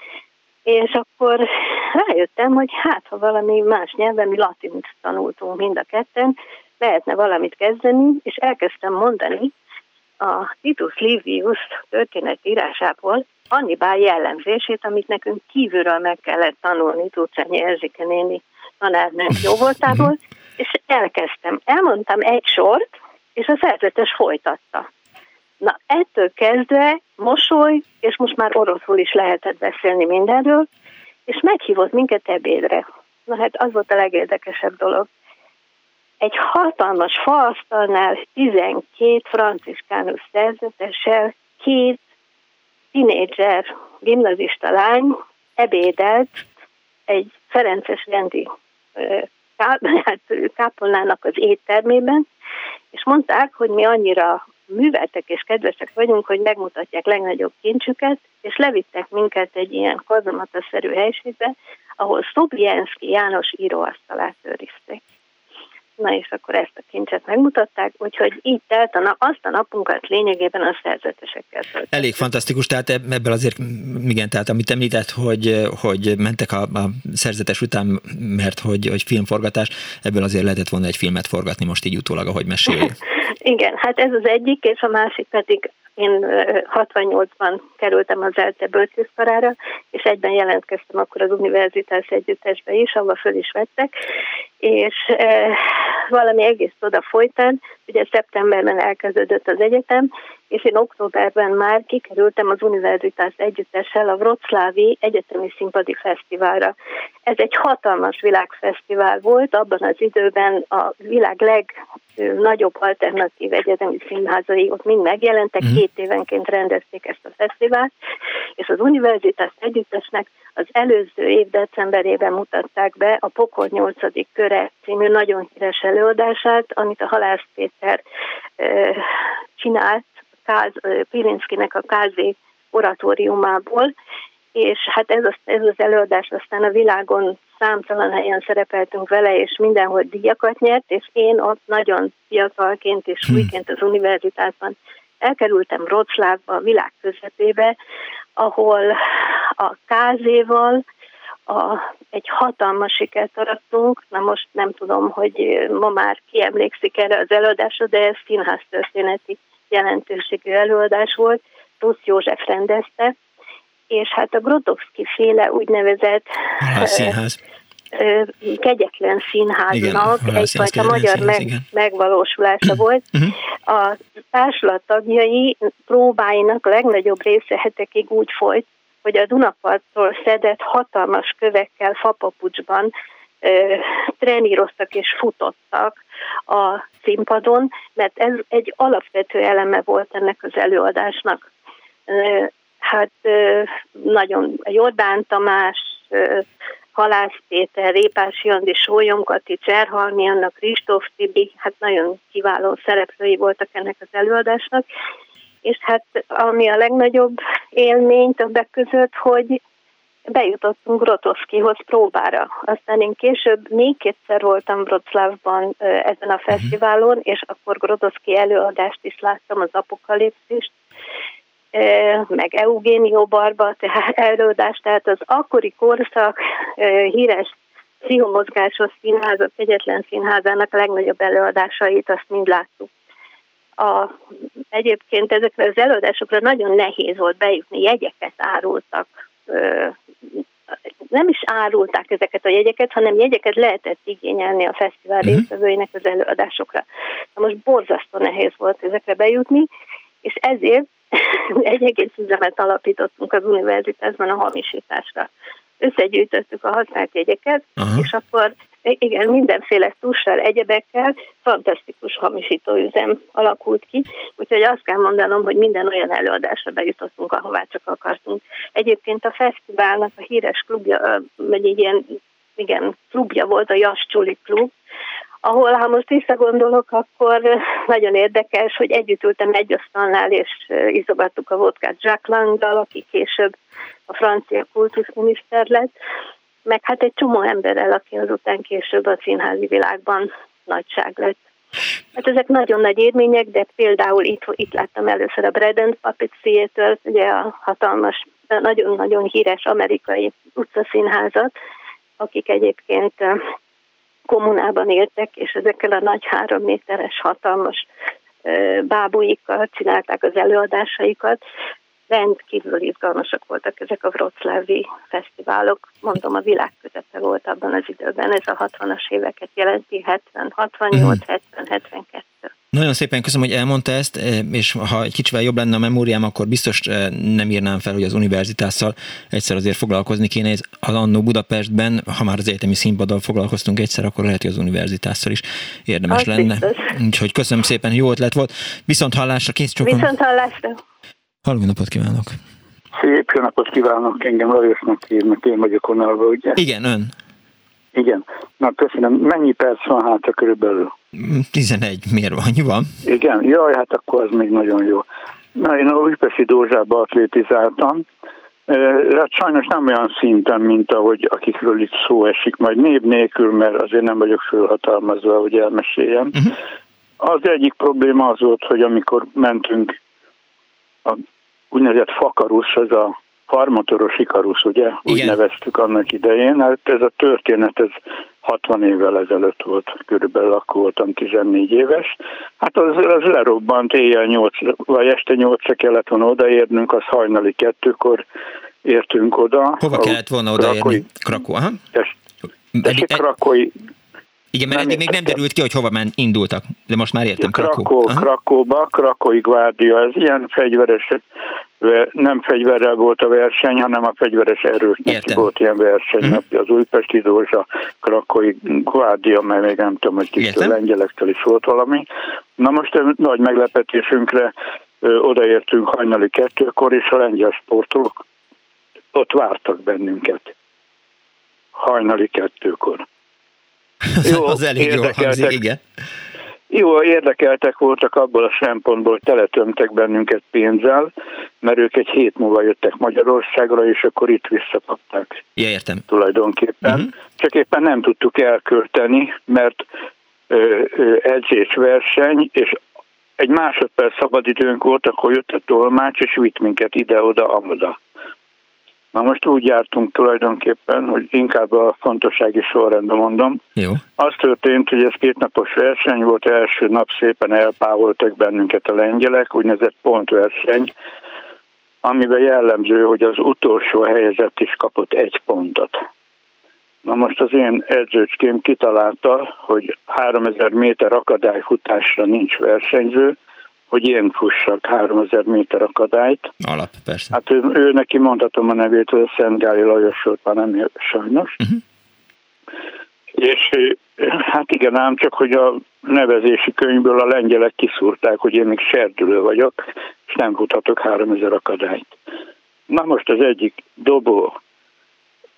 és akkor rájöttem, hogy hát, ha valami más nyelven, mi latint tanultunk mind a ketten, lehetne valamit kezdeni, és elkezdtem mondani a Titus Livius történetírásából Hannibal jellemzését, amit nekünk kívülről meg kellett tanulni Tucányi Erzsike néni tanárnőnk jóvoltából, és elkezdtem. Elmondtam egy sort, és a szerzetes folytatta. Na, ettől kezdve mosoly, és most már oroszul is lehetett beszélni mindenről, és meghívott minket ebédre. Na hát az volt a legérdekesebb dolog. Egy hatalmas faasztalnál tizenkét franciskánus szerzetessel, két tínédzser gimnazista lány ebédelt egy ferences rendi kápolnának az éttermében, és mondták, hogy mi annyira műveltek és kedvesek vagyunk, hogy megmutatják legnagyobb kincsüket, és levittek minket egy ilyen kazamataszerű helységbe, ahol Szobjenszky János íróasztalát őrizték. Na és akkor ezt a kincset megmutatták, úgyhogy így telt a nap, azt a napunkat lényegében a szerzetesekkel töltött. Elég fantasztikus, tehát ebből azért, igen, tehát amit említett, hogy, hogy mentek a, a szerzetes után, mert hogy, hogy filmforgatás, ebből azért lehetett volna egy filmet forgatni most így utólag, ahogy mesélj. Igen, hát ez az egyik, és a másik pedig én hatvannyolcban kerültem az ELTE bölcsészkarára, és egyben jelentkeztem akkor az Universitás Együttesbe is, ahol föl is vettek, és e, valami egész oda folytán, ugye szeptemberben elkezdődött az egyetem, és én októberben már kikerültem az Universitás Együttessel a Wroclawi Egyetemi Színpadi Fesztiválra. Ez egy hatalmas világfesztivál volt, abban az időben a világ legnagyobb alternatív egyetemi színházai ott mind megjelentek, mm. két évenként rendezték ezt a fesztivált, és az Universitás Együttesnek az előző év decemberében mutatták be a Pokol nyolcadik köre című nagyon híres előadását, amit a Halász Péter e, csinált Káz, Pilinszkinek a Kázi oratóriumából, és hát ez az, ez az előadás aztán a világon számtalan helyen szerepeltünk vele, és mindenhol díjakat nyert, és én ott nagyon fiatalként és újként az univerzitásban elkerültem Wroclawba, a világ közepébe, ahol a Kázéval a, egy hatalmas sikert arattunk. Na most nem tudom, hogy ma már ki emlékszik erre az előadásra, de ez színháztörténeti jelentőségű előadás volt, Rusz József rendezte, és hát a Grotowski féle úgynevezett színház. kegyetlen színháznak igen, egyfajta magyar meg, megvalósulása volt. Uh-huh. A társulat tagjai próbáinak legnagyobb része hetekig úgy folyt, hogy a Dunaparttól szedett hatalmas kövekkel fapapucsban ö, treníroztak és futottak a színpadon, mert ez egy alapvető eleme volt ennek az előadásnak. Ö, hát ö, nagyon Jordán Tamás, ö, Kalász Péter, Répási Andi, Sólyom Kati, Cserhalmi Anna, Kristóf Tibi, hát nagyon kiváló szereplői voltak ennek az előadásnak, és hát ami a legnagyobb élmény többek között, hogy bejutottunk Grotowskihoz próbára. Aztán én később még kétszer voltam Wroclawban ezen a fesztiválon, és akkor Grotowski előadást is láttam, az Apokalipszist, meg Eugénió Barba, tehát előadást, tehát az akkori korszak híres pszichomozgásos színházak, egyetlen színházának a legnagyobb előadásait, azt mind láttuk. A, egyébként ezekre az előadásokra nagyon nehéz volt bejutni, jegyeket árultak, nem is árulták ezeket a jegyeket, hanem jegyeket lehetett igényelni a fesztivál uh-huh. résztvevőinek az előadásokra. Na most borzasztó nehéz volt ezekre bejutni, és ezért egy egész üzemet alapítottunk az univerzitásban a hamisításra. Összegyűjtöttük a használt jegyeket, uh-huh. és akkor igen, mindenféle tussal, egyebekkel fantasztikus hamisítóüzem alakult ki, úgyhogy azt kell mondanom, hogy minden olyan előadásra bejutottunk, ahová csak akartunk. Egyébként a fesztiválnak a híres klubja, vagy egy ilyen igen, klubja volt, a Jas Csuli klub, ahol, ha most visszagondolok, akkor nagyon érdekes, hogy együtt ültem egy asztalnál, és izogattuk a vodkát Jacques Langdal, aki később a francia kultuszminiszter lett, meg hát egy csomó emberrel, aki azután később a színházi világban nagyság lett. Hát ezek nagyon nagy élmények, de például itt, itt láttam először a Bread and Puppet Theatre, ugye a hatalmas, nagyon-nagyon híres amerikai utcaszínházat, akik egyébként kommunában éltek, és ezekkel a nagy három méteres hatalmas bábuikkal csinálták az előadásaikat. Rendkívül izgalmasak voltak ezek a wroclawi fesztiválok. Mondom, a világ közepe volt abban az időben, ez a hatvanas éveket jelenti, hetven, hatvannyolc, hetven, hetvenkettő. Nagyon szépen köszönöm, hogy elmondta ezt, és ha egy kicsivel jobb lenne a memóriám, akkor biztos nem írnám fel, hogy az universitásszal egyszer azért foglalkozni kéne. Az annó Budapestben, ha már az egyetemi színpaddal foglalkoztunk egyszer, akkor lehet, hogy az universitásszal is érdemes az lenne. Biztos. Úgyhogy köszönöm szépen, jó ötlet volt. Viszont hallásra, kész csókom. Viszont hallásra. Halló napot kívánok! Szép jó napot kívánok, engem Lajosnak hívnak, én vagyok onnan, ugye? Igen, ön. Igen. Na, köszönöm. Mennyi perc van hátra körülbelül? tizenegy. Miért van? Annyi van? Igen. Jaj, hát akkor az még nagyon jó. Na, én a Újpesti Dózsába atlétizáltam. Hát sajnos nem olyan szinten, mint ahogy akikről itt szó esik, majd név nélkül, mert azért nem vagyok fölhatalmazva, hogy elmeséljem. Uh-huh. Az egyik probléma az volt, hogy amikor mentünk a úgynevezett fakarusz, az a farmotoros ikarusz, ugye? Úgy Igen. neveztük annak idején. Hát ez a történet, ez hatvan évvel ezelőtt volt, körülbelül akkor voltam tizennégy éves. Hát az, az lerobbant, éjjel nyolc, vagy este nyolcra kellett volna odaérnünk, az hajnali kettőkor értünk oda. Hova kellett volna odaérni? Krakó, aha. Ez egy krakói... Igen, mert eddig még nem derült ki, hogy hova ment, indultak, de most már értem, Krakó. Krakó Krakóba, Krakói Gvárdia, ez ilyen fegyveres, nem fegyverrel volt a verseny, hanem a fegyveres erőknek volt ilyen verseny, uh-huh. az Újpesti Dózsa, Krakói Gvárdia, mert még nem tudom, hogy kitől, lengyelektől is volt valami. Na most nagy meglepetésünkre ö, odaértünk hajnali kettőkor, és a lengyel sportolók ott vártak bennünket. Hajnali kettőkor. Jó, az elég jól hangzik, igen. Jó, érdekeltek voltak abból a szempontból, hogy teletömtek bennünket pénzzel, mert ők egy hét múlva jöttek Magyarországra, és akkor itt visszakapták. Ja, értem. Tulajdonképpen. Uh-huh. Csak éppen nem tudtuk elkölteni, mert ö, ö, edzésverseny, és egy másodperc szabadidőnk volt, akkor jött a tolmács, és vitt minket ide-oda, amoda. Na most úgy jártunk tulajdonképpen, hogy inkább a fontossági sorrendben mondom. Jó. Az történt, hogy ez kétnapos verseny volt, első nap szépen elpávoltak bennünket a lengyelek, úgynevezett pontverseny, amiben jellemző, hogy az utolsó helyezett is kapott egy pontot. Na most az én edzőcském kitalálta, hogy háromezer méter akadályfutásra nincs versenyző, hogy én fussak háromezer méter akadályt. Alap, persze. Hát ő, ő neki mondhatom a nevét, hogy a Szentgáli Lajos volt, már nem él, sajnos. Uh-huh. És hát igen, ám csak, hogy a nevezési könyvből a lengyelek kiszúrták, hogy én még serdülő vagyok, és nem futhatok háromezer akadályt. Na most az egyik dobó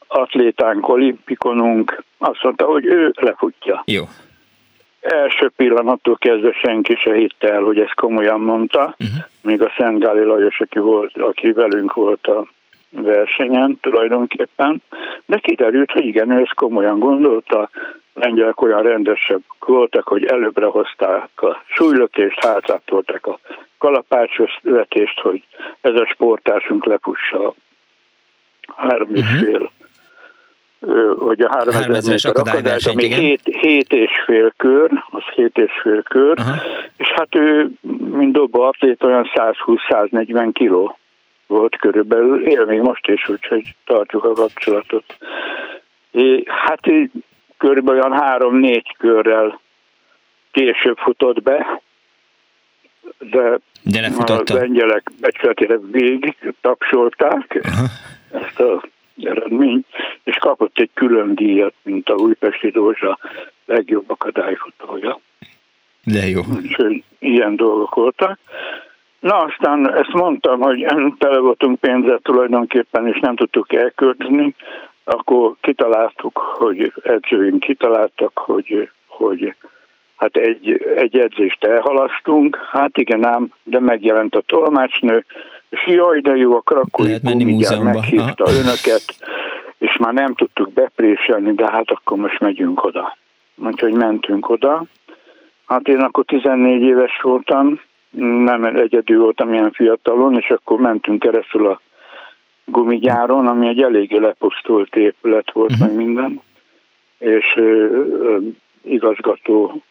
atlétánk, olimpikonunk azt mondta, hogy ő lefutja. Jó. Első pillanattól kezdve senki se hitte el, hogy ezt komolyan mondta, uh-huh. még a Szentgáli Lajos, aki, volt, aki velünk volt a versenyen tulajdonképpen, de kiderült, hogy igen, ő ezt komolyan gondolta, a lengyelek olyan rendesebb voltak, hogy előbbre hozták a súlylökést, hátrátolták a kalapácsvetést, hogy ez a sportásunk lefussa a három és fél, hogy a három ezer méter akadályt, ami hét, hét és fél kör, az hét és fél kör, uh-huh. és hát ő, mint dobó atlét, olyan százhúsz-száznegyven kiló volt körülbelül, él még most is, úgyhogy tartjuk a kapcsolatot. É, hát körülbelül olyan három-négy körrel később futott be, de, de a lengyelek becsületére végig tapsolták uh-huh. ezt a eredményt, és kapott egy külön díjat, mint a Újpesti Dózsa legjobb akadályfutója. De jó. Úgyhogy ilyen dolgok voltak. Na, aztán ezt mondtam, hogy tele voltunk pénzzel tulajdonképpen, és nem tudtuk elkölteni, akkor kitaláltuk, hogy edzőink kitaláltak, hogy, hogy hát egy, egy edzést elhalasztunk, hát igen ám, de megjelent a tolmácsnő, és jaj, de jó, a krakói gumigyár meghívta ha. önöket, és már nem tudtuk bepréselni, de hát akkor most megyünk oda. Úgyhogy mentünk oda. Hát én akkor tizennégy éves voltam, nem egyedül voltam ilyen fiatalon, és akkor mentünk keresztül a gumigyáron, ami egy eléggé lepusztult épület volt, uh-huh. meg minden, és ö, ö, igazgató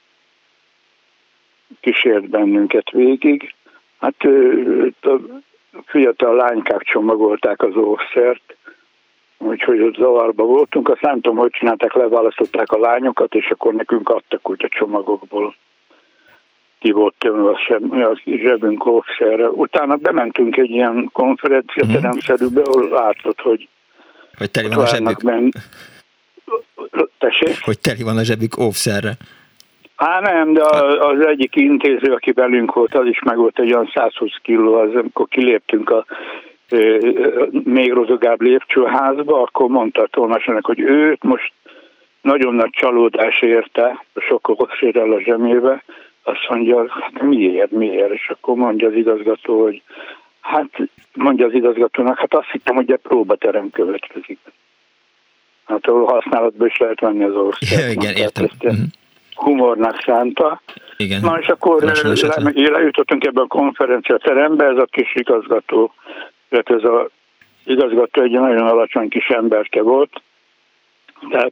kísért bennünket végig. Hát ö, a fiatal lánykák csomagolták az óvszert, úgyhogy ott zavarba voltunk. Azt nem tudom, hogy csinálták, leválasztották a lányokat, és akkor nekünk adtak úgy a csomagokból. Ki volt tömve a zsebünk óvszerre. Utána bementünk egy ilyen konferenciateremszerűbe, ahol látszott, hogy hogy teli van a zsebük. Ben... Tessék? Hogy teli van a zsebük óvszerre. Á, nem, de az egyik intéző, aki velünk volt, az is meg volt egy olyan százhúsz kiló, az, amikor kiléptünk a e, még rozogább lépcsőházba, akkor mondta a tolmácsnak, hogy őt most nagyon nagy csalódás érte, sok okosérrel a zsemébe. Azt mondja, hát miért, miért? És akkor mondja az igazgató, hogy hát mondja az igazgatónak, hát azt hittem, hogy egy próbaterem következik. Hát ahol használatban is lehet venni az országot. Ja, igen, értem. Uh-huh. Humornak szánta. Igen. Na és akkor le, lejutottunk ebbe a konferenciaterembe, ez a kis igazgató, illetve ez az igazgató egy nagyon alacsony kis emberke volt, tehát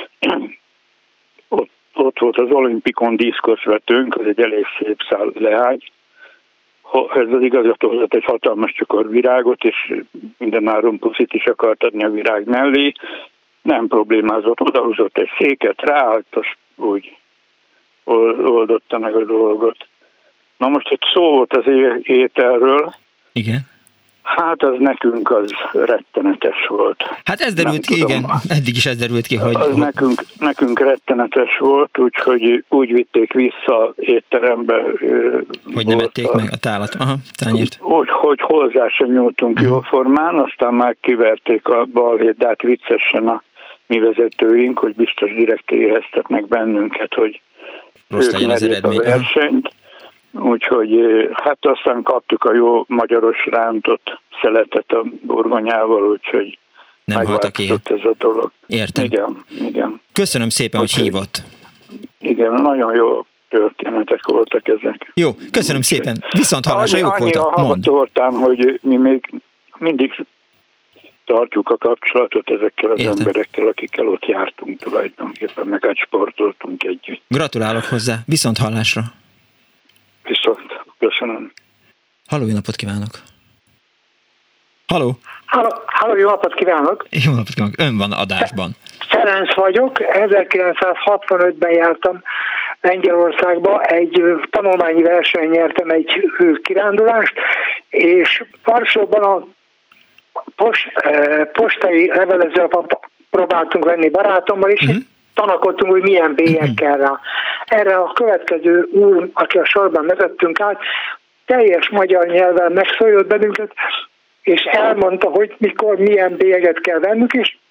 ott, ott volt az olimpikon diszkoszvetőnk, az egy elég szép szál leágy. Ez az igazgató hozott egy hatalmas csokor virágot, és mindenáron puszit is akart adni a virág mellé. Nem problémázott, odahúzott egy széket, ráállt, úgy oldotta meg a dolgot. Na most egy szó volt az ételről. Igen. Hát az nekünk az rettenetes volt. Hát ez derült ki, tudom, igen. Eddig is ez derült ki, hogy... Az nekünk, nekünk rettenetes volt, úgyhogy úgy vitték vissza étterembe. Hogy nem ették a, meg a tálat. Aha, tányért. Úgy, hogy hozzá sem nyúltunk uh-huh. jóformán, aztán már kiverték a balhét, de hát viccesen a mi vezetőink, hogy biztos direkt éheztetnek bennünket, hogy rossz legyen az eredmény. A versenyt. Úgyhogy hát aztán kaptuk a jó magyaros rántott szeletet a burgonyával, úgyhogy nem haltak él. Ez a dolog. Értem. Igen, igen. Köszönöm szépen, úgyhogy, hogy hívott. Igen, nagyon jó történetek voltak ezek. Jó, köszönöm úgyhogy. szépen. Viszont hallásra jók voltak. Annyi voltam, hogy mi még mindig tartjuk a kapcsolatot ezekkel az Értem. emberekkel, akikkel ott jártunk tulajdonképpen, meg hát sportoltunk együtt. Gratulálok hozzá. Viszont hallásra. Viszont, köszönöm. Halló, jó napot kívánok! Halló! Halló, halló, jó napot kívánok! Jó napot kívánok! Ön van adásban. Ferenc vagyok, ezerkilencszázhatvanötben jártam Lengyelországba, egy tanulmányi versenyen nyertem egy kirándulást, és Varsóban a post, postai levelezővel próbáltunk venni barátommal is, uh-huh. tanakodtunk, hogy milyen bélyek kell rá. Erre a következő úr, aki a sorban vezettünk át, teljes magyar nyelven megszólított bennünket, és elmondta, hogy mikor milyen bélyeget kell vennünk, és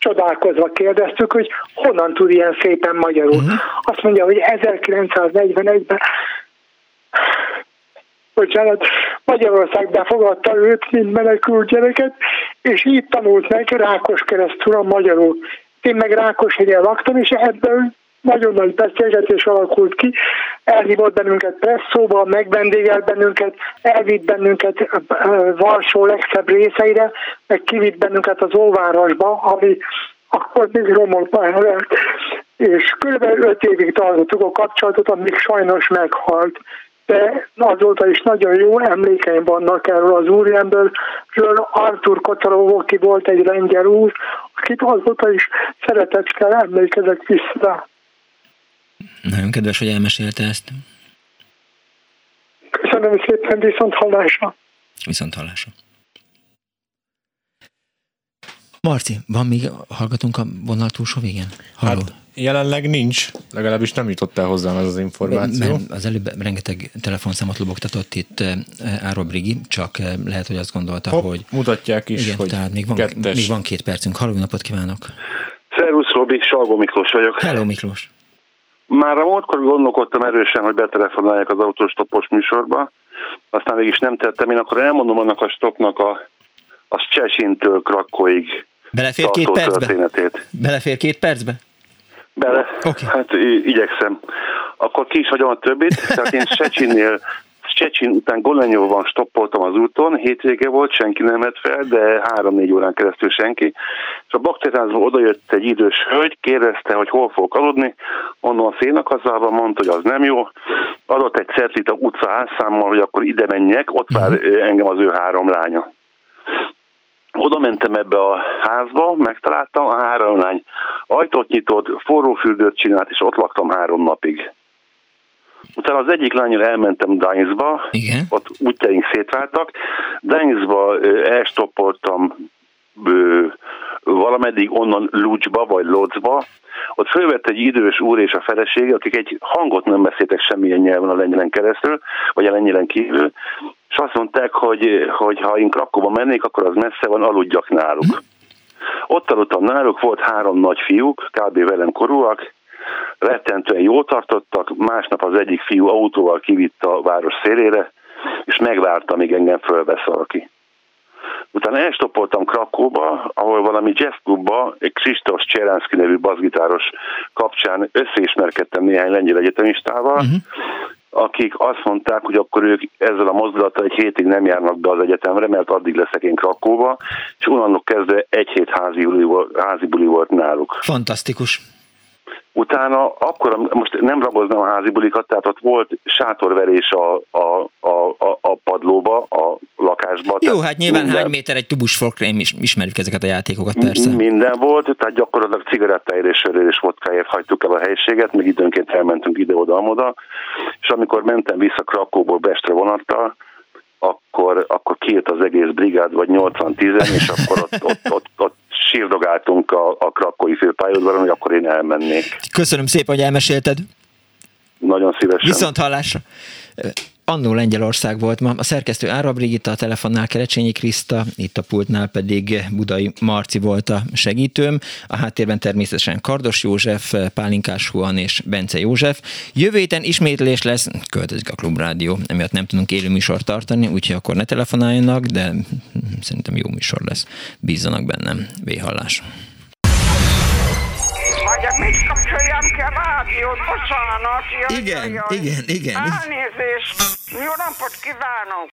csodálkozva kérdeztük, hogy honnan tud ilyen szépen magyarul. Uh-huh. Azt mondja, hogy ezerkilencszáznegyvenegyben bocsánat, Magyarország befogadta őt, mint menekült gyereket, és így tanult meg Rákoskeresztúron magyarul. Én meg Rákoshegyen laktam, és ebből nagyon nagy beszélgetés alakult ki, elhívott bennünket presszóba, megvendégelt bennünket, elvitt bennünket Varsó legszebb részeire, meg kivitt bennünket az Óvárosba, ami akkor még romoltban volt, és körülbelül öt évig tartottuk a kapcsolatot, amíg sajnos meghalt. De azóta is nagyon jó emlékeim vannak erről az úriemberről. Artur Kotarovó, aki volt egy lengyel úr, akit azóta is szeretettel emlékezek vissza. Nagyon kedves, hogy elmesélte ezt. Köszönöm szépen, viszont hallásra. Viszont hallásra. Marci, van még hallgatunk a vonal túlsó végén? Halló. Hát jelenleg nincs, legalábbis nem jutott el hozzám ez az információ. Mert az előbb rengeteg telefonszámot lobogtatott itt Árva Brigi, csak lehet, hogy azt gondolta, Hopp, hogy... mutatják is, igen, hogy tehát még van, még van két percünk. Halló, napot kívánok! Szervusz, Robi, Salgó Miklós vagyok. Hello, Miklós! Már a múltkor gondolkodtam erősen, hogy betelefonálják az autóstopos műsorba, aztán mégis nem tettem. Én akkor elmondom annak a stopnak a, a Szczecintől Krakóig Belefér két percbe? Történetét. Belefér két percbe? Bele, okay. Hát igyekszem. Akkor ki is hagyom a többit. Tehát én Szczecinnél, Szczecin után Golenyóban stoppoltam az úton, hétvége volt, senki nem vett fel, de három-négy órán keresztül senki. És a bakterházból odajött egy idős hölgy, kérdezte, hogy hol fogok aludni, onnan a szénakazalban, mondta, hogy az nem jó. Adott egy cetlit a utca házszámmal, hogy akkor ide menjek, ott vár engem az ő három lánya. Oda mentem ebbe a házba, megtaláltam, a három lány ajtót nyitott, forrófürdőt csinált, és ott laktam három napig. Utána az egyik lányra elmentem Gdańskba, ott útjaink szétváltak. Gdańskba elstoppoltam valameddig onnan Ludzsba vagy Lodzba. Ott fölvett egy idős úr és a felesége, akik egy hangot nem beszéltek semmilyen nyelven a lengyelen keresztül, vagy a lengyelen kívül, és azt mondták, hogy, hogy ha én Krakóba mennék, akkor az messze van, aludjak náluk. Ott aludtam náluk, volt három nagy fiúk, kb. Velem korúak, rettentően jól tartottak, másnap az egyik fiú autóval kivitt a város szélére, és megvárta, míg engem fölvesz valaki. Utána elstoppoltam Krakóba, ahol valami jazzklubba egy Krzysztof Cseránszky nevű bassgitáros kapcsán összeismerkedtem néhány lengyel egyetemistával, uh-huh. akik azt mondták, hogy akkor ők ezzel a mozdulattal egy hétig nem járnak be az egyetemre, mert addig leszek én Krakóba, és onnantól kezdve egy hét házi buli volt, házi buli volt náluk. Fantasztikus. Utána akkor, most nem raboznám a házi bulikat, tehát ott volt sátorverés a, a, a, a, a padlóba, a lakásba. Jó, hát nyilván minden, hány méter egy tubusforkrém, is ismerjük ezeket a játékokat, persze. Minden volt, tehát gyakorlatilag cigarettáért és sörért és vodkáért hagytuk el a helyiséget, még időnként elmentünk ide-oda-amoda, és amikor mentem vissza Krakóból Bestre vonattal, akkor, akkor kijött az egész brigád, vagy nyolcvan-tízen, és akkor ott, ott, ott, ott sírdogáltunk a, a krakói főpályaudvaron, hogy akkor én elmennék. Köszönöm szépen, hogy elmesélted. Nagyon szívesen. Viszont hallásra. Annó Lengyelország volt ma. A szerkesztő Árva Brigitta, a telefonnál Kerecsényi Kriszta, itt a pultnál pedig Budai Marci volt a segítőm. A háttérben természetesen Kardos József, Pálinkás Huan és Bence József. Jövő héten ismétlés lesz, költözik a Klubrádió, emiatt nem tudunk élő műsort tartani, úgyhogy akkor ne telefonáljanak, de szerintem jó műsor lesz. Bízzanak bennem. Véhallás. Vagy mit kapcsoljam ki a rádiót, bocsánat. Jaj, igen, jaj, igen, igen. Elnézést. Jó napot kívánok.